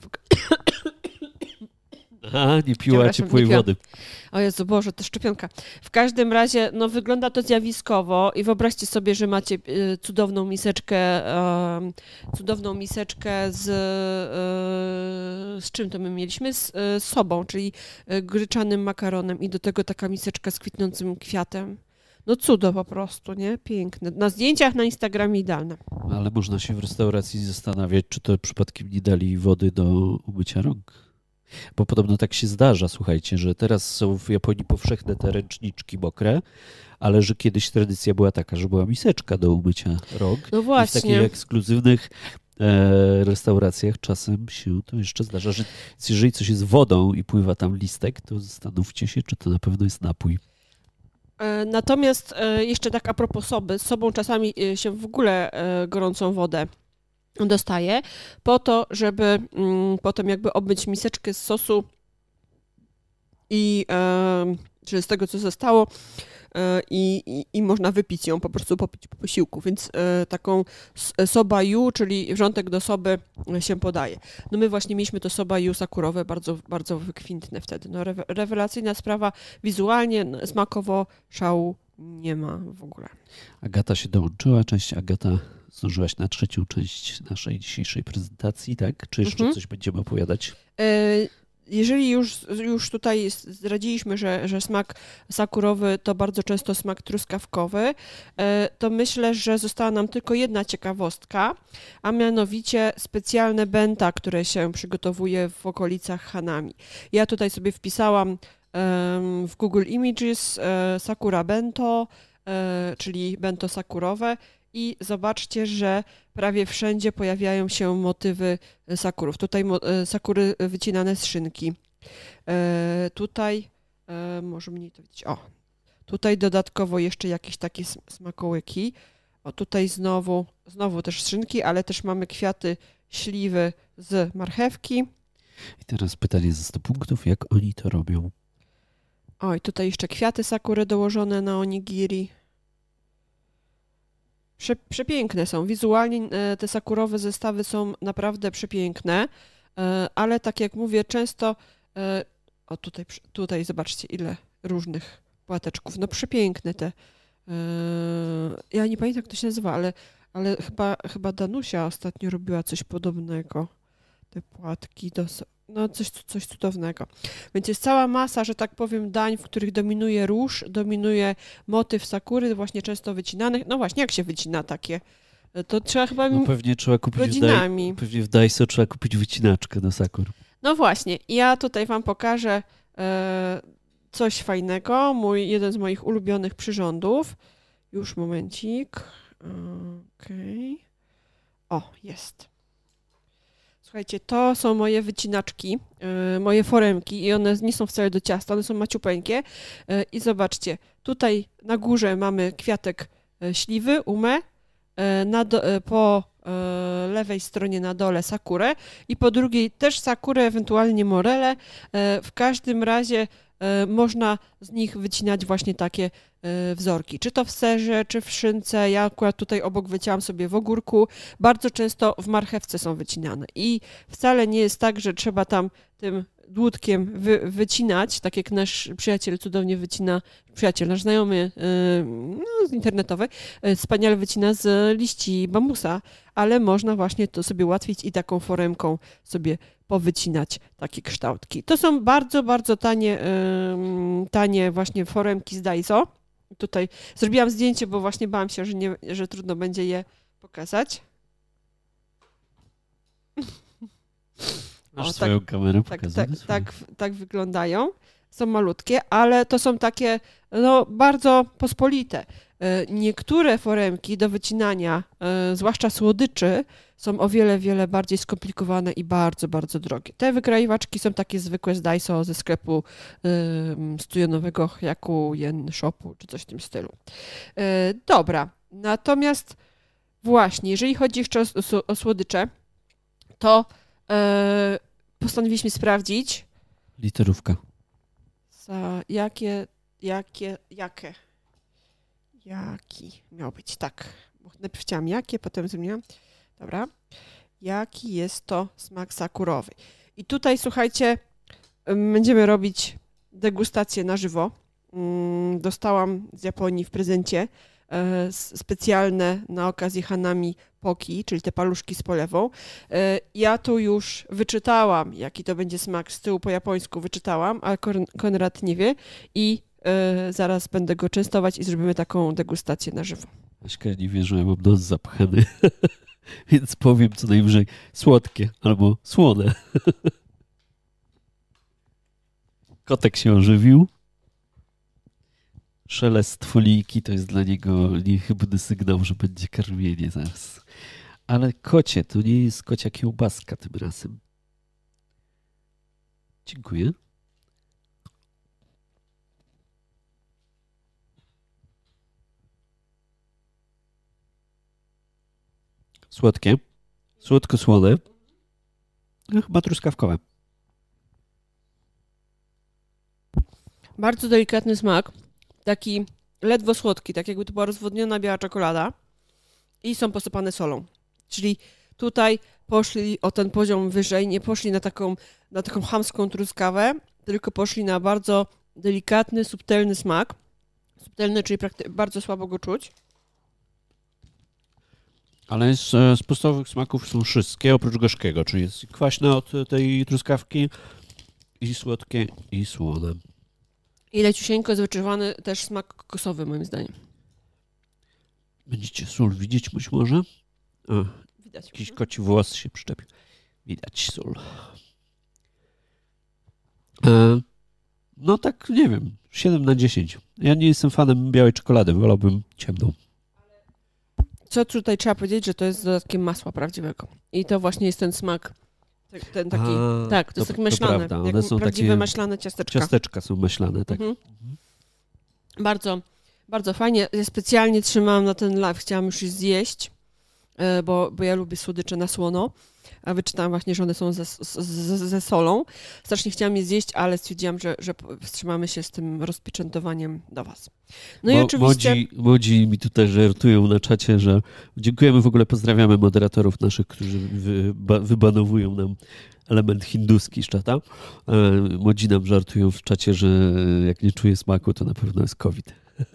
Aha, nie piła ciepłej nie piła. wody. O Jezu Boże, to szczepionka. W każdym razie, no wygląda to zjawiskowo i wyobraźcie sobie, że macie y, cudowną miseczkę, y, cudowną miseczkę z, y, z czym to my mieliśmy? Z y, sobą, czyli y, gryczanym makaronem i do tego taka miseczka z kwitnącym kwiatem. No cudo po prostu, nie? Piękne. Na zdjęciach na Instagramie idealne. Ale można się w restauracji zastanawiać, czy to przypadkiem nie dali wody do umycia rąk. Bo podobno tak się zdarza, słuchajcie, że teraz są w Japonii powszechne te ręczniczki mokre, ale że kiedyś tradycja była taka, że była miseczka do umycia rąk. No właśnie. I w takich ekskluzywnych e, restauracjach czasem się to jeszcze zdarza, że jeżeli coś jest wodą i pływa tam listek, to zastanówcie się, czy to na pewno jest napój. Natomiast jeszcze tak a propos soby, z sobą czasami się w ogóle gorącą wodę dostaje, po to, żeby mm, potem jakby obmyć miseczkę z sosu i e, czy z tego, co zostało e, i, i, i można wypić ją, po prostu popić po posiłku, więc e, taką soba yu, czyli wrzątek do soby się podaje. No my właśnie mieliśmy to soba yu sakurowe, bardzo, bardzo wykwintne wtedy. No rewe, rewelacyjna sprawa, wizualnie, smakowo szału nie ma w ogóle. Agata się dołączyła, cześć Agata. Zdążyłaś na trzecią część naszej dzisiejszej prezentacji, tak? Czy jeszcze mhm. coś będziemy opowiadać? Jeżeli już, już tutaj zdradziliśmy, że, że smak sakurowy to bardzo często smak truskawkowy, to myślę, że została nam tylko jedna ciekawostka, a mianowicie specjalne benta, które się przygotowuje w okolicach Hanami. Ja tutaj sobie wpisałam w Google Images sakura bento, czyli bento sakurowe. I zobaczcie, że prawie wszędzie pojawiają się motywy sakurów. Tutaj sakury wycinane z szynki. E, tutaj, e, może mniej to widzieć, o, tutaj dodatkowo jeszcze jakieś takie smakołyki. O, tutaj znowu, znowu też z szynki, ale też mamy kwiaty śliwy z marchewki. I teraz pytanie za sto punktów, jak oni to robią? Oj, tutaj jeszcze kwiaty sakury dołożone na onigiri. Przepiękne są. Wizualnie te sakurowe zestawy są naprawdę przepiękne, ale tak jak mówię, często... O, tutaj, tutaj zobaczcie, ile różnych płateczków. No przepiękne te... Ja nie pamiętam, jak to się nazywa, ale, ale chyba, chyba Danusia ostatnio robiła coś podobnego. Te płatki do... No coś, coś cudownego. Więc jest cała masa, że tak powiem, dań, w których dominuje róż, dominuje motyw sakury, właśnie często wycinanych. No właśnie, jak się wycina takie? To trzeba chyba... No pewnie trzeba kupić godzinami. W Dai- pewnie w Daiso trzeba kupić wycinaczkę do sakur. No właśnie. Ja tutaj wam pokażę e, coś fajnego. Mój, jeden z moich ulubionych przyrządów. Już momencik. Okej. Okay. O, jest. Słuchajcie, to są moje wycinaczki, yy, moje foremki i one nie są wcale do ciasta, one są maciupeńkie. Yy, I zobaczcie, tutaj na górze mamy kwiatek yy, śliwy, umę, yy, na do, yy, po yy, lewej stronie na dole sakurę i po drugiej też sakurę, ewentualnie morele. Yy, w każdym razie yy, można z nich wycinać właśnie takie wzorki, czy to w serze, czy w szynce. Ja akurat tutaj obok wycięłam sobie w ogórku. Bardzo często w marchewce są wycinane i wcale nie jest tak, że trzeba tam tym dłutkiem wy, wycinać, tak jak nasz przyjaciel cudownie wycina, przyjaciel, nasz znajomy no, z internetowy, wspaniale wycina z liści bambusa, ale można właśnie to sobie ułatwić i taką foremką sobie powycinać takie kształtki. To są bardzo, bardzo tanie, tanie właśnie foremki z Daiso. Tutaj zrobiłam zdjęcie, bo właśnie bałam się, że, nie, że trudno będzie je pokazać. Masz O, swoją tak, kamerę, tak, pokazuj tak, swoją. tak, tak wyglądają. Są malutkie, ale to są takie no, bardzo pospolite. E, Niektóre foremki do wycinania, e, zwłaszcza słodyczy, są o wiele, wiele bardziej skomplikowane i bardzo, bardzo drogie. Te wykraiwaczki są takie zwykłe z Daiso ze sklepu ym, stujonowego Hyaku Yen Shopu, czy coś w tym stylu. E, Dobra, natomiast właśnie, jeżeli chodzi jeszcze o, s- o słodycze, to e, postanowiliśmy sprawdzić, Literówka. za jakie, jakie, jakie, jaki miał być, tak. Bo najpierw chciałam jakie, potem zmieniłam. Dobra. Jaki jest to smak sakurowy? I tutaj, słuchajcie, ym, będziemy robić degustację na żywo. Mm, Dostałam z Japonii w prezencie e, s- specjalne na okazję Hanami Poki, czyli te paluszki z polewą. E, Ja tu już wyczytałam, jaki to będzie smak z tyłu po japońsku, wyczytałam, ale Kon- Konrad nie wie i e, zaraz będę go częstować i zrobimy taką degustację na żywo. Aśka nie wie, że ja mam nos zapchany, więc powiem co najwyżej słodkie albo słone. Kotek się ożywił. Szelest folijki to jest dla niego niechybny sygnał, że będzie karmienie zaraz. Ale kocie, to nie jest kocia kiełbaska tym razem. Dziękuję. Słodkie. Słodko-słone. No, chyba truskawkowe. Bardzo delikatny smak, taki ledwo słodki, tak jakby to była rozwodniona biała czekolada i są posypane solą. Czyli tutaj poszli o ten poziom wyżej, nie poszli na taką, na taką chamską truskawę, tylko poszli na bardzo delikatny, subtelny smak. Subtelny, czyli prakty- bardzo słabo go czuć. Ale z, e, z podstawowych smaków są wszystkie, oprócz gorzkiego, czyli jest kwaśne od tej truskawki i słodkie i słone. I leciusieńko zwyczajowany też smak kokosowy, moim zdaniem. Będziecie sól widzieć być może? A, Widać. jakiś koci włos się przyczepił. Widać sól. E, no tak, nie wiem, siedem na dziesięć. Ja nie jestem fanem białej czekolady, wolałbym ciemną. Co tutaj trzeba powiedzieć, że to jest z dodatkiem masła prawdziwego. I to właśnie jest ten smak, ten, ten taki, A, tak, to, jest tak to maślane, prawda, jak one są prawdziwe takie- maślane ciasteczka. Ciasteczka są maślane, tak. Mhm. Bardzo, bardzo fajnie. Ja specjalnie trzymałam na ten live, chciałam już je zjeść, e, bo, bo ja lubię słodycze na słono, a wyczytałam właśnie, że one są ze, z- z- ze solą. Strasznie chciałam je zjeść, ale stwierdziłam, że, że wstrzymamy się z tym rozpieczętowaniem do was. No i Mo- oczywiście... Młodzi, młodzi mi tutaj żartują na czacie, że dziękujemy, w ogóle pozdrawiamy moderatorów naszych, którzy wyba, wybanowują nam element hinduski z czata. E, Młodzi nam żartują w czacie, że jak nie czuję smaku, to na pewno jest COVID.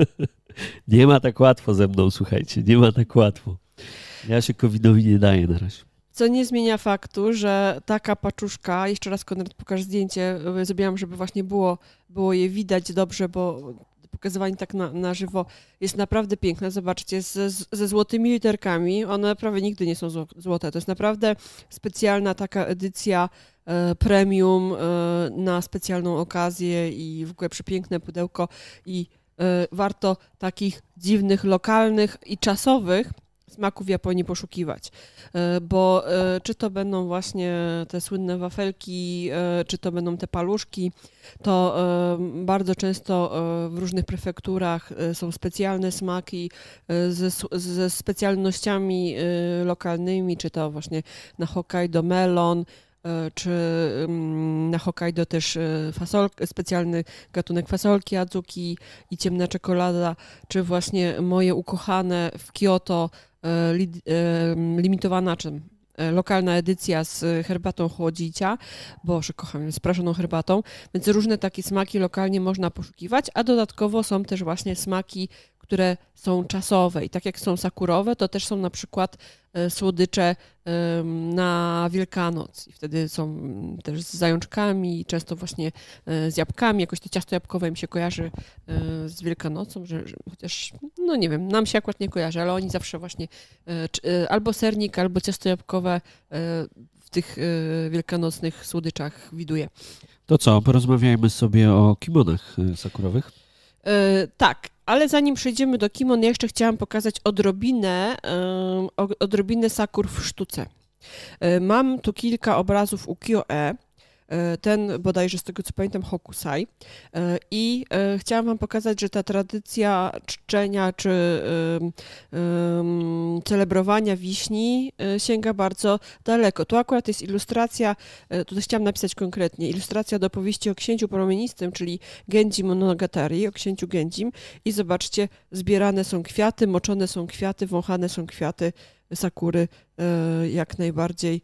Nie ma tak łatwo ze mną, słuchajcie, nie ma tak łatwo. Ja się covidowi nie daję na razie. Co nie zmienia faktu, że taka paczuszka, jeszcze raz Konrad pokaż zdjęcie, y, zrobiłam, żeby właśnie było, było je widać dobrze, bo pokazywanie tak na, na żywo jest naprawdę piękne. Zobaczcie, ze, ze złotymi literkami, one prawie nigdy nie są zło- złote. To jest naprawdę specjalna taka edycja e, premium e, na specjalną okazję i w ogóle przepiękne pudełko i e, warto takich dziwnych, lokalnych i czasowych smaków w Japonii poszukiwać. E, Bo e, czy to będą właśnie te słynne wafelki, e, czy to będą te paluszki, to e, bardzo często e, w różnych prefekturach e, są specjalne smaki e, ze, s- ze specjalnościami e, lokalnymi, czy to właśnie na Hokkaido melon, e, czy mm, na Hokkaido też e, fasol, specjalny gatunek fasolki adzuki i ciemna czekolada, czy właśnie moje ukochane w Kyoto e, li, e, limitowana, czy e, lokalna edycja z herbatą chłodzicia, boże, kocham ją, z praszoną herbatą, więc różne takie smaki lokalnie można poszukiwać, a dodatkowo są też właśnie smaki, które są czasowe i tak jak są sakurowe, to też są na przykład e, słodycze em, na Wielkanoc i wtedy są mm, też z zajączkami, często właśnie e, z jabłkami, jakoś to ciasto jabłkowe mi się kojarzy e, z Wielkanocą, że, że chociaż, no nie wiem, nam się akurat nie kojarzy, ale oni zawsze właśnie e, czy, e, albo sernik, albo ciasto jabłkowe e, w tych y, wielkanocnych słodyczach widuje. To co, porozmawiajmy sobie o kimonach sakurowych? Y, tak, ale zanim przejdziemy do kimon, ja jeszcze chciałam pokazać odrobinę, y, odrobinę sakur w sztuce. Y, mam tu kilka obrazów ukiyo-e. Ten bodajże z tego co pamiętam Hokusai i chciałam wam pokazać, że ta tradycja czczenia czy um, celebrowania wiśni sięga bardzo daleko. Tu akurat jest ilustracja, tutaj chciałam napisać konkretnie, ilustracja do powieści o księciu promienistym, czyli Genji Monogatari, o księciu Genjim i zobaczcie, zbierane są kwiaty, moczone są kwiaty, wąchane są kwiaty sakury jak najbardziej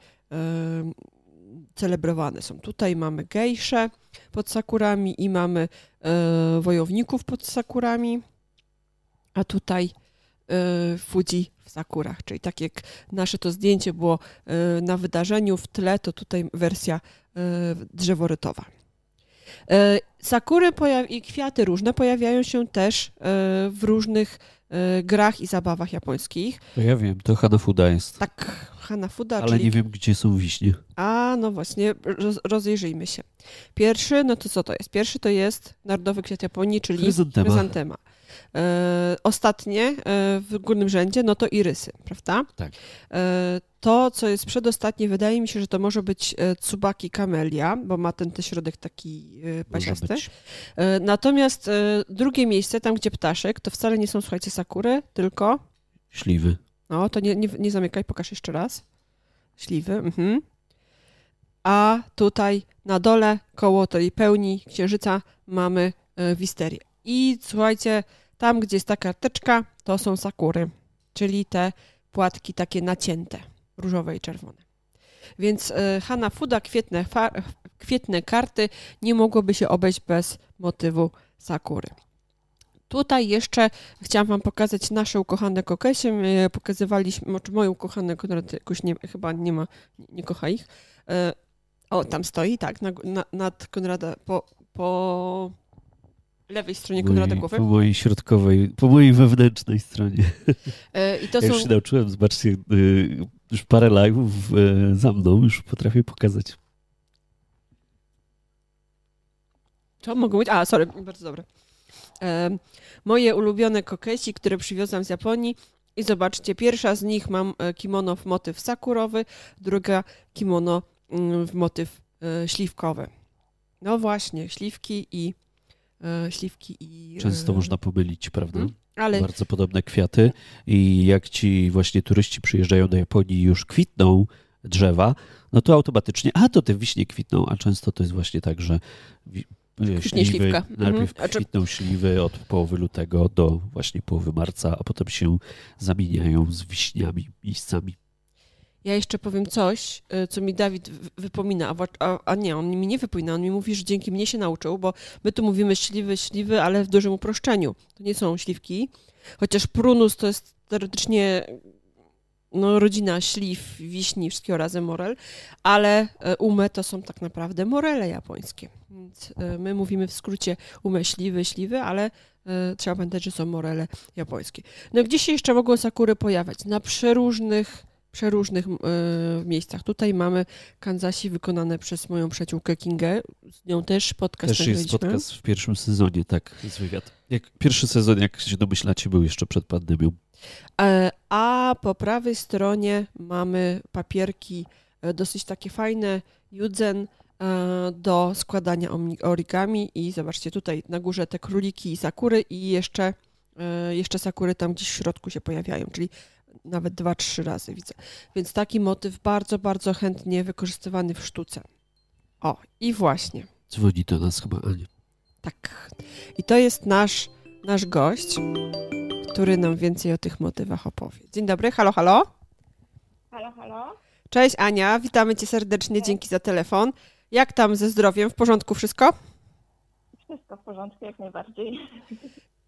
celebrowane są. Tutaj mamy gejsze pod sakurami i mamy e, wojowników pod sakurami, a tutaj e, Fuji w sakurach, czyli tak jak nasze to zdjęcie było e, na wydarzeniu w tle, to tutaj wersja e, drzeworytowa. E, sakury pojaw- i kwiaty różne pojawiają się też e, w różnych e, grach i zabawach japońskich. To ja wiem, to Hanafuda jest. Tak, Hanafuda. Ale czyli... nie wiem, gdzie są wiśnie. A, no właśnie, roz, rozejrzyjmy się. Pierwszy, no to co to jest? Pierwszy to jest narodowy kwiat Japonii, czyli chryzantema. chryzantema. E, ostatnie e, w górnym rzędzie, no to irysy, prawda? Tak. E, to, co jest przedostatnie, wydaje mi się, że to może być e, Tsubaki Camellia, bo ma ten te środek taki e, pasiasty. E, natomiast e, drugie miejsce, tam gdzie ptaszek, to wcale nie są, słuchajcie, sakury, tylko... Śliwy. No, to nie, nie, nie zamykaj, pokaż jeszcze raz. Śliwy. Mhm. A tutaj na dole, koło tej pełni księżyca, mamy y, wisterię. I słuchajcie, tam, gdzie jest ta karteczka, to są sakury, czyli te płatki takie nacięte, różowe i czerwone. Więc y, Hanafuda, kwietne, fa- kwietne karty, nie mogłoby się obejść bez motywu sakury. Tutaj jeszcze chciałam wam pokazać nasze ukochane kokesie. My pokazywaliśmy, czy moją ukochane, Konrad jakoś nie, chyba nie ma, nie, nie kocha ich. O, tam stoi, tak, na, na, nad Konrada, po, po lewej stronie Konrada mojej, głowy. Po mojej środkowej, po mojej wewnętrznej stronie. I to ja są... już się nauczyłem, zobaczcie, już parę live'ów za mną już potrafię pokazać. Co mogą być? A, sorry, bardzo dobre. E, moje ulubione kokesi, które przywiozłam z Japonii i zobaczcie, pierwsza z nich mam kimono w motyw sakurowy, druga kimono w motyw e, śliwkowy. No właśnie, śliwki i e, śliwki i... Często e, można pomylić, prawda? Hmm? Ale... Bardzo podobne kwiaty i jak ci właśnie turyści przyjeżdżają do Japonii i już kwitną drzewa, no to automatycznie, a to te wiśnie kwitną, a często to jest właśnie tak, że śliwy, śliwka. najpierw Mhm. kwitną śliwy od połowy lutego do właśnie połowy marca, a potem się zamieniają z wiśniami, miejscami. Ja jeszcze powiem coś, co mi Dawid wypomina, a, a, a nie, on mi nie wypomina, on mi mówi, że dzięki mnie się nauczył, bo my tu mówimy śliwy, śliwy, ale w dużym uproszczeniu. To nie są śliwki, chociaż prunus to jest teoretycznie no, rodzina śliw, wiśni, wszystkiego razem morel, ale ume to są tak naprawdę morele japońskie. Więc my mówimy w skrócie ume śliwy, śliwy, ale trzeba pamiętać, że są morele japońskie. No gdzie się jeszcze mogą sakury pojawiać? Na przeróżnych przeróżnych y, miejscach. Tutaj mamy Kanzasi wykonane przez moją przyjaciółkę Kingę. Z nią też podcast Też jest podcast w pierwszym sezonie, tak, z wywiad. Jak, pierwszy sezon, jak się domyślacie, był jeszcze przed pandemią. E, a po prawej stronie mamy papierki e, dosyć takie fajne, judzen e, do składania origami i zobaczcie tutaj na górze te króliki i sakury i jeszcze, e, jeszcze sakury tam gdzieś w środku się pojawiają, czyli nawet dwa, trzy razy widzę. Więc taki motyw bardzo, bardzo chętnie wykorzystywany w sztuce. O, i właśnie. Dzwoni do nas chyba Ania. Tak. I to jest nasz, nasz gość, który nam więcej o tych motywach opowie. Dzień dobry, halo, halo. Halo, halo. Cześć Ania, witamy cię serdecznie, Cześć. Dzięki za telefon. Jak tam ze zdrowiem? W porządku wszystko? Wszystko w porządku, jak najbardziej.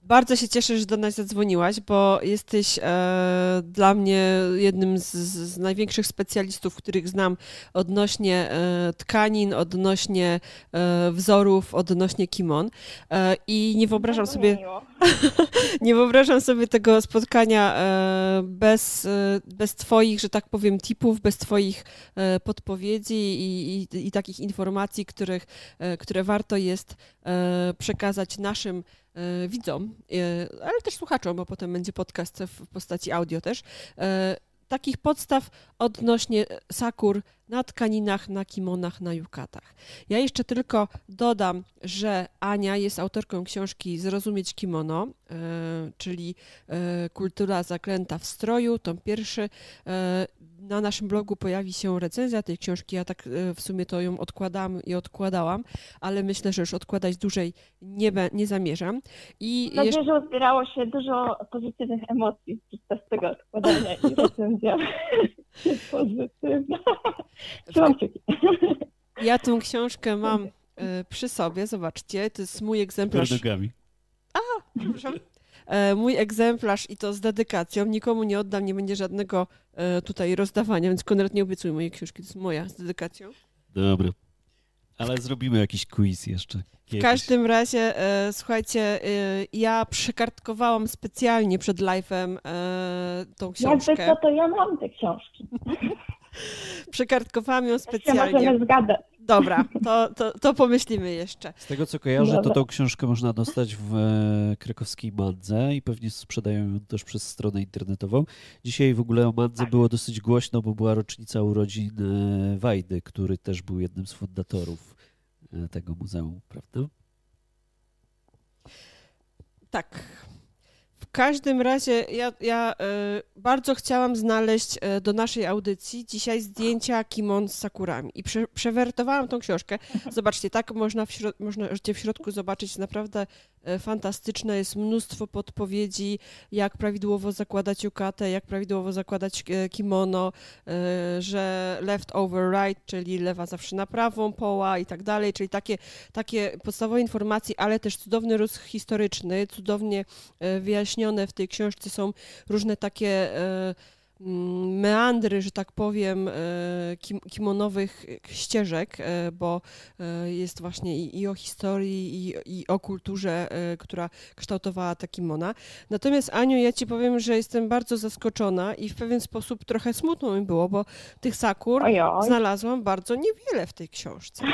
Bardzo się cieszę, że do nas zadzwoniłaś, bo jesteś e, dla mnie jednym z, z największych specjalistów, których znam odnośnie e, tkanin, odnośnie e, wzorów, odnośnie kimon. E, I nie wyobrażam sobie, nie wyobrażam sobie tego spotkania e, bez, e, bez twoich, że tak powiem, tipów, bez twoich e, podpowiedzi i, i, i takich informacji, których, e, które warto jest e, przekazać naszym widzom, ale też słuchaczom, bo potem będzie podcast w postaci audio też, takich podstaw odnośnie sakur na tkaninach, na kimonach, na yukatach. Ja jeszcze tylko dodam, że Ania jest autorką książki Zrozumieć kimono, czyli Kultura zaklęta w stroju, tom pierwszy. Na naszym blogu pojawi się recenzja tej książki. Ja tak w sumie to ją odkładam i odkładałam, ale myślę, że już odkładać dłużej nie, nie zamierzam. I Mam nadzieję, jeszcze... że uzbierało się dużo pozytywnych emocji podczas tego odkładania i recenzja jest pozytywna. Trzymam kciuki. Ja tę książkę mam przy sobie, zobaczcie, to jest mój egzemplarz. Nogami. A, przepraszam. Mój egzemplarz i to z dedykacją. Nikomu nie oddam, nie będzie żadnego tutaj rozdawania, więc Konrad, nie obiecuj mojej książki, to jest moja z dedykacją. Dobra, ale zrobimy jakiś quiz jeszcze. W każdym razie, e, słuchajcie, e, ja przekartkowałam specjalnie przed live'em e, tą książkę. Jakby co, to ja mam te książki. Przekartkowałam ją Się specjalnie. możemy zgadać. Dobra, to, to, to pomyślimy jeszcze. Z tego co kojarzę, Dobra. to tą książkę można dostać w e, krakowskiej Mandze i pewnie sprzedają ją też przez stronę internetową. Dzisiaj w ogóle o Mandze Tak. było dosyć głośno, bo była rocznica urodzin e, Wajdy, który też był jednym z fundatorów e, tego muzeum, prawda? Tak. W każdym razie ja, ja y, bardzo chciałam znaleźć y, do naszej audycji dzisiaj zdjęcia kimon z sakurami i prze, przewertowałam tą książkę. Zobaczcie, tak można w, środ- można w środku zobaczyć naprawdę y, fantastyczne, jest mnóstwo podpowiedzi, jak prawidłowo zakładać yukatę, jak prawidłowo zakładać y, kimono, y, że left over right, czyli lewa zawsze na prawą poła i tak dalej, czyli takie, takie podstawowe informacje, ale też cudowny rys historyczny, cudownie y, wyjaśnione w tej książce są różne takie e, meandry, że tak powiem, e, kim, kimonowych ścieżek, e, bo e, jest właśnie i, i o historii, i, i o kulturze, e, która kształtowała ta kimona. Natomiast Aniu, ja ci powiem, że jestem bardzo zaskoczona i w pewien sposób trochę smutno mi było, bo tych sakur Ojoj. znalazłam bardzo niewiele w tej książce.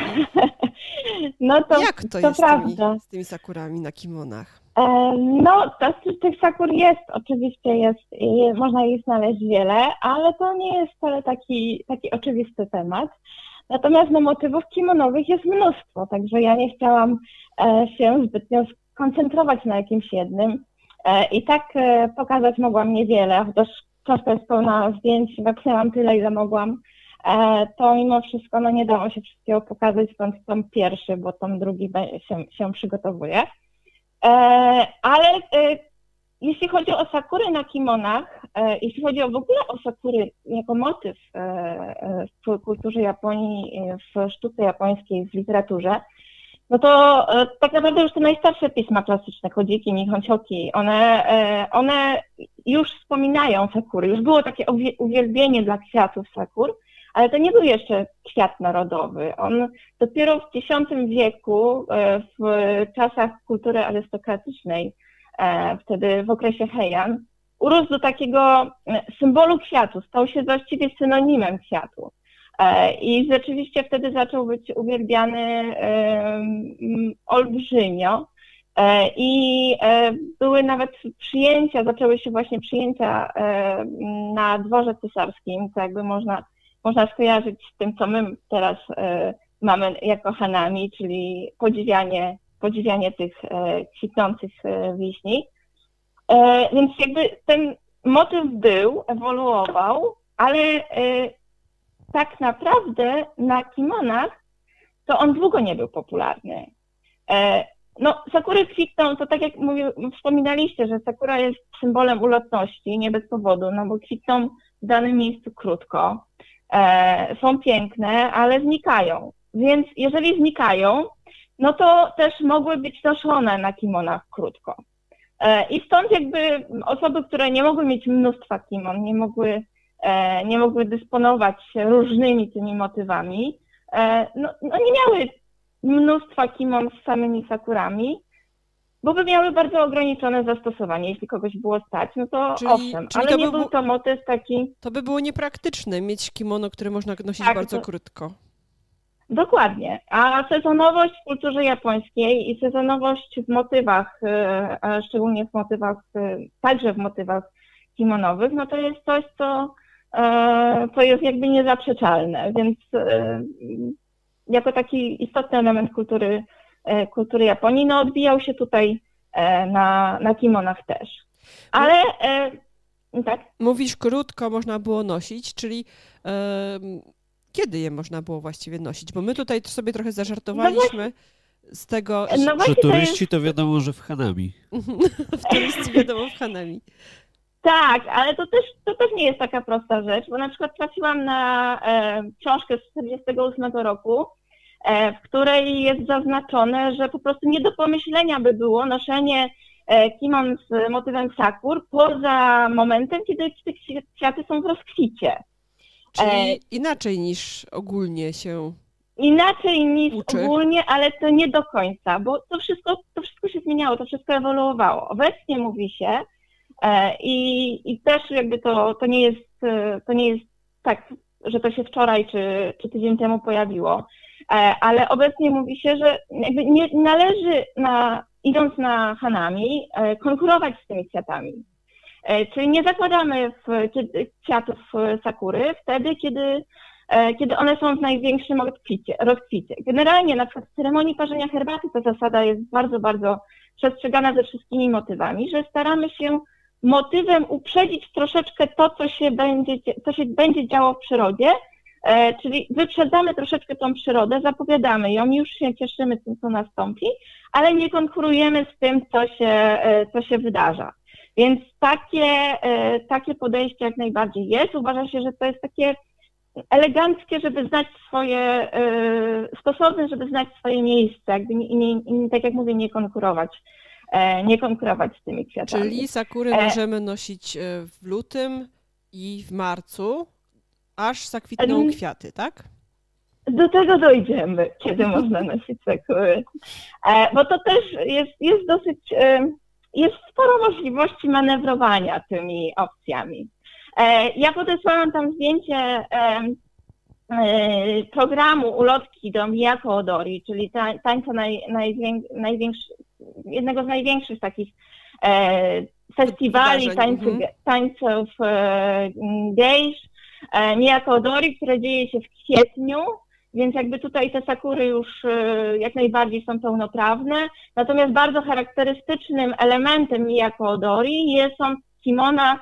No to, Jak to, to jest z tymi, prawda. z tymi sakurami na kimonach? E, No, to, tych sakur jest, oczywiście jest, i można ich znaleźć wiele, ale to nie jest wcale taki, taki oczywisty temat. Natomiast no, motywów kimonowych jest mnóstwo, także ja nie chciałam e, się zbytnio skoncentrować na jakimś jednym. E, I tak e, pokazać mogłam niewiele, chociaż książka jest pełna zdjęć, wepchnęłam tyle, ile mogłam. E, to mimo wszystko no, nie dało się wszystkiego pokazać, stąd tom pierwszy, bo tom drugi be- się, się przygotowuje. E, ale e, jeśli chodzi o sakury na kimonach, e, jeśli chodzi o w ogóle o sakury jako motyw e, e, w kulturze Japonii, e, w sztuce japońskiej, w literaturze, no to e, tak naprawdę już te najstarsze pisma klasyczne, Kojiki, Nihonshoki, one, e, one już wspominają sakury. Już było takie uwie- uwielbienie dla kwiatów sakur, ale to nie był jeszcze kwiat narodowy. On dopiero w dziesiątym wieku, w czasach kultury arystokratycznej, wtedy w okresie Heian, urósł do takiego symbolu kwiatu, stał się właściwie synonimem kwiatu. I rzeczywiście wtedy zaczął być uwielbiany olbrzymio. I były nawet przyjęcia, zaczęły się właśnie przyjęcia na dworze cesarskim, to jakby można Można skojarzyć z tym, co my teraz e, mamy jako hanami, czyli podziwianie, podziwianie tych e, kwitnących e, wiśni. E, więc jakby ten motyw był, ewoluował, ale e, tak naprawdę na kimonach to on długo nie był popularny. E, no, sakury kwitną, to tak jak mówię, wspominaliście, że sakura jest symbolem ulotności, nie bez powodu, no bo kwitną w danym miejscu krótko. E, są piękne, ale znikają. Więc jeżeli znikają, no to też mogły być noszone na kimonach krótko. I stąd jakby osoby, które nie mogły mieć mnóstwa kimon, nie mogły, nie mogły dysponować różnymi tymi motywami, no, no nie miały mnóstwa kimon z samymi sakurami, bo by miały bardzo ograniczone zastosowanie. Jeśli kogoś było stać, no to czyli, owszem, czyli ale to nie by był to motyw taki... To by było niepraktyczne mieć kimono, które można nosić tak, bardzo to... krótko. Dokładnie. A sezonowość w kulturze japońskiej i sezonowość w motywach, szczególnie w motywach, także w motywach kimonowych, no to jest coś, co, co jest jakby niezaprzeczalne, więc jako taki istotny element kultury, kultury Japonii, no odbijał się tutaj na, na kimonach też. Ale tak. Mówisz krótko można było nosić, czyli kiedy je można było właściwie nosić? Bo my tutaj sobie trochę zażartowaliśmy no z tego, no że turyści to, jest... to wiadomo, że w hanami. w turyści wiadomo w hanami. Tak, ale to też, to też nie jest taka prosta rzecz, bo na przykład trafiłam na e, książkę z czterdziestego ósmego roku, e, w której jest zaznaczone, że po prostu nie do pomyślenia by było noszenie e, kimon z motywem sakur poza momentem, kiedy te kwiaty są w rozkwicie. Czyli inaczej niż ogólnie się Inaczej niż uczy. ogólnie, ale to nie do końca, bo to wszystko, to wszystko się zmieniało, to wszystko ewoluowało. Obecnie mówi się e, i, i też jakby to, to nie jest, to nie jest tak, że to się wczoraj czy, czy tydzień temu pojawiło, e, ale obecnie mówi się, że jakby nie należy na, idąc na hanami, e, konkurować z tymi kwiatami. Czyli nie zakładamy w, kwiatów sakury wtedy, kiedy, kiedy one są w największym rozkwicie, rozkwicie. Generalnie na przykład w ceremonii parzenia herbaty ta zasada jest bardzo, bardzo przestrzegana ze wszystkimi motywami, że staramy się motywem uprzedzić troszeczkę to, co się będzie, co się będzie działo w przyrodzie, czyli wyprzedzamy troszeczkę tą przyrodę, zapowiadamy ją, już się cieszymy tym, co nastąpi, ale nie konkurujemy z tym, co się, co się wydarza. Więc takie, takie podejście jak najbardziej jest. Uważa się, że to jest takie eleganckie, żeby znać swoje, stosowne, żeby znać swoje miejsce, jakby nie, nie, nie, tak jak mówię, nie konkurować, nie konkurować z tymi kwiatami. Czyli sakury możemy nosić w lutym i w marcu, aż zakwitną kwiaty, tak? Do tego dojdziemy, kiedy można nosić sakury. Bo to też jest, jest dosyć... Jest sporo możliwości manewrowania tymi opcjami. Ja podesłałam tam zdjęcie programu ulotki do Miyako Odori, czyli tańca naj, najwięk, największy, jednego z największych takich festiwali tańców, tańców gejsz, Miyako Odori, które dzieje się w kwietniu. Więc jakby tutaj te sakury już jak najbardziej są pełnoprawne. Natomiast bardzo charakterystycznym elementem Miyako Odori są kimona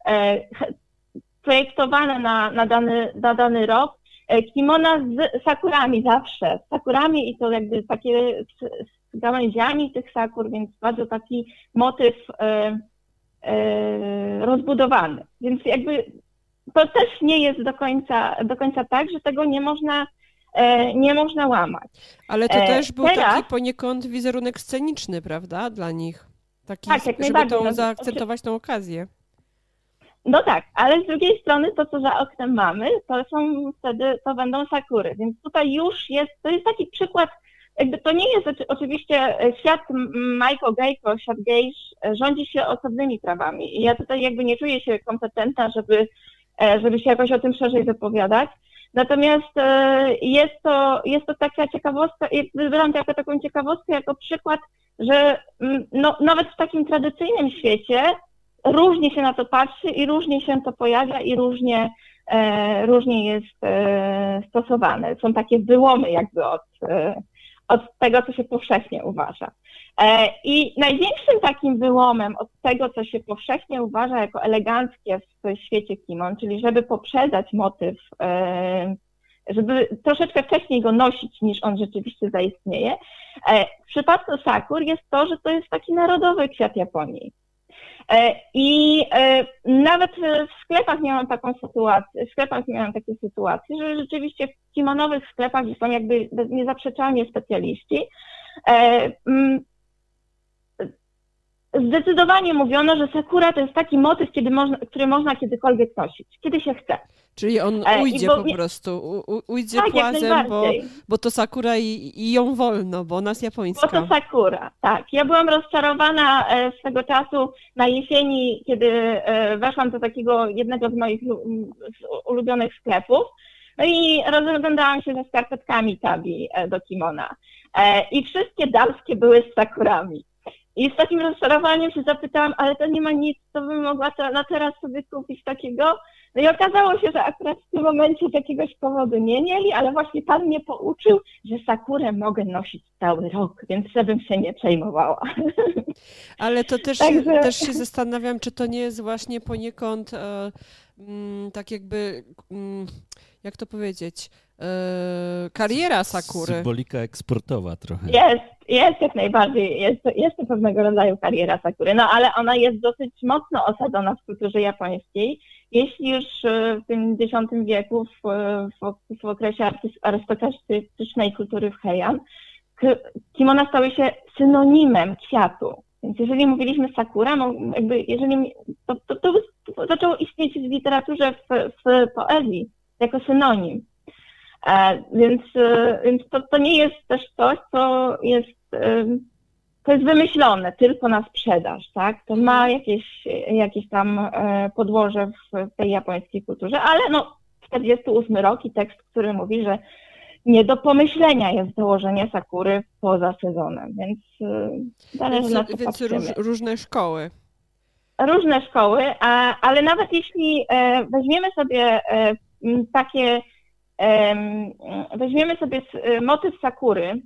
projektowane na, na, dany, na dany rok. Kimona z sakurami zawsze, z sakurami i to jakby takie z, z gałęziami tych sakur, więc bardzo taki motyw e, e, rozbudowany. Więc jakby to też nie jest do końca, do końca tak, że tego nie można nie można łamać. Ale to też był Teraz, taki poniekąd wizerunek sceniczny, prawda, dla nich? Taki, tak, jak żeby tą, no, zaakcentować tą okazję. No tak, ale z drugiej strony to, co za oknem mamy, to są wtedy, to będą sakury, więc tutaj już jest, to jest taki przykład, jakby to nie jest oczywiście świat Maiko Geiko, świat gejsz rządzi się osobnymi prawami i ja tutaj jakby nie czuję się kompetentna, żeby, żeby się jakoś o tym szerzej wypowiadać. Natomiast jest to, jest to taka ciekawostka, wybrałam to jako taką ciekawostkę, jako przykład, że no, nawet w takim tradycyjnym świecie różnie się na to patrzy i różnie się to pojawia i różnie, e, różnie jest e, stosowane. Są takie wyłomy jakby od, e, od tego, co się powszechnie uważa. E, I największym takim wyłomem od tego, co się powszechnie uważa jako eleganckie w świecie kimon, czyli żeby poprzedzać motyw, e, żeby troszeczkę wcześniej go nosić, niż on rzeczywiście zaistnieje, e, w przypadku sakur jest to, że to jest taki narodowy kwiat Japonii. I nawet w sklepach miałam taką sytuację, w sklepach miałam takie sytuacje, że rzeczywiście w kimonowych sklepach, gdzie są jakby niezaprzeczalnie specjaliści, zdecydowanie mówiono, że sakura to jest taki motyw, kiedy można, który można kiedykolwiek nosić, kiedy się chce. Czyli on ujdzie bo, po prostu, u, ujdzie tak, płazem, bo, bo to sakura i, i ją wolno, bo ona jest japońska. Bo to sakura, tak. Ja byłam rozczarowana swego czasu na jesieni, kiedy weszłam do takiego jednego z moich ulubionych sklepów. No i rozglądałam się ze skarpetkami tabi do kimona. I wszystkie damskie były z sakurami. I z takim rozczarowaniem się zapytałam, ale to nie ma nic, co bym mogła to, na teraz sobie kupić takiego. No i okazało się, że akurat w tym momencie jakiegoś powodu nie mieli, ale właśnie Pan mnie pouczył, że sakurę mogę nosić cały rok, więc żebym się nie przejmowała. Ale to też, Także... się, też się zastanawiam, czy to nie jest właśnie poniekąd e, m, tak jakby, m, jak to powiedzieć, e, kariera sakury. Symbolika eksportowa trochę. Jest, jest jak najbardziej, jest, jest to pewnego rodzaju kariera sakury, no ale ona jest dosyć mocno osadzona w kulturze japońskiej. Jeśli już w tym dziesiątym wieku, w, w, w okresie arystokratycznej kultury w Heian, kimona stały się synonimem kwiatu. Więc jeżeli mówiliśmy sakura, no jakby jeżeli to, to, to, to zaczęło istnieć w literaturze, w, w poezji jako synonim. E, więc więc to, to nie jest też coś, co jest, to jest wymyślone tylko na sprzedaż, tak? To ma jakieś, jakieś tam podłoże w tej japońskiej kulturze, ale no czterdziesty ósmy rok i tekst, który mówi, że nie do pomyślenia jest założenie sakury poza sezonem, więc zależy więc, na co Więc róż, różne szkoły. Różne szkoły, a, ale nawet jeśli weźmiemy sobie takie, weźmiemy sobie motyw sakury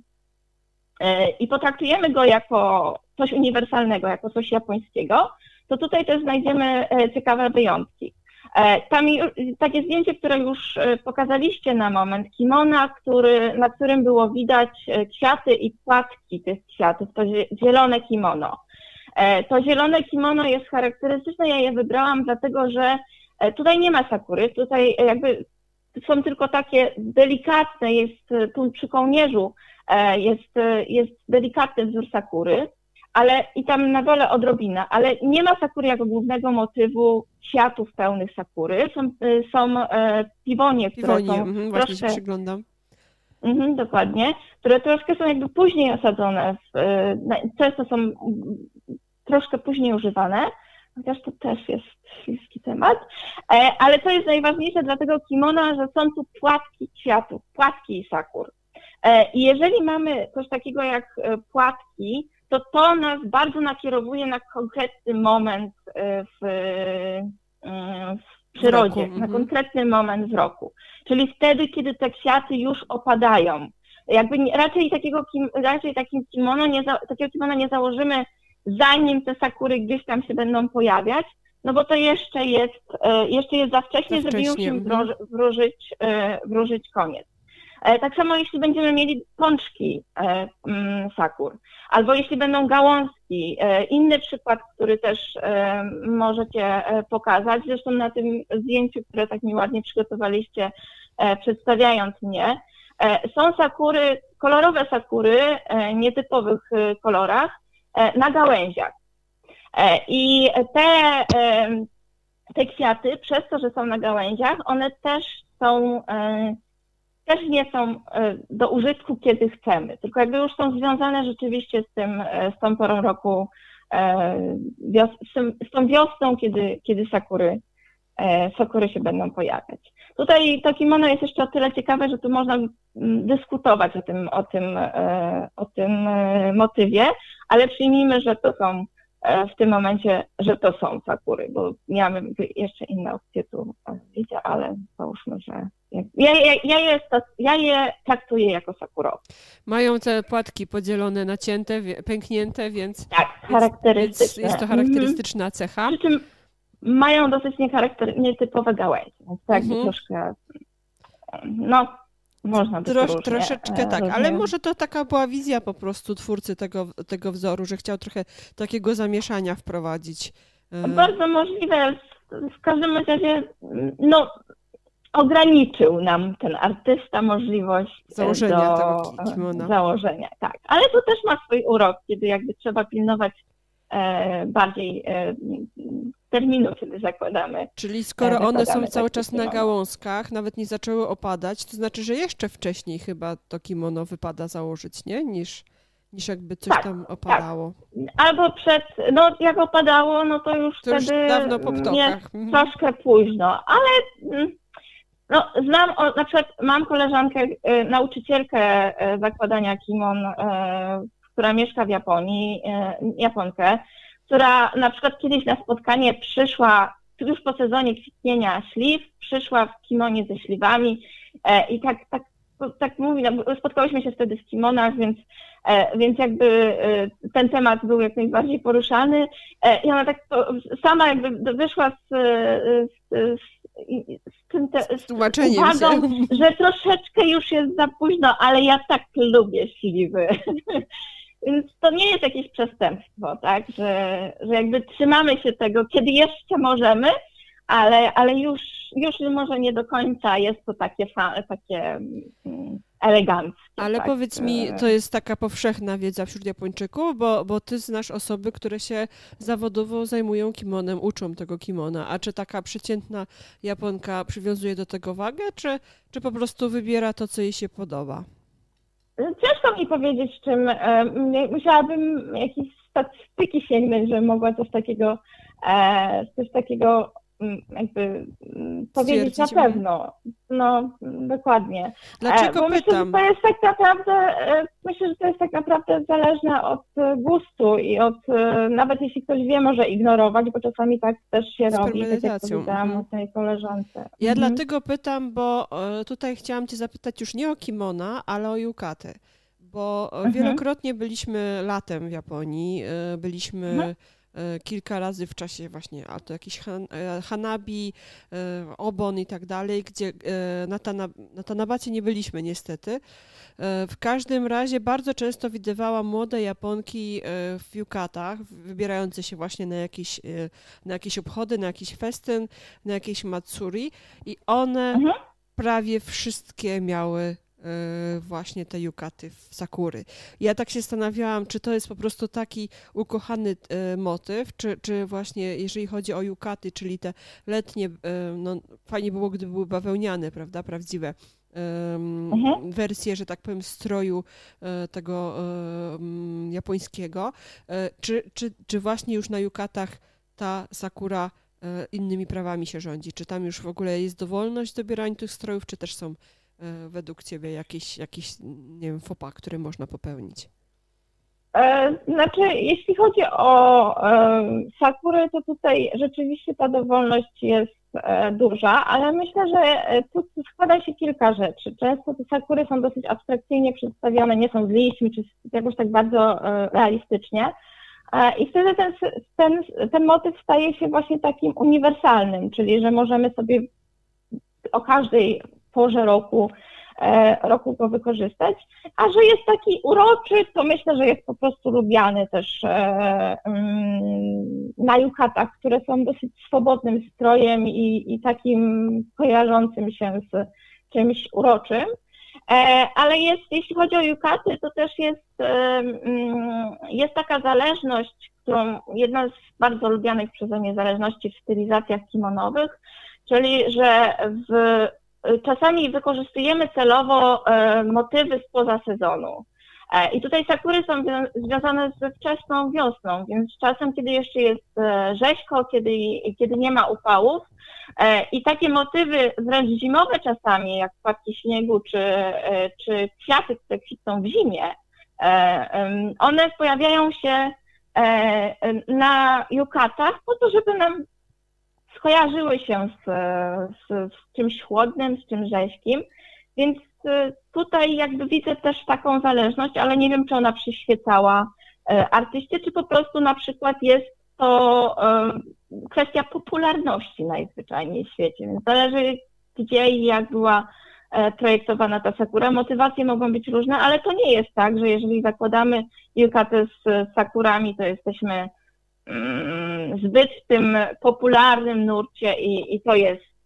i potraktujemy go jako coś uniwersalnego, jako coś japońskiego, to tutaj też znajdziemy ciekawe wyjątki. Tam takie zdjęcie, które już pokazaliście na moment, kimona, który, na którym było widać kwiaty i płatki tych kwiatów, to zielone kimono. To zielone kimono jest charakterystyczne, ja je wybrałam dlatego, że tutaj nie ma sakury, tutaj jakby są tylko takie delikatne, jest tu przy kołnierzu, jest, jest delikatny wzór sakury, ale i tam na dole odrobina, ale nie ma sakury jako głównego motywu kwiatów pełnych sakury. Są, są piwonie, które piwonie, są mhm, troszkę... właśnie się przyglądam. Mhm, dokładnie, które troszkę są jakby później osadzone, w, często są troszkę później używane, chociaż to też jest śliski temat, ale to jest najważniejsze dla tego kimona, że są tu płatki kwiatów, płatki sakur. I jeżeli mamy coś takiego jak płatki, to to nas bardzo nakierowuje na konkretny moment w, w przyrodzie, w na konkretny moment w roku. Czyli wtedy, kiedy te kwiaty już opadają. Jakby nie, raczej takiego raczej takim kimono nie, takiego kimono nie założymy, zanim te sakury gdzieś tam się będą pojawiać, no bo to jeszcze jest, jeszcze jest za wcześnie, za wcześnie. żeby już im wróżyć, wróżyć koniec. Tak samo jeśli będziemy mieli pączki sakur, albo jeśli będą gałązki. Inny przykład, który też możecie pokazać, zresztą na tym zdjęciu, które tak mi ładnie przygotowaliście, przedstawiając mnie, są sakury, kolorowe sakury, nietypowych kolorach, na gałęziach. I te, te kwiaty, przez to, że są na gałęziach, one też są też nie są do użytku, kiedy chcemy, tylko jakby już są związane rzeczywiście z tym, z tą porą roku, z tą wiosną, kiedy, kiedy sakury, sakury się będą pojawiać. Tutaj to kimono jest jeszcze o tyle ciekawe, że tu można dyskutować o tym, o tym, o tym motywie, ale przyjmijmy, że to są w tym momencie, że to są sakury, bo miałam jeszcze inne opcje tu, ale załóżmy, że ja, ja, ja, je, ja je traktuję jako sakurowe. Mają te płatki podzielone, nacięte, pęknięte, więc, tak, charakterystyczne. Więc jest to charakterystyczna cecha. Przy czym mają dosyć niecharakter, nietypowe gałęzie, więc tak mhm. troszkę, no można by Trosz, różnie, Troszeczkę tak, różnie. Ale może to taka była wizja po prostu twórcy tego, tego wzoru, że chciał trochę takiego zamieszania wprowadzić. Bardzo możliwe, w każdym razie, no ograniczył nam ten artysta możliwość założenia do tego kimona. Założenia, tak. Ale to też ma swój urok, kiedy jakby trzeba pilnować bardziej terminu, kiedy zakładamy. Czyli skoro one są cały czas na gałązkach, nawet nie zaczęły opadać, to znaczy, że jeszcze wcześniej chyba to kimono wypada założyć, nie? Niż, niż jakby coś tak, tam opadało. Tak. Albo przed, no jak opadało, no to już to wtedy już dawno po ptokach. jest troszkę późno, ale no, znam, o, na przykład mam koleżankę, y, nauczycielkę y, zakładania kimon, y, która mieszka w Japonii, y, Japonkę, która na przykład kiedyś na spotkanie przyszła, już po sezonie kwitnienia śliw, przyszła w kimonie ze śliwami y, i tak, tak, tak mówi, no, spotkałyśmy się wtedy w kimonach, więc, y, więc jakby y, ten temat był jak najbardziej poruszany y, i ona tak sama jakby wyszła z, z, z z tym te, z tłumaczeniem uwagą, się. że troszeczkę już jest za późno, ale ja tak lubię śliwy. Więc to nie jest jakieś przestępstwo, tak? Że, że jakby trzymamy się tego, kiedy jeszcze możemy, ale, ale już, już może nie do końca jest to takie, takie eleganckie. Ale tak? powiedz mi, to jest taka powszechna wiedza wśród Japończyków, bo, bo ty znasz osoby, które się zawodowo zajmują kimonem, uczą tego kimona, a czy taka przeciętna Japonka przywiązuje do tego wagę, czy, czy po prostu wybiera to, co jej się podoba? Ciężko mi powiedzieć, z czym. Musiałabym jakieś statystyki sięgnąć, żebym mogła coś takiego, coś takiego jakby powiedzieć na pewno. No, dokładnie. Dlaczego Bo pytam? Myślę, że to jest tak naprawdę, myślę, że to jest tak naprawdę zależne od gustu i od, nawet jeśli ktoś wie, może ignorować, bo czasami tak też się robi, tak jak powiedziałam mhm. o tej koleżance. Ja mhm. dlatego pytam, bo tutaj chciałam cię zapytać już nie o kimona, ale o yukaty, bo mhm. wielokrotnie byliśmy latem w Japonii, byliśmy mhm. kilka razy w czasie właśnie, a to jakiś han, hanabi, obon i tak dalej, gdzie na, tana, na Tanabacie nie byliśmy niestety. W każdym razie bardzo często widywałam młode Japonki w yukatach, wybierające się właśnie na jakieś, na jakieś obchody, na jakiś festyn, na jakieś matsuri i one mhm. prawie wszystkie miały właśnie te yukaty w sakury. Ja tak się zastanawiałam, czy to jest po prostu taki ukochany motyw, czy, czy właśnie jeżeli chodzi o yukaty, czyli te letnie, no fajnie było, gdyby były bawełniane, prawda, prawdziwe um, mhm. wersje, że tak powiem, stroju tego um, japońskiego, czy, czy, czy właśnie już na yukatach ta sakura innymi prawami się rządzi? Czy tam już w ogóle jest dowolność w dobieraniu tych strojów, czy też są według ciebie jakieś, jakieś nie wiem, faux pas, które można popełnić? Znaczy, jeśli chodzi o sakury, to tutaj rzeczywiście ta dowolność jest duża, ale myślę, że tu składa się kilka rzeczy. Często te sakury są dosyć abstrakcyjnie przedstawione, nie są z liśćmi, czy jakoś tak bardzo realistycznie. I wtedy ten, ten, ten motyw staje się właśnie takim uniwersalnym, czyli że możemy sobie o każdej porze roku, roku go wykorzystać, a że jest taki uroczy, to myślę, że jest po prostu lubiany też na yukatach, które są dosyć swobodnym strojem i, i takim kojarzącym się z czymś uroczym. Ale jest, jeśli chodzi o yukaty, to też jest, jest taka zależność, którą jedna z bardzo lubianych przeze mnie zależności w stylizacjach kimonowych, czyli że w czasami wykorzystujemy celowo motywy spoza sezonu. I tutaj sakury są związane ze wczesną wiosną, więc czasem, kiedy jeszcze jest rzeźko, kiedy, kiedy nie ma upałów i takie motywy wręcz zimowe czasami, jak płatki śniegu czy, czy kwiaty, które kwitną w zimie, one pojawiają się na yukatach po to, żeby nam skojarzyły się z, z, z czymś chłodnym, z czymś rzeźkim, więc tutaj jakby widzę też taką zależność, ale nie wiem, czy ona przyświecała artyście, czy po prostu na przykład jest to kwestia popularności najzwyczajniej w świecie, więc zależy gdzie i jak była projektowana ta sakura. Motywacje mogą być różne, ale to nie jest tak, że jeżeli zakładamy yukatę z sakurami, to jesteśmy zbyt w tym popularnym nurcie i, i to jest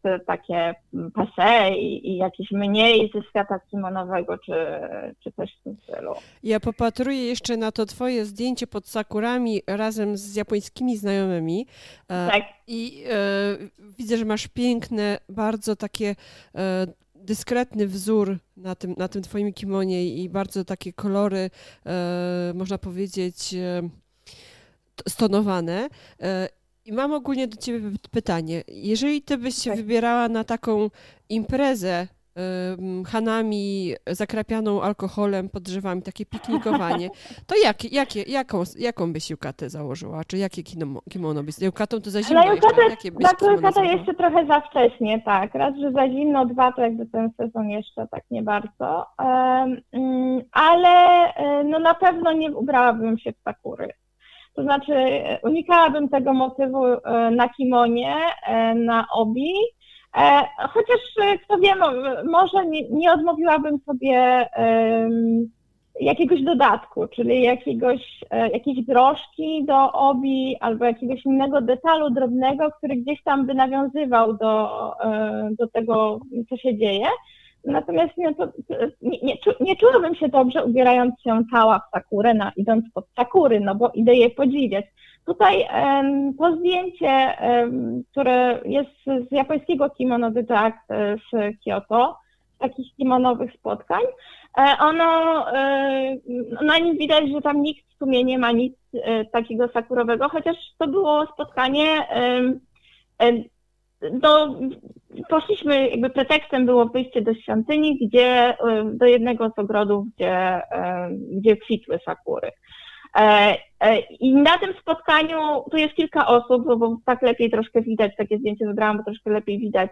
takie passé i, i jakieś mniej ze świata kimonowego, czy, czy coś w tym stylu. Ja popatruję jeszcze na to twoje zdjęcie pod sakurami razem z japońskimi znajomymi. Tak. I e, widzę, że masz piękne, bardzo takie e, dyskretny wzór na tym, na tym twoim kimonie i bardzo takie kolory, e, można powiedzieć, e, stonowane. E, I mam ogólnie do ciebie pytanie. Jeżeli ty byś się Tak. wybierała na taką imprezę um, hanami zakrapianą alkoholem pod drzewami, takie piknikowanie, to jak, jakie, jaką, jaką byś yukatę założyła? Czy jakie kimono, kimono byś? Yukatą to za zimno Na jeszcze. yukatę, Jakie byś na kimono yukatę założyła? jeszcze trochę za wcześnie, tak. Raz, że za zimno, dwa, to jakby ten sezon jeszcze tak nie bardzo. Um, ale no na pewno nie ubrałabym się w sakury. To znaczy unikałabym tego motywu na kimonie, na obi, chociaż kto wie, może nie, nie odmówiłabym sobie jakiegoś dodatku, czyli jakiegoś, jakiejś broszki do obi albo jakiegoś innego detalu drobnego, który gdzieś tam by nawiązywał do, do tego, co się dzieje. Natomiast nie, to, nie, nie, nie czułabym się dobrze ubierając się cała w sakurę, no, idąc pod sakury, no bo idę je podziwiać. Tutaj um, to zdjęcie, um, które jest z japońskiego Kimono the Jack z Kyoto, z takich kimonowych spotkań, ono, na nim widać, że tam nikt w sumie nie ma nic takiego sakurowego, chociaż to było spotkanie um, Do, poszliśmy, jakby pretekstem było wyjście do świątyni, gdzie, do jednego z ogrodów, gdzie, gdzie kwitły sakury. I na tym spotkaniu, tu jest kilka osób, bo tak lepiej troszkę widać, takie zdjęcie wybrałam, bo troszkę lepiej widać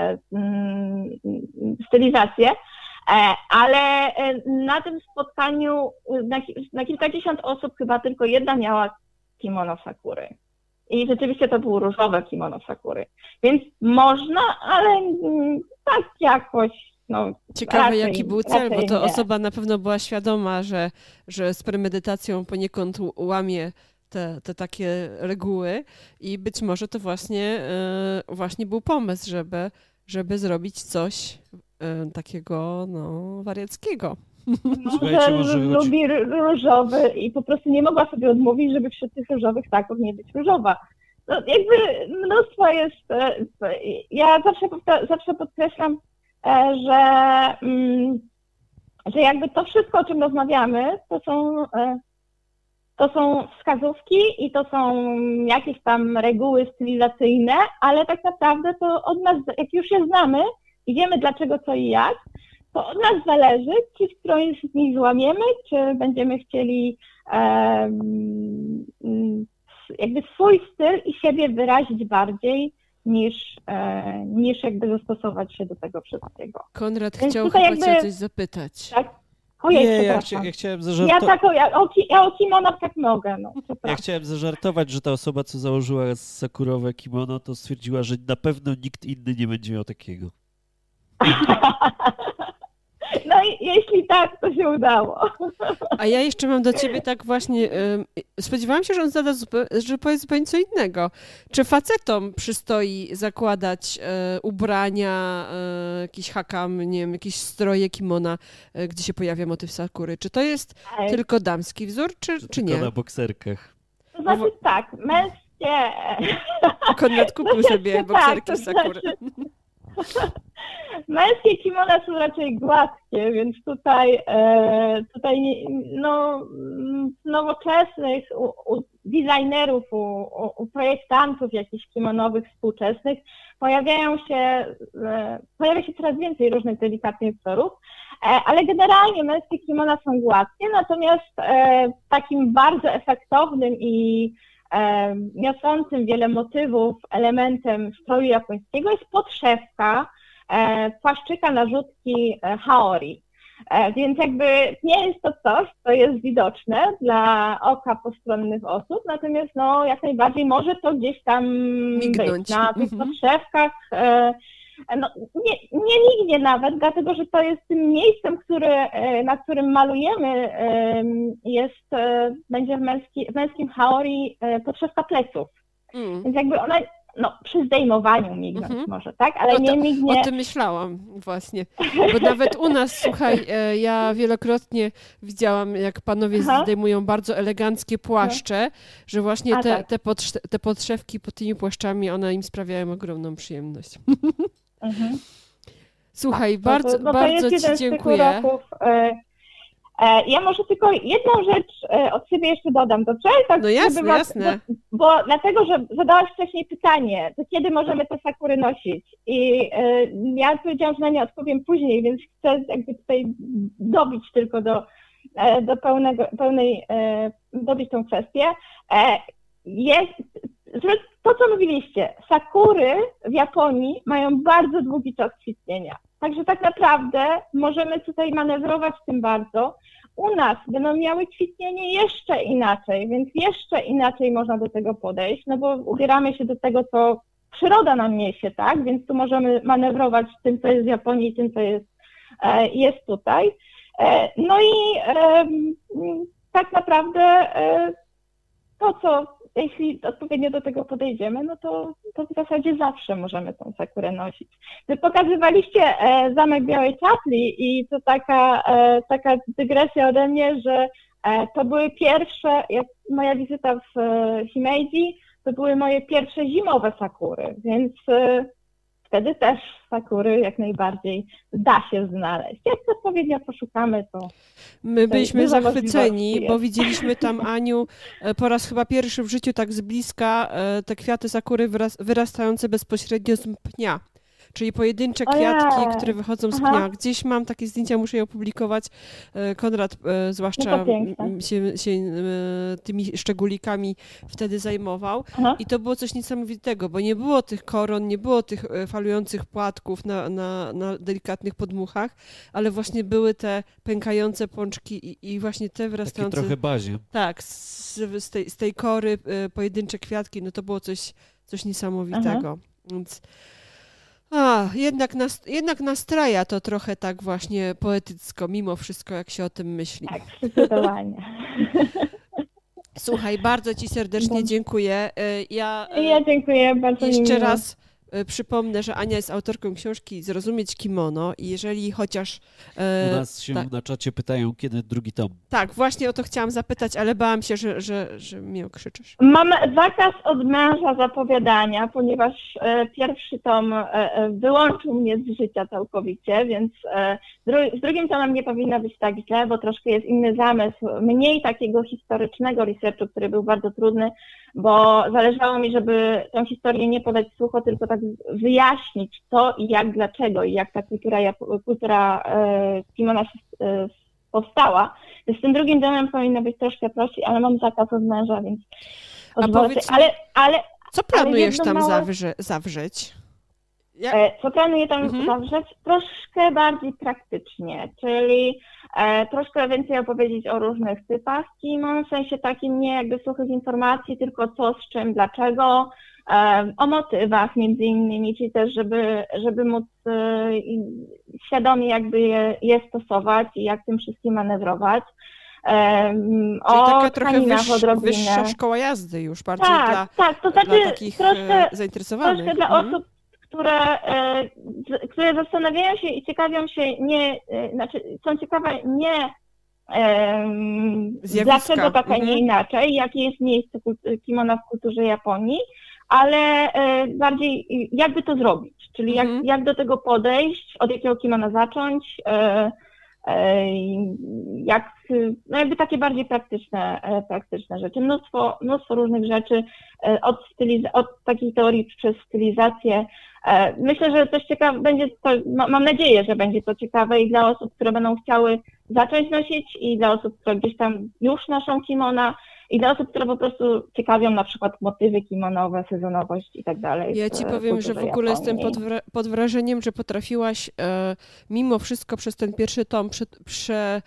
stylizację, ale na tym spotkaniu na, na kilkadziesiąt osób chyba tylko jedna miała kimono sakury. I rzeczywiście to było różowe kimono sakury. Więc można, ale tak jakoś, no Ciekawe, raczej, jaki był cel, bo to nie. osoba na pewno była świadoma, że, że z premedytacją poniekąd łamie te, te takie reguły i być może to właśnie, yy, właśnie był pomysł, żeby, żeby zrobić coś yy, takiego no, wariackiego. Może, może lubi różowy i po prostu nie mogła sobie odmówić, żeby wśród tych różowych taków nie być różowa. No, jakby mnóstwo jest, ja zawsze, zawsze podkreślam, że, że jakby to wszystko, o czym rozmawiamy, to są, to są wskazówki i to są jakieś tam reguły stylizacyjne, ale tak naprawdę to od nas, jak już je znamy i wiemy dlaczego, co i jak, to od nas zależy, czy którąś z nich złamiemy, czy będziemy chcieli um, jakby swój styl i siebie wyrazić bardziej niż, e, niż jakby zastosować się do tego wszystkiego. Konrad Więc chciał chyba jakby, cię coś zapytać. Tak? Ojej, Nie, ja, chcia, ja chciałem zażartować. Ja, taką, ja, o, ja o kimonach tak mogę. No, ja chciałem zażartować, że ta osoba, co założyła sakurowe kimono, to stwierdziła, że na pewno nikt inny nie będzie miał takiego. No i jeśli tak, to się udało. A ja jeszcze mam do ciebie tak właśnie, spodziewałam się, że on zada, że powie zupełnie co innego. Czy facetom przystoi zakładać ubrania, jakiś hakam, nie wiem, jakieś stroje, kimona, gdzie się pojawia motyw sakury? Czy to jest Ale... tylko damski wzór, czy, czy tylko nie? na bokserkach. To znaczy tak, męskie... Konrad kupił to sobie tak, bokserki to z sakury. Znaczy... Męskie kimona są raczej gładkie, więc tutaj, e, tutaj no, nowoczesnych u, u designerów, u, u, u projektantów jakichś kimonowych współczesnych pojawiają się, e, pojawia się coraz więcej różnych delikatnych wzorów, e, ale generalnie męskie kimona są gładkie, natomiast e, takim bardzo efektownym i e, niosącym wiele motywów elementem stroju japońskiego jest podszewka płaszczyka narzutki haori. Więc jakby nie jest to coś, co jest widoczne dla oka postronnych osób, natomiast no jak najbardziej może to gdzieś tam mignąć. Być. Na tych mhm. podszewkach, no, nie, nie mignie nawet, dlatego że to jest tym miejscem, który, na którym malujemy, jest, będzie w, męski, w męskim haori podszewka pleców. Mm. Więc jakby ona no, przy zdejmowaniu mignąć Mhm. może, tak? Ale O nie to- mignie... O tym myślałam właśnie, bo nawet u nas, słuchaj, e, ja wielokrotnie widziałam, jak panowie Aha. zdejmują bardzo eleganckie płaszcze, że właśnie A, te, tak. te, podsz- te podszewki pod tymi płaszczami, one im sprawiają ogromną przyjemność. Mhm. Słuchaj, No to- bardzo, no to bardzo jest ci jeden z tych dziękuję. uroków. E, e, Ja może tylko jedną rzecz e, od siebie jeszcze dodam, dobrze? Tak, No jasne, żeby was- jasne. Bo, bo dlatego, że zadałaś wcześniej pytanie, to kiedy możemy te sakury nosić? I e, ja powiedziałam, że na nie odpowiem później, więc chcę jakby tutaj dobić tylko do, e, do pełnego, pełnej, e, dobić tą kwestię. E, Jest, że to, co mówiliście, sakury w Japonii mają bardzo długi czas kwitnienia. Także tak naprawdę możemy tutaj manewrować tym bardzo. U nas będą miały kwitnienie jeszcze inaczej, więc jeszcze inaczej można do tego podejść, no bo ubieramy się do tego, co przyroda nam niesie, tak? Więc tu możemy manewrować tym, co jest w Japonii i tym, co jest, e, jest tutaj. E, no i e, tak naprawdę e, to, co jeśli odpowiednio do tego podejdziemy, no to, to w zasadzie zawsze możemy tą sakurę nosić. Wy pokazywaliście e, Zamek Białej Czapli i to taka, e, taka dygresja ode mnie, że e, to były pierwsze, jak moja wizyta w e, Himeji, to były moje pierwsze zimowe sakury, więc e, wtedy też sakury jak najbardziej da się znaleźć. Jak odpowiednio poszukamy, to My byliśmy dużo zachwyceni, możliwości bo jest. widzieliśmy tam, Aniu, e, po raz chyba pierwszy w życiu tak z bliska e, te kwiaty sakury wyras wyrastające bezpośrednio z pnia. Czyli pojedyncze Ojej. kwiatki, które wychodzą z Aha. pnia. Gdzieś mam takie zdjęcia, muszę je opublikować. E, Konrad e, zwłaszcza No to piękne. m, się, się e, tymi szczególikami wtedy zajmował. Aha. I to było coś niesamowitego, bo nie było tych koron, nie było tych e, falujących płatków na, na, na delikatnych podmuchach, ale właśnie były te pękające pączki i, i właśnie te Takie wyrastające... trochę bazie. Tak, z, z, tej, z tej kory e, pojedyncze kwiatki, no to było coś, coś niesamowitego. Więc a, jednak, nas, jednak nastraja to trochę tak właśnie poetycko, mimo wszystko, jak się o tym myśli. Tak, zdecydowanie. Słuchaj, bardzo ci serdecznie Dobrze. dziękuję. E, Ja e, Ja dziękuję bardzo. mi jeszcze miło. raz e, przypomnę, że Ania jest autorką książki Zrozumieć kimono i jeżeli chociaż... e, U nas się tak. na czacie pytają, kiedy drugi tom. Tak, właśnie o to chciałam zapytać, ale bałam się, że, że, że mnie okrzyczysz. Mam zakaz od męża zapowiadania, ponieważ e, pierwszy tom e, e, wyłączył mnie z życia całkowicie, więc e, dru- z drugim tomem nie powinno być tak źle, bo troszkę jest inny zamysł, mniej takiego historycznego researchu, który był bardzo trudny, bo zależało mi, żeby tę historię nie podać sucho, tylko tak wyjaśnić to i jak, dlaczego i jak ta kultura, Jap- kultura e, kimona się e, powstała. Z tym drugim domem powinno być troszkę prościej, ale mam zakaz od męża, więc pozwolę powiedz sobie- ale, ale Co planujesz jedno tam małe- zawrze, zawrzeć? Ja, e, co planuję tam Mhm. zawrzeć? Troszkę bardziej praktycznie, czyli e, troszkę więcej opowiedzieć o różnych typach kimon, w sensie takim nie jakby suchych informacji, tylko co, z czym, dlaczego, e, o motywach między innymi, czyli też, żeby, żeby móc e, i- świadomie jakby je, je stosować i jak tym wszystkim manewrować. E, czyli o taka trochę tkaninach wyższ, odrobinę. wyższa szkoła jazdy już, bardziej Tak, dla, tak, to dla znaczy takich troszkę, e, zainteresowanych. troszkę dla Mhm. osób, które, e, z- które zastanawiają się i ciekawią się nie, e, znaczy są ciekawe nie em, Zjawiska. dlaczego tak, a Mhm. nie inaczej, jakie jest miejsce kult- kimona w kulturze Japonii, ale e, bardziej e, jakby to zrobić, czyli Mhm. jak, jak do tego podejść, od jakiego kimona zacząć, e, e, jak, no jakby takie bardziej praktyczne, e, praktyczne rzeczy. Mnóstwo, mnóstwo różnych rzeczy, e, od, styliz- od takiej teorii przez stylizację. E, Myślę, że coś ciekawe będzie, to, ma- mam nadzieję, że będzie to ciekawe i dla osób, które będą chciały zacząć nosić i dla osób, które gdzieś tam już noszą kimona i dla osób, które po prostu ciekawią na przykład motywy kimonowe, sezonowość i tak dalej. Ja w, ci e, powiem, że w kulturze ogóle jestem Japonii. pod, wra- pod wrażeniem, że potrafiłaś e, mimo wszystko przez ten pierwszy tom prze, prze,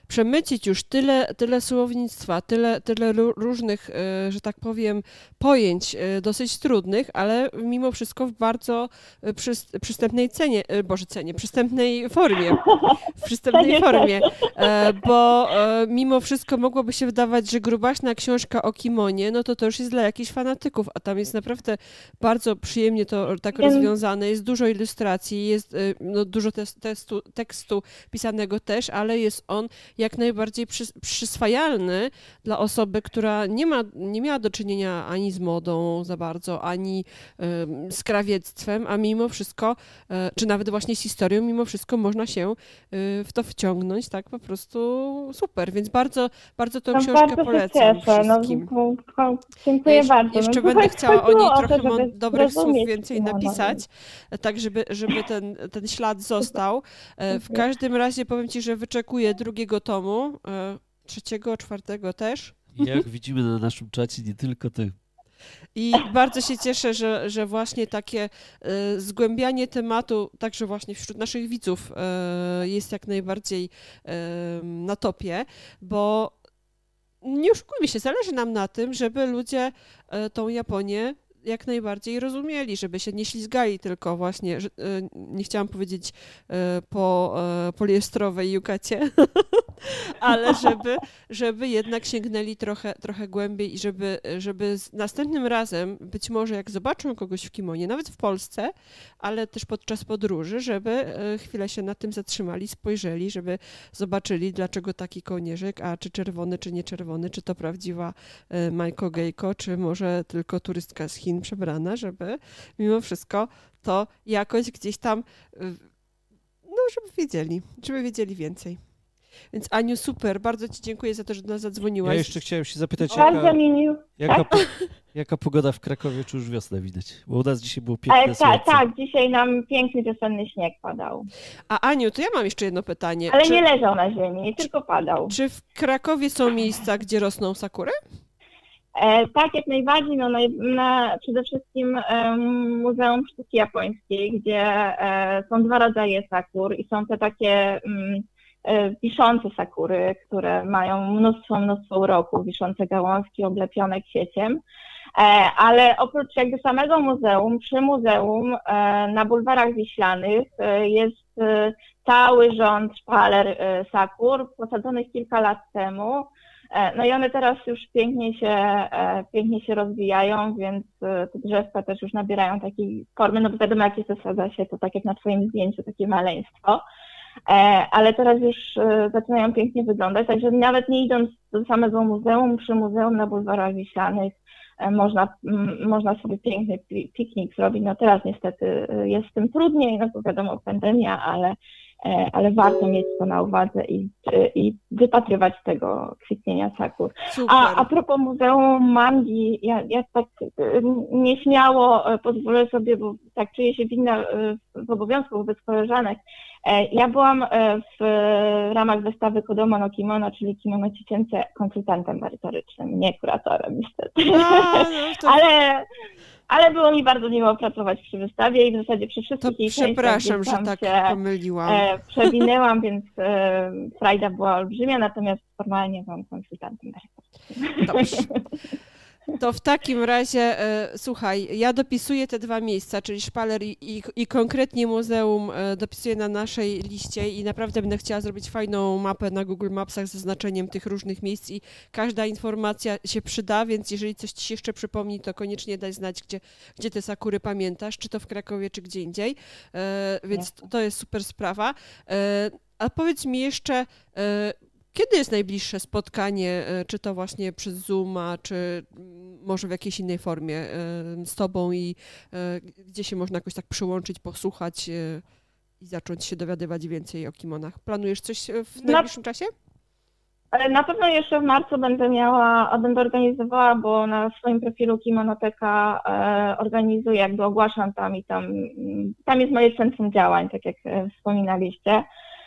przemycić już tyle, tyle słownictwa, tyle, tyle różnych, że tak powiem, pojęć dosyć trudnych, ale mimo wszystko w bardzo przystępnej cenie, boże cenie, przystępnej formie, w przystępnej formie, bo mimo wszystko mogłoby się wydawać, że grubaśna książka o kimonie, no to to już jest dla jakichś fanatyków, a tam jest naprawdę bardzo przyjemnie to tak rozwiązane, jest dużo ilustracji, jest no, dużo testu, tekstu pisanego też, ale jest on jak najbardziej przy, przyswajalny dla osoby, która nie ma, nie miała do czynienia ani z modą za bardzo, ani y, z krawiectwem, a mimo wszystko, y, czy nawet właśnie z historią, mimo wszystko można się y, w to wciągnąć, tak po prostu super, więc bardzo, bardzo tą No, książkę bardzo polecam się cieszę. wszystkim. No, dziękuję Ja jeszcze, bardzo. jeszcze No, będę chciała o niej chodziło trochę to, żeby dobrych słów zrozumieć więcej kimono. napisać, tak żeby, żeby ten, ten ślad został. W każdym razie powiem Ci, że wyczekuję drugiego tomu, trzeciego, czwartego też. Jak widzimy na naszym czacie, nie tylko ty. I bardzo się cieszę, że, że właśnie takie y, zgłębianie tematu, także właśnie wśród naszych widzów y, jest jak najbardziej y, na topie, bo nie oszukujmy się, zależy nam na tym, żeby ludzie y, tą Japonię jak najbardziej rozumieli, żeby się nie ślizgali tylko właśnie, że, y, nie chciałam powiedzieć y, po y, poliestrowej jukacie, ale żeby, żeby jednak sięgnęli trochę, trochę głębiej i żeby, żeby z następnym razem, być może jak zobaczą kogoś w kimonie, nawet w Polsce, ale też podczas podróży, żeby chwilę się nad tym zatrzymali, spojrzeli, żeby zobaczyli, dlaczego taki kołnierzyk, a czy czerwony, czy nie czerwony, czy to prawdziwa Maiko Geiko, czy może tylko turystka z Chin przebrana, żeby mimo wszystko to jakoś gdzieś tam, no żeby wiedzieli, żeby wiedzieli więcej. Więc Aniu, super, bardzo Ci dziękuję za to, że do nas zadzwoniłaś. Ja jeszcze chciałem się zapytać, Bardzo jaka, mi miło. jaka, po, jaka pogoda w Krakowie, czy już wiosnę widać? Bo u nas dzisiaj było piękne E, ta, słońce. tak, dzisiaj nam piękny wiosenny śnieg padał. A Aniu, to ja mam jeszcze jedno pytanie. Ale czy, nie leżał na ziemi, tylko padał. Czy w Krakowie są miejsca, gdzie rosną sakury? E, tak, jak najbardziej. No, na, na, przede wszystkim um, Muzeum Sztuki Japońskiej, gdzie e, są dwa rodzaje sakur i są te takie um, e, wiszące sakury, które mają mnóstwo, mnóstwo uroku, wiszące gałązki oblepione kwieciem. E, ale oprócz jakby samego muzeum, przy muzeum e, na bulwarach wiślanych e, jest e, cały rząd szpaler e, sakur posadzonych kilka lat temu. No i one teraz już pięknie się, pięknie się rozwijają, więc te drzewka też już nabierają takiej formy, no bo wiadomo, jak się zasadza się, to tak jak na Twoim zdjęciu, takie maleństwo, ale teraz już zaczynają pięknie wyglądać, także nawet nie idąc do samego muzeum, przy muzeum na bulwarach wiślanych można, można sobie piękny piknik zrobić. No teraz niestety jest z tym trudniej, no bo wiadomo, pandemia, ale ale warto mieć to na uwadze i, i wypatrywać tego kwitnienia sakur. A, a propos Muzeum Mangi, ja, ja tak nieśmiało pozwolę sobie, bo tak czuję się winna w obowiązku wobec koleżanek. Ja byłam w ramach wystawy Kodomo no Kimono, czyli kimono dziecięce, konsultantem merytorycznym, nie kuratorem niestety. A, no to... Ale... Ale było mi bardzo miło pracować przy wystawie i w zasadzie przy wszystkich jej przepraszam, że tak się pomyliłam. E, przewinęłam, więc e, frajda była olbrzymia, natomiast formalnie byłam konsultantem merytorycznym. Dobrze. To w takim razie, e, słuchaj, ja dopisuję te dwa miejsca, czyli szpaler i, i, i konkretnie muzeum e, dopisuję na naszej liście i naprawdę będę chciała zrobić fajną mapę na Google Mapsach z zaznaczeniem tych różnych miejsc i każda informacja się przyda, więc jeżeli coś Ci się jeszcze przypomni, to koniecznie daj znać, gdzie, gdzie te sakury pamiętasz, czy to w Krakowie, czy gdzie indziej, e, więc to jest super sprawa. E, a powiedz mi jeszcze, e, kiedy jest najbliższe spotkanie, czy to właśnie przez Zooma, czy może w jakiejś innej formie z Tobą i gdzie się można jakoś tak przyłączyć, posłuchać i zacząć się dowiadywać więcej o kimonach? Planujesz coś w najbliższym czasie? Na pewno jeszcze w marcu będę miała, będę organizowała, bo na swoim profilu Kimonoteka organizuję, jakby ogłaszam tam i tam, tam jest moje centrum działań, tak jak wspominaliście.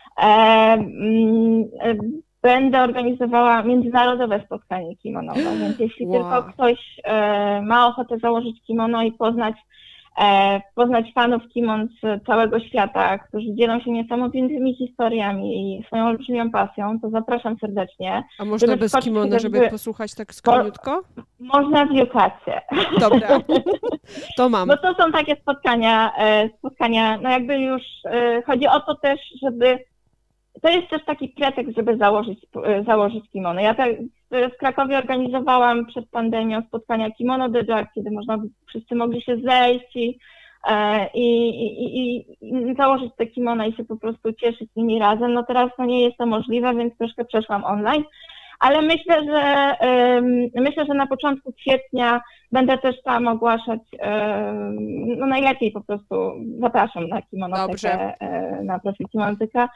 Będę organizowała międzynarodowe spotkanie kimonowe, więc jeśli wow. tylko ktoś e, ma ochotę założyć kimono i poznać e, poznać fanów kimon z całego świata, którzy dzielą się niesamowitymi historiami i swoją olbrzymią pasją, to zapraszam serdecznie. A można bez kimona, żeby by... posłuchać tak skromniutko? Można w Yukacie. Dobra, to mam. Bo to są takie spotkania, spotkania, no jakby już chodzi o to też, żeby, to jest też taki pretekst, żeby założyć, założyć kimono. Ja tak w Krakowie organizowałam przed pandemią spotkania Kimono the Jack, kiedy można, wszyscy mogli się zejść i, i, i, i założyć te kimona i się po prostu cieszyć z nimi razem. No teraz no nie jest to możliwe, więc troszkę przeszłam online. Ale myślę, że myślę, że na początku kwietnia będę też tam ogłaszać, no najlepiej po prostu zapraszam na Kimonotekę, na profil Kimonotyka,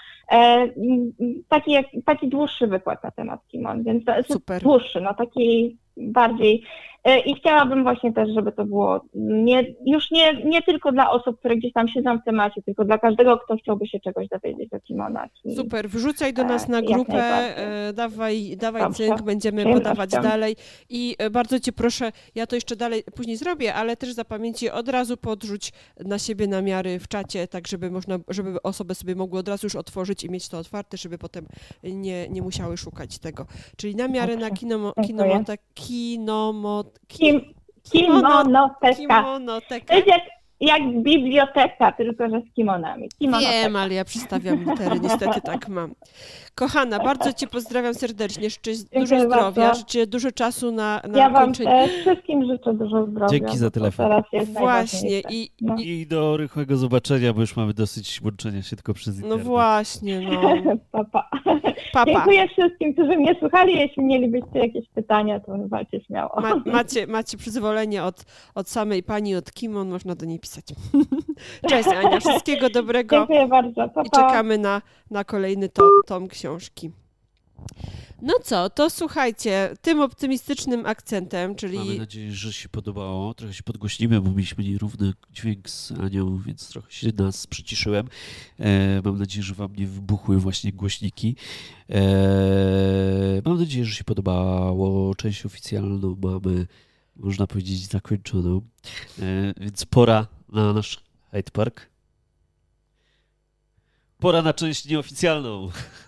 taki, taki dłuższy wykład na temat kimon, więc super. Dłuższy, no taki bardziej i chciałabym właśnie też, żeby to było nie, już nie, nie tylko dla osób, które gdzieś tam siedzą w temacie, tylko dla każdego, kto chciałby się czegoś dowiedzieć o kimonach. I, super, wrzucaj do nas na grupę, e, dawaj, dawaj cynk, będziemy podawać dalej i bardzo Cię proszę, ja to jeszcze dalej później zrobię, ale też zapamiętaj, od razu podrzuć na siebie namiary w czacie, tak żeby można, żeby osoby sobie mogły od razu już otworzyć i mieć to otwarte, żeby potem nie, nie musiały szukać tego. Czyli namiary okay. na kinomo, kinomota, kinomo, kim, kimonoteka. Kimonoteka. To jest jak, jak biblioteka, tylko że z kimonami. Wiem, ale ja przystawiam litery, niestety tak mam. Kochana, bardzo Cię pozdrawiam serdecznie, życzę dużo zdrowia, życzę dużo czasu na, na ja wam kończenie. Ja wszystkim życzę dużo zdrowia. Dzięki za telefon. Właśnie. I, no. I do rychłego zobaczenia, bo już mamy dosyć łączenia się tylko przez internet. No właśnie, no. Papa. Papa. Dziękuję wszystkim, którzy mnie słuchali. Jeśli mielibyście jakieś pytania, to walcie śmiało. Ma, macie, macie przyzwolenie od, od samej pani, od Kimon, można do niej pisać. Cześć Ania, wszystkiego dobrego. Dziękuję bardzo. Pa, pa. I czekamy na, na kolejny tom, tom książki. No co, to słuchajcie, tym optymistycznym akcentem, czyli... Mamy nadzieję, że się podobało. Trochę się podgłośnimy, bo mieliśmy nierówny dźwięk z Anią, więc trochę się nas przyciszyłem. E, mam nadzieję, że wam nie wybuchły właśnie głośniki. E, mam nadzieję, że się podobało. Część oficjalną mamy, można powiedzieć, zakończoną. E, więc pora na nasz Hyde Park. Pora na część nieoficjalną.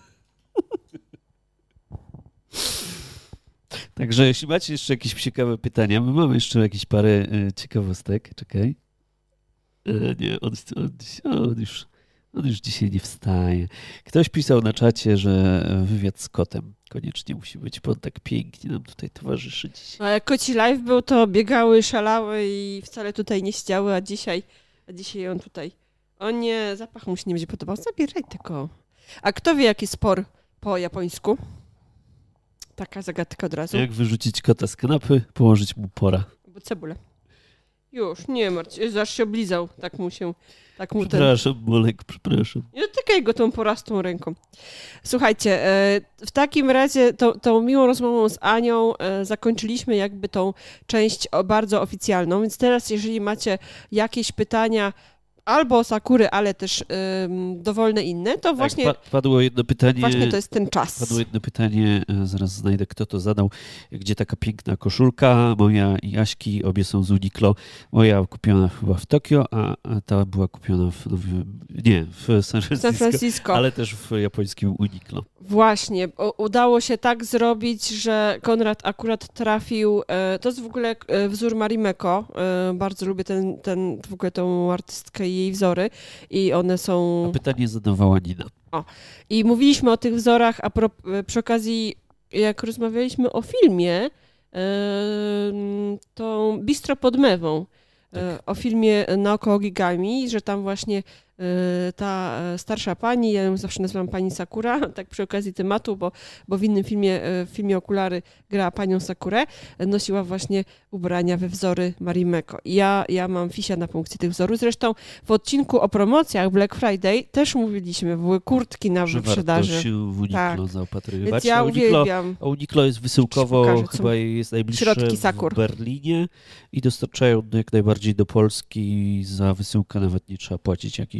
Także jeśli macie jeszcze jakieś ciekawe pytania, my mamy jeszcze jakieś parę e, ciekawostek. Czekaj. E, nie, on, on, on, już, on już dzisiaj nie wstaje. Ktoś pisał na czacie, że wywiad z kotem koniecznie musi być, bo on tak pięknie nam tutaj towarzyszy dzisiaj. A jak koci live był, to biegały, szalały i wcale tutaj nie siedziały, a dzisiaj, a dzisiaj on tutaj... O nie, zapach mu się nie będzie podobał. Zabieraj tylko. A kto wie, jaki spor po japońsku? Taka zagadka od razu. Jak wyrzucić kota z kanapy, położyć mu pora. Bo cebulę. Już, nie martw, aż się oblizał. Tak mu się... Tak mu przepraszam, ten... Bolek, przepraszam. Nie dotykaj go tą porastą ręką. Słuchajcie, w takim razie tą, tą miłą rozmową z Anią zakończyliśmy jakby tą część bardzo oficjalną, więc teraz jeżeli macie jakieś pytania albo o Sakury, ale też ym, dowolne inne, to właśnie... Tak, padło jedno pytanie... Właśnie to jest ten czas. Padło jedno pytanie, zaraz znajdę, kto to zadał. Gdzie taka piękna koszulka? Moja i Aśki, obie są z Uniqlo. Moja kupiona chyba w Tokio, a ta była kupiona w... Nie, w San Francisco, San Francisco. Ale też w japońskim Uniqlo. Właśnie, udało się tak zrobić, że Konrad akurat trafił, to jest w ogóle wzór Marimeko, bardzo lubię ten, ten, w ogóle tą artystkę i jej wzory i one są... A pytanie zadawała Nina. O. I mówiliśmy o tych wzorach, a pro, przy okazji, jak rozmawialiśmy o filmie, to Bistro pod Mewą, tak. O filmie Naoko Ogigami, że tam właśnie ta starsza pani, ja ją zawsze nazywam pani Sakura, tak przy okazji tematu, bo, bo w innym filmie, w filmie Okulary grała panią Sakurę, nosiła właśnie ubrania we wzory Marimeko. I ja, ja mam fisia na punkcie tych wzorów. Zresztą w odcinku o promocjach Black Friday też mówiliśmy, były kurtki na że wyprzedaży. Warto się w Uniqlo tak. zaopatrywać. Więc ja Uniqlo, uwielbiam. Uniqlo jest wysyłkowo, pokażę, chyba jest najbliższe środki Sakur. w Berlinie i dostarczają jak najbardziej do Polski. Za wysyłkę nawet nie trzeba płacić jakiejś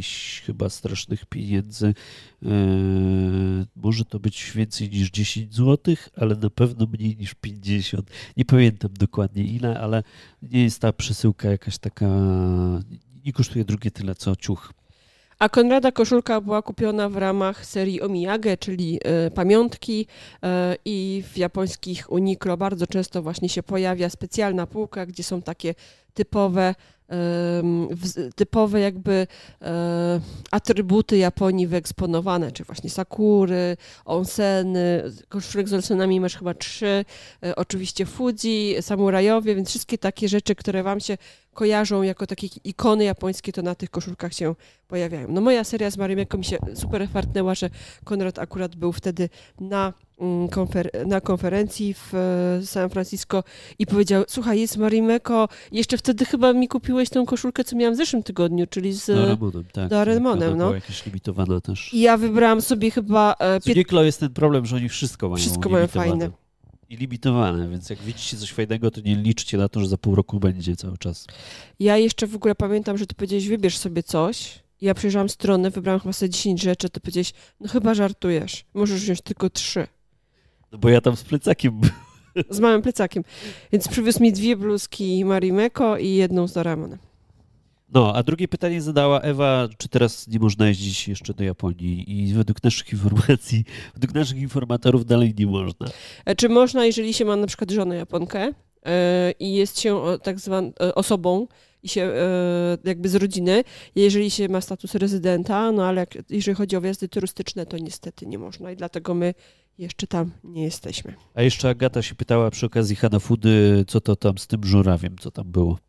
jakichś chyba strasznych pieniędzy. E, może to być więcej niż dziesięć złotych, ale na pewno mniej niż pięćdziesiąt. Nie pamiętam dokładnie ile, ale nie jest ta przesyłka jakaś taka, nie kosztuje drugie tyle co ciuch. A Konrada koszulka była kupiona w ramach serii Omiyage, czyli y, pamiątki y, i w japońskich Uniqlo bardzo często właśnie się pojawia specjalna półka, gdzie są takie typowe, y, w, typowe jakby y, atrybuty Japonii wyeksponowane, czy właśnie sakury, onseny, koszulek z onsenami masz chyba trzy, y, oczywiście Fuji, samurajowie, więc wszystkie takie rzeczy, które wam się kojarzą jako takie ikony japońskie, to na tych koszulkach się pojawiają. No moja seria z Marimekko mi się super fartnęła, że Konrad akurat był wtedy na, konfer- na konferencji w San Francisco i powiedział, słuchaj, jest Marimekko, jeszcze wtedy chyba mi kupiłeś tą koszulkę, co miałam w zeszłym tygodniu, czyli z Doraemonem, tak. Doraemonem, no. Była jakaś limitowana też. I ja wybrałam sobie chyba... E, Z Uniqlo jest ten problem, że oni wszystko mają Wszystko mają fajne. I limitowane, więc jak widzicie coś fajnego, to nie liczcie na to, że za pół roku będzie cały czas. Ja jeszcze w ogóle pamiętam, że ty powiedziałeś, wybierz sobie coś. Ja przejrzałam stronę, wybrałam chyba sobie dziesięć rzeczy, ty powiedziałeś, no chyba żartujesz, możesz wziąć tylko trzy. No bo ja tam z plecakiem Z małym plecakiem. Więc przywiózł mi dwie bluzki Marimekko i jedną z Doraemonem. No, a drugie pytanie zadała Ewa, czy teraz nie można jeździć jeszcze do Japonii i według naszych informacji, według naszych informatorów dalej nie można. Czy można, jeżeli się ma na przykład żonę Japonkę yy, i jest się tak zwaną osobą i się yy, jakby z rodziny, jeżeli się ma status rezydenta, no ale jak, jeżeli chodzi o wjazdy turystyczne, to niestety nie można i dlatego my jeszcze tam nie jesteśmy. A jeszcze Agata się pytała przy okazji Hanafudy, co to tam z tym żurawiem, co tam było.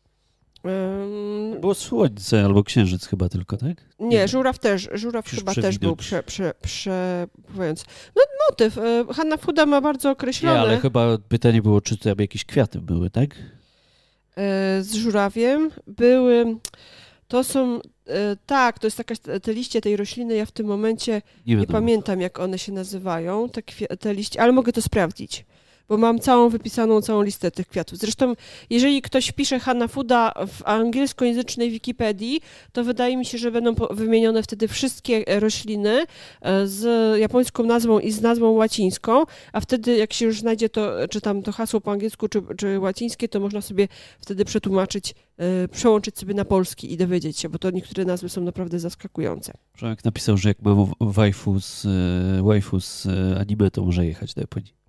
Było słońce albo księżyc chyba tylko, tak? Nie, nie żuraw też, żuraw Musisz chyba też był prze, prze, przepływający. No motyw, Hanafuda ma bardzo określony. Nie, ale chyba pytanie było, czy tam jakieś kwiaty były, tak? Z żurawiem były, to są, tak, to jest jakaś, te liście tej rośliny, ja w tym momencie nie, nie pamiętam, jak one się nazywają, te, kwi- te liście, ale mogę to sprawdzić. Bo mam całą wypisaną, całą listę tych kwiatów. Zresztą, jeżeli ktoś pisze Hanafuda w angielskojęzycznej Wikipedii, to wydaje mi się, że będą wymienione wtedy wszystkie rośliny z japońską nazwą i z nazwą łacińską, a wtedy jak się już znajdzie to, czy tam to hasło po angielsku, czy, czy łacińskie, to można sobie wtedy przetłumaczyć, przełączyć sobie na polski i dowiedzieć się, bo to niektóre nazwy są naprawdę zaskakujące. Przemek napisał, że jak ma waifu z, waifu z anime, to może jechać do Japonii.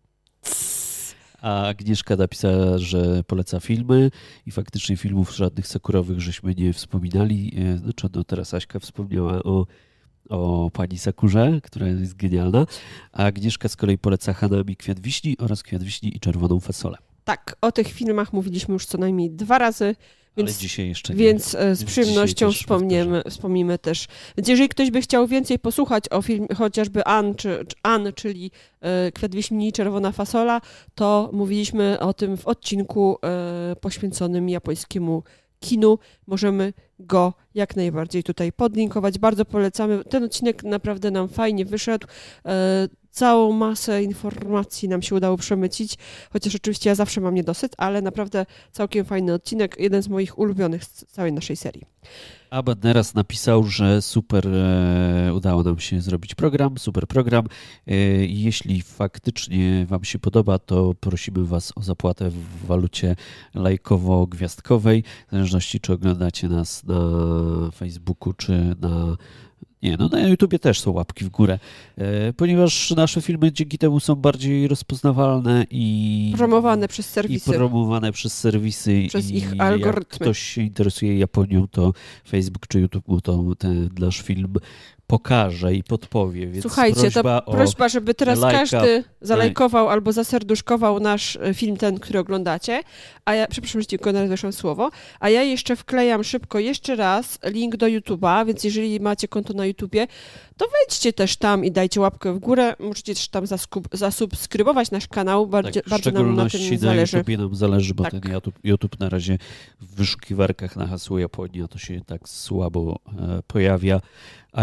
A Agnieszka napisała, że poleca filmy i faktycznie filmów żadnych sakurowych żeśmy nie wspominali. Znaczy, no teraz Aśka wspomniała o, o pani Sakurze, która jest genialna, a Agnieszka z kolei poleca Hanami Kwiat Wiśni oraz Kwiat Wiśni i Czerwoną Fasolę. Tak, o tych filmach mówiliśmy już co najmniej dwa razy. Więc, ale dzisiaj jeszcze nie. Więc z przyjemnością wspomniemy, wspomnimy też. Więc jeżeli ktoś by chciał więcej posłuchać o filmie, chociażby An, czy, czy An, czyli e, Kwiat Wiśni i Czerwona Fasola, to mówiliśmy o tym w odcinku e, poświęconym japońskiemu kinu. Możemy go jak najbardziej tutaj podlinkować. Bardzo polecamy. Ten odcinek naprawdę nam fajnie wyszedł. E, Całą masę informacji nam się udało przemycić, chociaż oczywiście ja zawsze mam niedosyt, ale naprawdę całkiem fajny odcinek, jeden z moich ulubionych z całej naszej serii. A Banderas napisał, że super e, udało nam się zrobić program, super program. E, jeśli faktycznie wam się podoba, to prosimy was o zapłatę w walucie lajkowo-gwiazdkowej, w zależności czy oglądacie nas na Facebooku, czy na Nie, no na YouTubie też są łapki w górę, e, ponieważ nasze filmy dzięki temu są bardziej rozpoznawalne i promowane przez serwisy. I promowane przez serwisy. Przez i ich algorytmy. Jak ktoś się interesuje Japonią, to Facebook czy YouTube mu to, ten nasz film pokaże i podpowie. Więc słuchajcie, prośba to prośba, żeby teraz lajka, każdy zalajkował albo zaserduszkował nasz film, ten, który oglądacie. A ja, przepraszam, że tylko weszłam słowo, a ja jeszcze wklejam szybko jeszcze raz link do YouTube'a, więc jeżeli macie konto na YouTubie, to wejdźcie też tam i dajcie łapkę w górę. Możecie też tam zaskub, zasubskrybować nasz kanał, bardzo, tak, bardzo nam na tym na zależy. YouTubie nam zależy, bo tak. ten YouTube, YouTube na razie w wyszukiwarkach na hasło Japonia to się tak słabo e, pojawia, a jak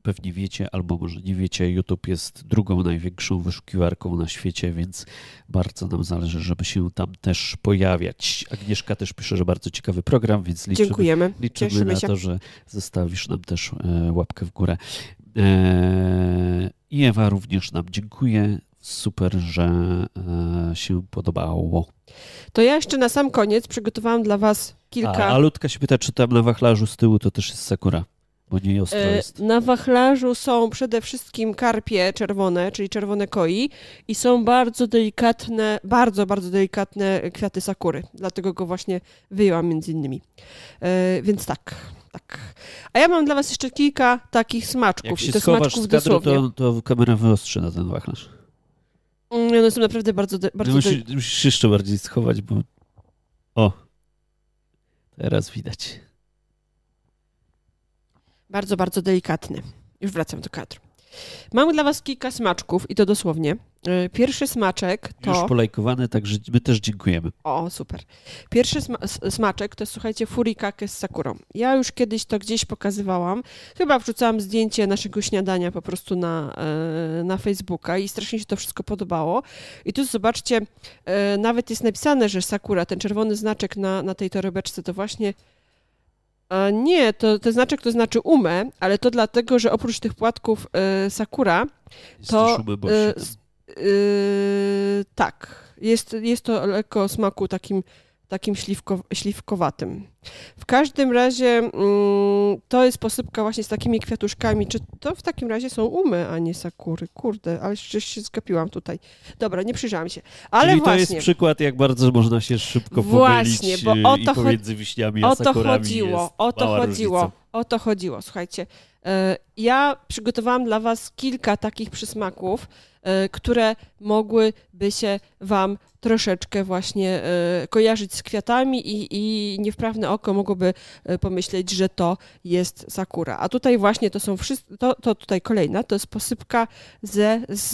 pewnie wiecie, albo może nie wiecie, YouTube jest drugą największą wyszukiwarką na świecie, więc bardzo nam zależy, żeby się tam też pojawiać. Agnieszka też pisze, że bardzo ciekawy program, więc liczymy, Dziękujemy. liczymy Cieszymy na się. to, że zostawisz nam też e, łapkę w górę. E, I Ewa również nam dziękuję. Super, że e, się podobało. To ja jeszcze na sam koniec przygotowałam dla was kilka... A, a Ludka się pyta, czy tam na wachlarzu z tyłu to też jest sakura, bo nie ostro E, jest. Na wachlarzu są przede wszystkim karpie czerwone, czyli czerwone koi i są bardzo delikatne, bardzo, bardzo delikatne kwiaty sakury. Dlatego go właśnie wyjęłam między innymi. E, Więc tak, tak. A ja mam dla was jeszcze kilka takich smaczków. Jak się I to schowasz smaczków z kadru, dosłownie. to, to kamera wyostrzy na ten wachlarz. Mm, One są naprawdę bardzo, de- bardzo No de- musisz, musisz jeszcze bardziej schować, bo... O! Teraz widać. Bardzo, bardzo delikatny. Już wracam do kadru. Mam dla was kilka smaczków i to dosłownie. E, Pierwszy smaczek to... Już polajkowane, także my też dziękujemy. O, super. Pierwszy sma- s- smaczek to jest, słuchajcie, furikake z sakurą. Ja już kiedyś to gdzieś pokazywałam. Chyba wrzucałam zdjęcie naszego śniadania po prostu na, e, na Facebooka i strasznie się to wszystko podobało. I tu zobaczcie, e, nawet jest napisane, że sakura, ten czerwony znaczek na, na tej torebeczce to właśnie... A nie, to ten znaczek to znaczy umę, ale to dlatego, że oprócz tych płatków e, sakura, Jest To, też umy, bo się e, tam- s- Yy, tak, jest, jest to lekko o smaku takim, takim śliwko, śliwkowatym. W każdym razie mm, to jest posypka właśnie z takimi kwiatuszkami. Czy to w takim razie są umy, a nie sakury? Kurde, ale jeszcze się zgapiłam tutaj. Dobra, nie przyjrzałam się. Ale Czyli właśnie, to jest przykład, jak bardzo można się szybko Właśnie, pomylić bo y, o i to cho- pomiędzy wiśniami a o to sakurami chodziło, jest o to mała chodziło, różnica. o to chodziło. Słuchajcie, e, ja przygotowałam dla was kilka takich przysmaków, e, które mogłyby się wam troszeczkę właśnie e, kojarzyć z kwiatami i, i niewprawne oko mogłoby e, pomyśleć, że to jest sakura. A tutaj właśnie to są wszystko, to, to tutaj kolejna, to jest posypka ze z,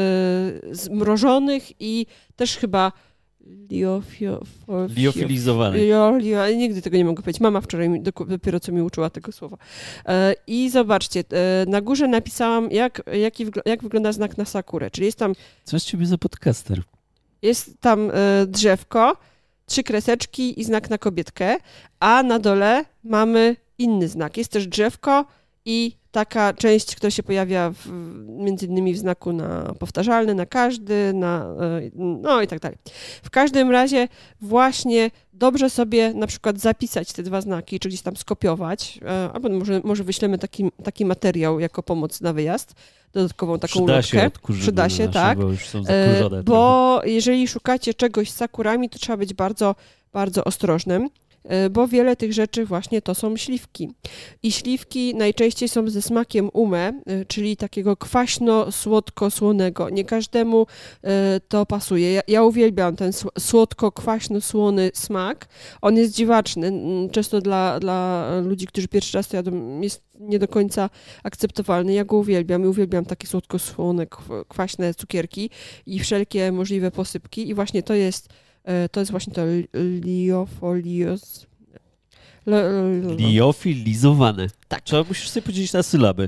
z mrożonych i też chyba liofio, fo- Liofilizowany. Jo, jo, ale nigdy tego nie mogę powiedzieć. Mama wczoraj mi, doku- dopiero co mi uczyła tego słowa. E, I zobaczcie, e, na górze napisałam, jak, jaki wygl- jak wygląda znak na sakurę. Czyli jest tam, Co z ciebie za podcaster? jest tam e, drzewko, trzy kreseczki i znak na kobietkę, a na dole mamy inny znak. Jest też drzewko i taka część, która się pojawia w, między innymi w znaku na powtarzalny, na każdy, na, e, no i tak dalej. W każdym razie właśnie dobrze sobie na przykład zapisać te dwa znaki, czy gdzieś tam skopiować, e, albo może, może wyślemy taki, taki materiał jako pomoc na wyjazd, dodatkową taką Przyda się, ulotkę. odkurzymy Przyda się, nasze, tak. Bo już są E, zakurzone. trochę. Bo jeżeli szukacie czegoś z sakurami, to trzeba być bardzo, bardzo ostrożnym, e, bo wiele tych rzeczy właśnie to są śliwki. I śliwki najczęściej są ze smakiem ume, e, czyli takiego kwaśno-słodko-słonego. Nie każdemu e, to pasuje. Ja, ja uwielbiam ten sł- słodko-kwaśno-słony smak. On jest dziwaczny. Mm, Często dla, dla ludzi, którzy pierwszy raz to jadą, jest nie do końca akceptowalny. Ja go uwielbiam i uwielbiam takie słodko-słone, kw- kwaśne cukierki i wszelkie możliwe posypki. I właśnie to jest, e, to jest właśnie to li- liofolios. Lo- lo- lo- Liofilizowane. Tak. Trzeba, musisz sobie podzielić na sylaby.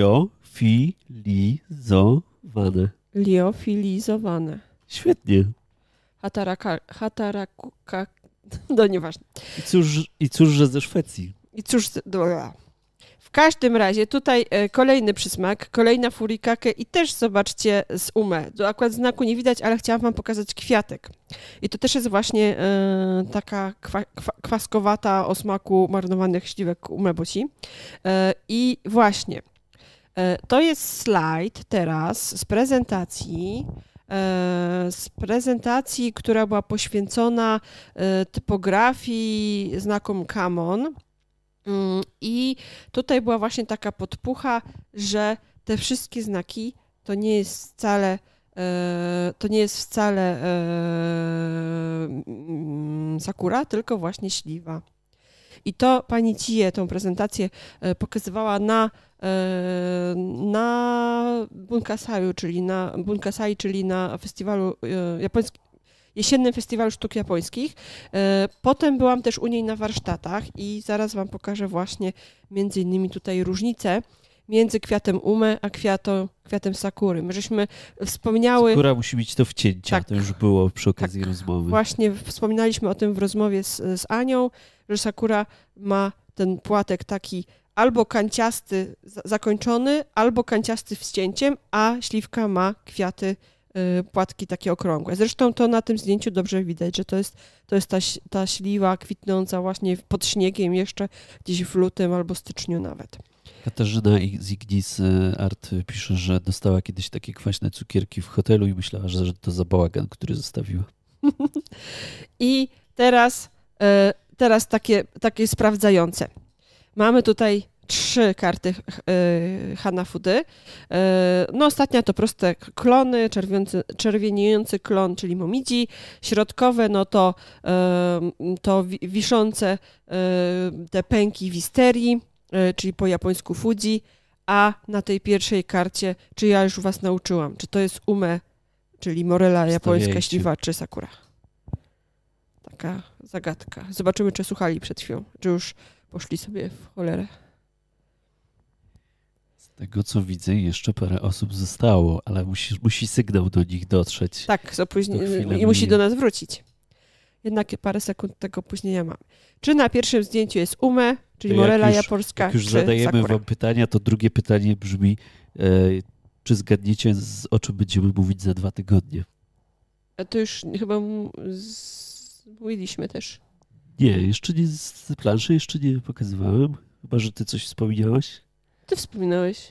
Liofilizowane. Liofilizowane. Świetnie. Hataraka, hatarakuka, no nieważne. I cóż, i cóż, że ze Szwecji. I cóż, dobra. W każdym razie tutaj e, kolejny przysmak, kolejna furikake i też zobaczcie z ume. Tu akurat znaku nie widać, ale chciałam wam pokazać kwiatek. I to też jest właśnie e, taka kwa, kwa, kwaskowata o smaku marynowanych śliwek umeboci. E, I właśnie, e, to jest slajd teraz z prezentacji, e, z prezentacji, która była poświęcona e, typografii znakom Common. Mm, I tutaj była właśnie taka podpucha, że te wszystkie znaki to nie jest wcale, e, to nie jest wcale e, mm, sakura, tylko właśnie śliwa. I to pani Cie tą prezentację e, pokazywała na, e, na Bunkasaju, czyli na Bunkasai, czyli na festiwalu e, japońskim. Jesiennym Festiwalu Sztuk Japońskich. E, Potem byłam też u niej na warsztatach i zaraz wam pokażę właśnie między innymi tutaj różnice między kwiatem ume a kwiato, kwiatem sakury. My żeśmy wspomniały... Sakura musi mieć to wcięcia, Tak. to już było przy okazji Tak. rozmowy. Właśnie wspominaliśmy o tym w rozmowie z, z Anią, że sakura ma ten płatek taki albo kanciasty za- zakończony, albo kanciasty z wcięciem, a śliwka ma kwiaty, y, płatki takie okrągłe. Zresztą to na tym zdjęciu dobrze widać, że to jest, to jest ta, ś- ta śliwa kwitnąca właśnie pod śniegiem jeszcze gdzieś w lutym albo styczniu nawet. Katarzyna z Ignis Art pisze, że dostała kiedyś takie kwaśne cukierki w hotelu i myślała, że że to za bałagan, który zostawiła. I teraz, e, teraz takie, takie sprawdzające. Mamy tutaj trzy karty e, Hanafudy. E, no ostatnia to proste klony, czerwiący, czerwieniejący klon, czyli momidzi. Środkowe no to, e, to wi- wiszące e, te pęki wisterii, e, czyli po japońsku Fuji. A na tej pierwszej karcie, czy ja już was nauczyłam, czy to jest ume, czyli morela japońska Wstawiajcie. śliwa, czy sakura. Taka zagadka. Zobaczymy, czy słuchali przed chwilą, czy już poszli sobie w cholerę. Z tego co widzę, jeszcze parę osób zostało, ale musi, musi sygnał do nich dotrzeć. Tak, z To opóźni- chwilę i musi mija. do nas wrócić. Jednak parę sekund tego opóźnienia mamy. Czy na pierwszym zdjęciu jest ume, czyli To jak morela już- japońska, Jak już czy zadajemy sakura? wam pytania, to drugie pytanie brzmi, e, czy zgadniecie, z, o czym będziemy mówić za dwa tygodnie? A to już chyba m- z... mówiliśmy też. Nie, jeszcze nie z planszy, jeszcze nie pokazywałem. Chyba, że ty coś wspominałaś. Ty wspominałeś,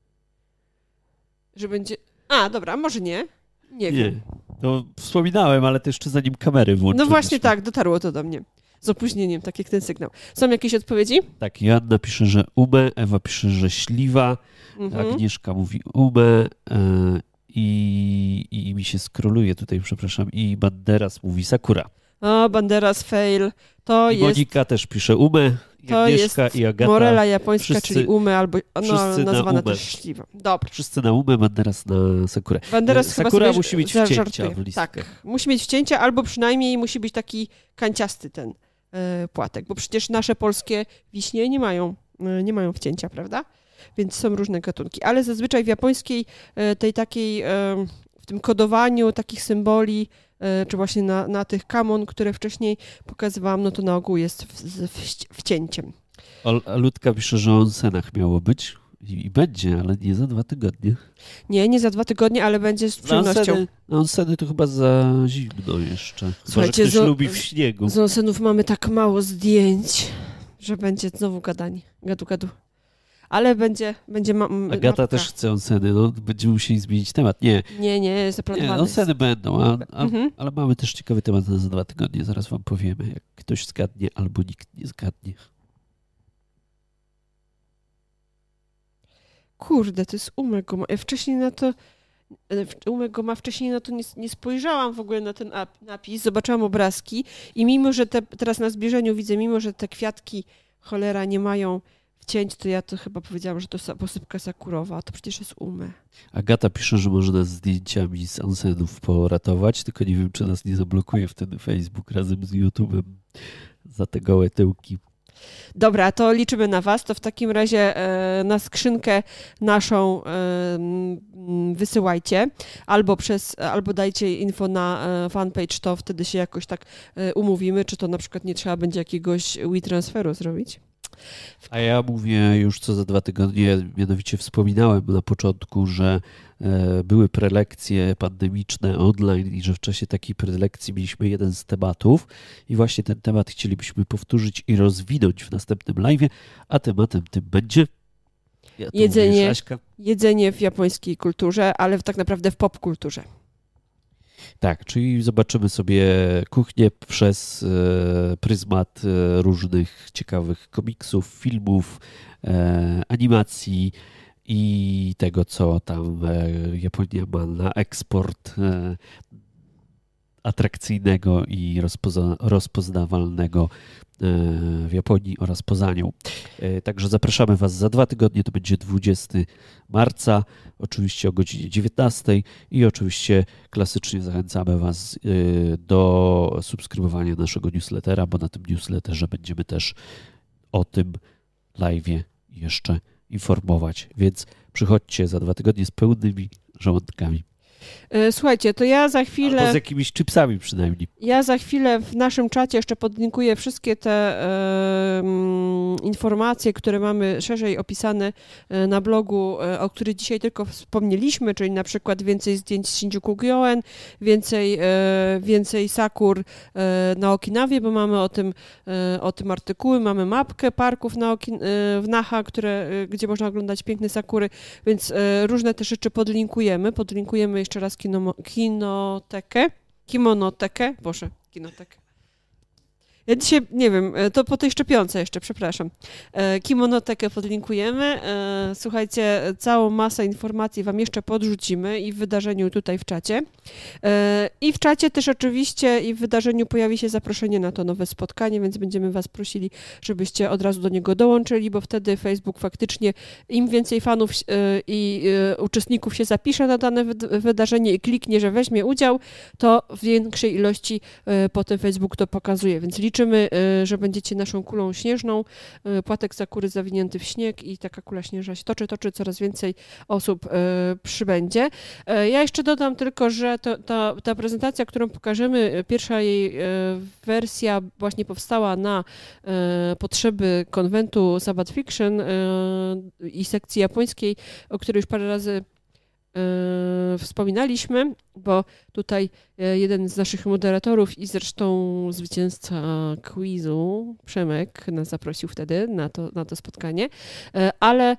że będzie... A, dobra, może nie. Nie wiem. Nie, no wspominałem, ale to jeszcze zanim kamery No włączyliśmy. właśnie tak, dotarło to do mnie. Z opóźnieniem, tak jak ten sygnał. Są jakieś odpowiedzi? Tak, Joanna pisze, że ume, Ewa pisze, że śliwa, Mhm. Agnieszka mówi ume e, i, i mi się skroluje tutaj, przepraszam, i Banderas mówi sakura. O, Banderas fail. To I jest Monika też pisze ume, i To Agnieszka jest i Agata. morela japońska, wszyscy- czyli ume albo no, wszyscy na nazywana ume. też śliwa. Dobra. Wszyscy na ume, Banderas na sakurę. Banderas chyba Sakura sobie musi mieć zażartuje. wcięcia w listkach. Tak, musi mieć wcięcia albo przynajmniej musi być taki kanciasty ten e, płatek, bo przecież nasze polskie wiśnie nie mają, e, nie mają wcięcia, prawda? Więc są różne gatunki, ale zazwyczaj w japońskiej e, tej takiej, e, w tym kodowaniu takich symboli, e, czy właśnie na, na tych kamon, które wcześniej pokazywałam, no to na ogół jest w, z w, wcięciem. Ol- a Ludka pisze, że o onsenach miało być i, i będzie, ale nie za dwa tygodnie. Nie, nie za dwa tygodnie, ale będzie z Na przyjemnością. onseny, na onseny to chyba za zimno jeszcze. Chyba, Słuchajcie, że ktoś zo- lubi w śniegu. Z onsenów mamy tak mało zdjęć, że będzie znowu gadanie, gadu gadu. Ale będzie, będzie ma- m- Agata mapka. też chce onseny, no będziemy musieli zmienić temat. Nie, Nie, nie, jest nie zaplanowane. onseny będą, a, a, Mhm. ale mamy też ciekawy temat na za dwa tygodnie. Zaraz wam powiemy, jak ktoś zgadnie albo nikt nie zgadnie. Kurde, to jest Umego. Ja wcześniej na to... Umego ma wcześniej na to nie, nie spojrzałam w ogóle na ten ap- napis, zobaczyłam obrazki i mimo, że te, teraz na zbliżeniu widzę, mimo, że te kwiatki cholera nie mają wcięć, to ja to chyba powiedziałam, że to sa- posypka sakurowa, a to przecież jest ume. Agata pisze, że może nas zdjęciami z onsenów poratować, tylko nie wiem, czy nas nie zablokuje wtedy Facebook razem z YouTube'em za te gołe tyłki. Dobra, to liczymy na Was. To w takim razie e, na skrzynkę naszą e, m, wysyłajcie albo przez, albo dajcie info na e, fanpage, to wtedy się jakoś tak e, umówimy, czy to na przykład nie trzeba będzie jakiegoś WeTransferu zrobić. A ja mówię już co za dwa tygodnie, mianowicie wspominałem na początku, że e, były prelekcje pandemiczne online i że w czasie takiej prelekcji mieliśmy jeden z tematów i właśnie ten temat chcielibyśmy powtórzyć i rozwinąć w następnym live'ie, a tematem tym będzie ja to Jedzenie. mówię, Aśka. Jedzenie w japońskiej kulturze, ale w, tak naprawdę w popkulturze. Tak, czyli zobaczymy sobie kuchnię przez e, pryzmat e, różnych ciekawych komiksów, filmów, e, animacji i tego, co tam e, Japonia ma na eksport e, atrakcyjnego i rozpoza- rozpoznawalnego w Japonii oraz poza nią. Także zapraszamy Was za dwa tygodnie, to będzie dwudziestego marca, oczywiście o godzinie dziewiętnastej i oczywiście klasycznie zachęcamy Was do subskrybowania naszego newslettera, bo na tym newsletterze będziemy też o tym live'ie jeszcze informować, więc przychodźcie za dwa tygodnie z pełnymi żołądkami. Słuchajcie, to ja za chwilę... Albo z jakimiś chipsami przynajmniej. Ja za chwilę w naszym czacie jeszcze podlinkuję wszystkie te e, informacje, które mamy szerzej opisane na blogu, o których dzisiaj tylko wspomnieliśmy, czyli na przykład więcej zdjęć z Shinjuku Gyoen, więcej, e, więcej sakur e, na Okinawie, bo mamy o tym, e, o tym artykuły, mamy mapkę parków na Okin- e, w Naha, które, e, gdzie można oglądać piękne sakury, więc e, różne te rzeczy podlinkujemy. Podlinkujemy jeszcze raz kino, kinotekę, kimonotekę, Boże, kinotekę. Ja dzisiaj, nie wiem, to po tej szczepionce jeszcze, przepraszam. Kimonotekę podlinkujemy. Słuchajcie, całą masę informacji wam jeszcze podrzucimy i w wydarzeniu tutaj w czacie. I w czacie też oczywiście i w wydarzeniu pojawi się zaproszenie na to nowe spotkanie, więc będziemy was prosili, żebyście od razu do niego dołączyli, bo wtedy Facebook faktycznie im więcej fanów i uczestników się zapisze na dane wydarzenie i kliknie, że weźmie udział, to w większej ilości potem Facebook to pokazuje, więc liczę Liczymy, że będziecie naszą kulą śnieżną, płatek sakury zawinięty w śnieg i taka kula śnieżna się toczy, toczy, coraz więcej osób przybędzie. Ja jeszcze dodam tylko, że to, ta, ta prezentacja, którą pokażemy, pierwsza jej wersja właśnie powstała na potrzeby konwentu Sabbath Fiction i sekcji japońskiej, o której już parę razy wspominaliśmy, bo tutaj jeden z naszych moderatorów i zresztą zwycięzca quizu, Przemek, nas zaprosił wtedy na to, na to spotkanie, ale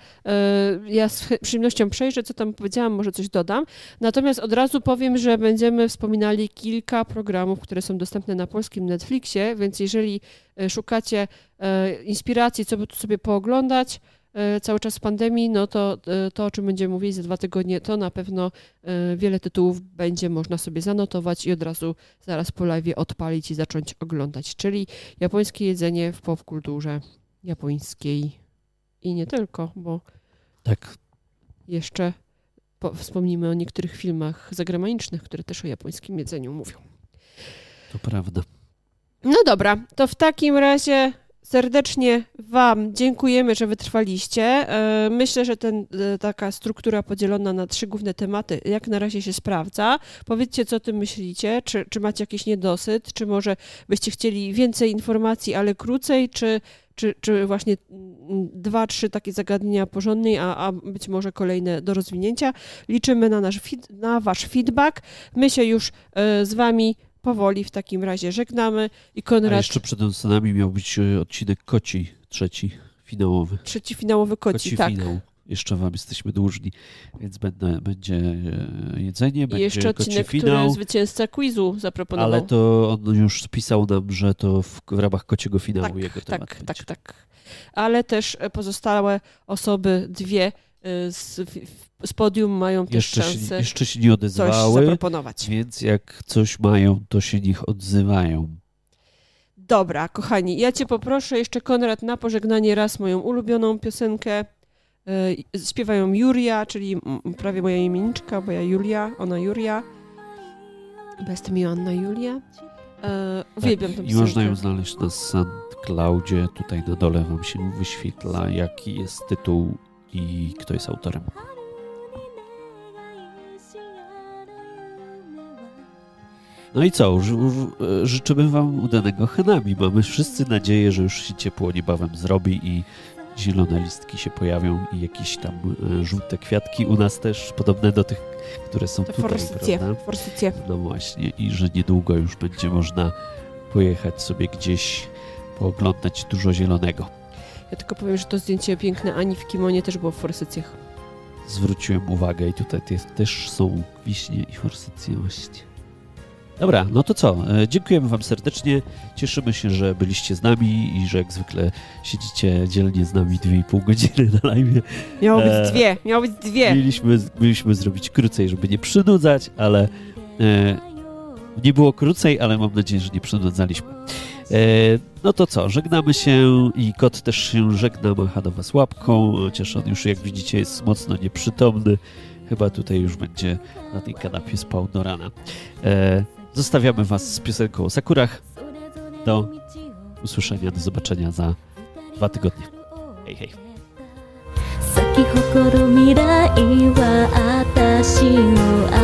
ja z przyjemnością przejrzę, co tam powiedziałam, może coś dodam. Natomiast od razu powiem, że będziemy wspominali kilka programów, które są dostępne na polskim Netflixie, więc jeżeli szukacie inspiracji, co by tu sobie pooglądać, cały czas pandemii, no to to, o czym będziemy mówili za dwa tygodnie, to na pewno wiele tytułów będzie można sobie zanotować i od razu zaraz po live'ie odpalić i zacząć oglądać, czyli japońskie jedzenie w popkulturze japońskiej i nie tylko, bo tak. Jeszcze po, wspomnimy o niektórych filmach zagranicznych, które też o japońskim jedzeniu mówią. To prawda. No dobra, to w takim razie serdecznie wam dziękujemy, że wytrwaliście. Myślę, że ten, taka struktura podzielona na trzy główne tematy jak na razie się sprawdza. Powiedzcie, co o tym myślicie, czy, czy macie jakiś niedosyt, czy może byście chcieli więcej informacji, ale krócej, czy, czy, czy właśnie dwa, trzy takie zagadnienia porządnej, a, a być może kolejne do rozwinięcia. Liczymy na, nasz feed, na wasz feedback. My się już z wami powoli w takim razie żegnamy i Konrad... A jeszcze przed nami miał być odcinek koci, trzeci, finałowy. Trzeci finałowy koci, koci tak. Finał. Jeszcze wam jesteśmy dłużni, więc będę, będzie jedzenie, I będzie jeszcze odcinek, koci finał. który zwycięzca quizu zaproponował. Ale to on już spisał nam, że to w, w ramach kociego finału tak, jego temat Tak, będzie. tak, tak. Ale też pozostałe osoby, dwie z, z podium mają też jeszcze szansę się, jeszcze się nie odezwały, coś zaproponować. Więc jak coś mają, to się nich odzywają. Dobra, kochani, ja cię poproszę jeszcze, Konrad, na pożegnanie raz moją ulubioną piosenkę. Śpiewają Julia, czyli prawie moja imienniczka, bo ja Julia, ona Julia. Bo jestem Joanna Julia. E, uwielbiam tak, tę i piosenkę. można ją znaleźć na SoundCloudzie. Tutaj na dole wam się wyświetla, jaki jest tytuł i kto jest autorem. No i co? Ży- życzymy wam udanego Hanami. Mamy wszyscy nadzieję, że już się ciepło niebawem zrobi i zielone listki się pojawią i jakieś tam e, żółte kwiatki. U nas też podobne do tych, które są To tutaj, forsycje, prawda? forsycje. No właśnie. I że niedługo już będzie można pojechać sobie gdzieś, pooglądać dużo zielonego. Ja tylko powiem, że to zdjęcie piękne Ani w kimonie też było w forsycjach. Zwróciłem uwagę i tutaj te, też są wiśnie i forsycje właśnie. Dobra, no to co? E, dziękujemy wam serdecznie. Cieszymy się, że byliście z nami i że jak zwykle siedzicie dzielnie z nami dwie i pół godziny na live. Miało być E, dwie, miało być dwie. Mieliśmy, mieliśmy zrobić krócej, żeby nie przynudzać, ale e, nie było krócej, ale mam nadzieję, że nie przynudzaliśmy. E, no to co? Żegnamy się i kot też się żegna, macha do was łapką, chociaż on już, jak widzicie, jest mocno nieprzytomny. Chyba tutaj już będzie na tej kanapie spał do rana. E, Zostawiamy was z piosenką o sakurach. Do usłyszenia, do zobaczenia za dwa tygodnie. Hej, hej. 誇る未来は私の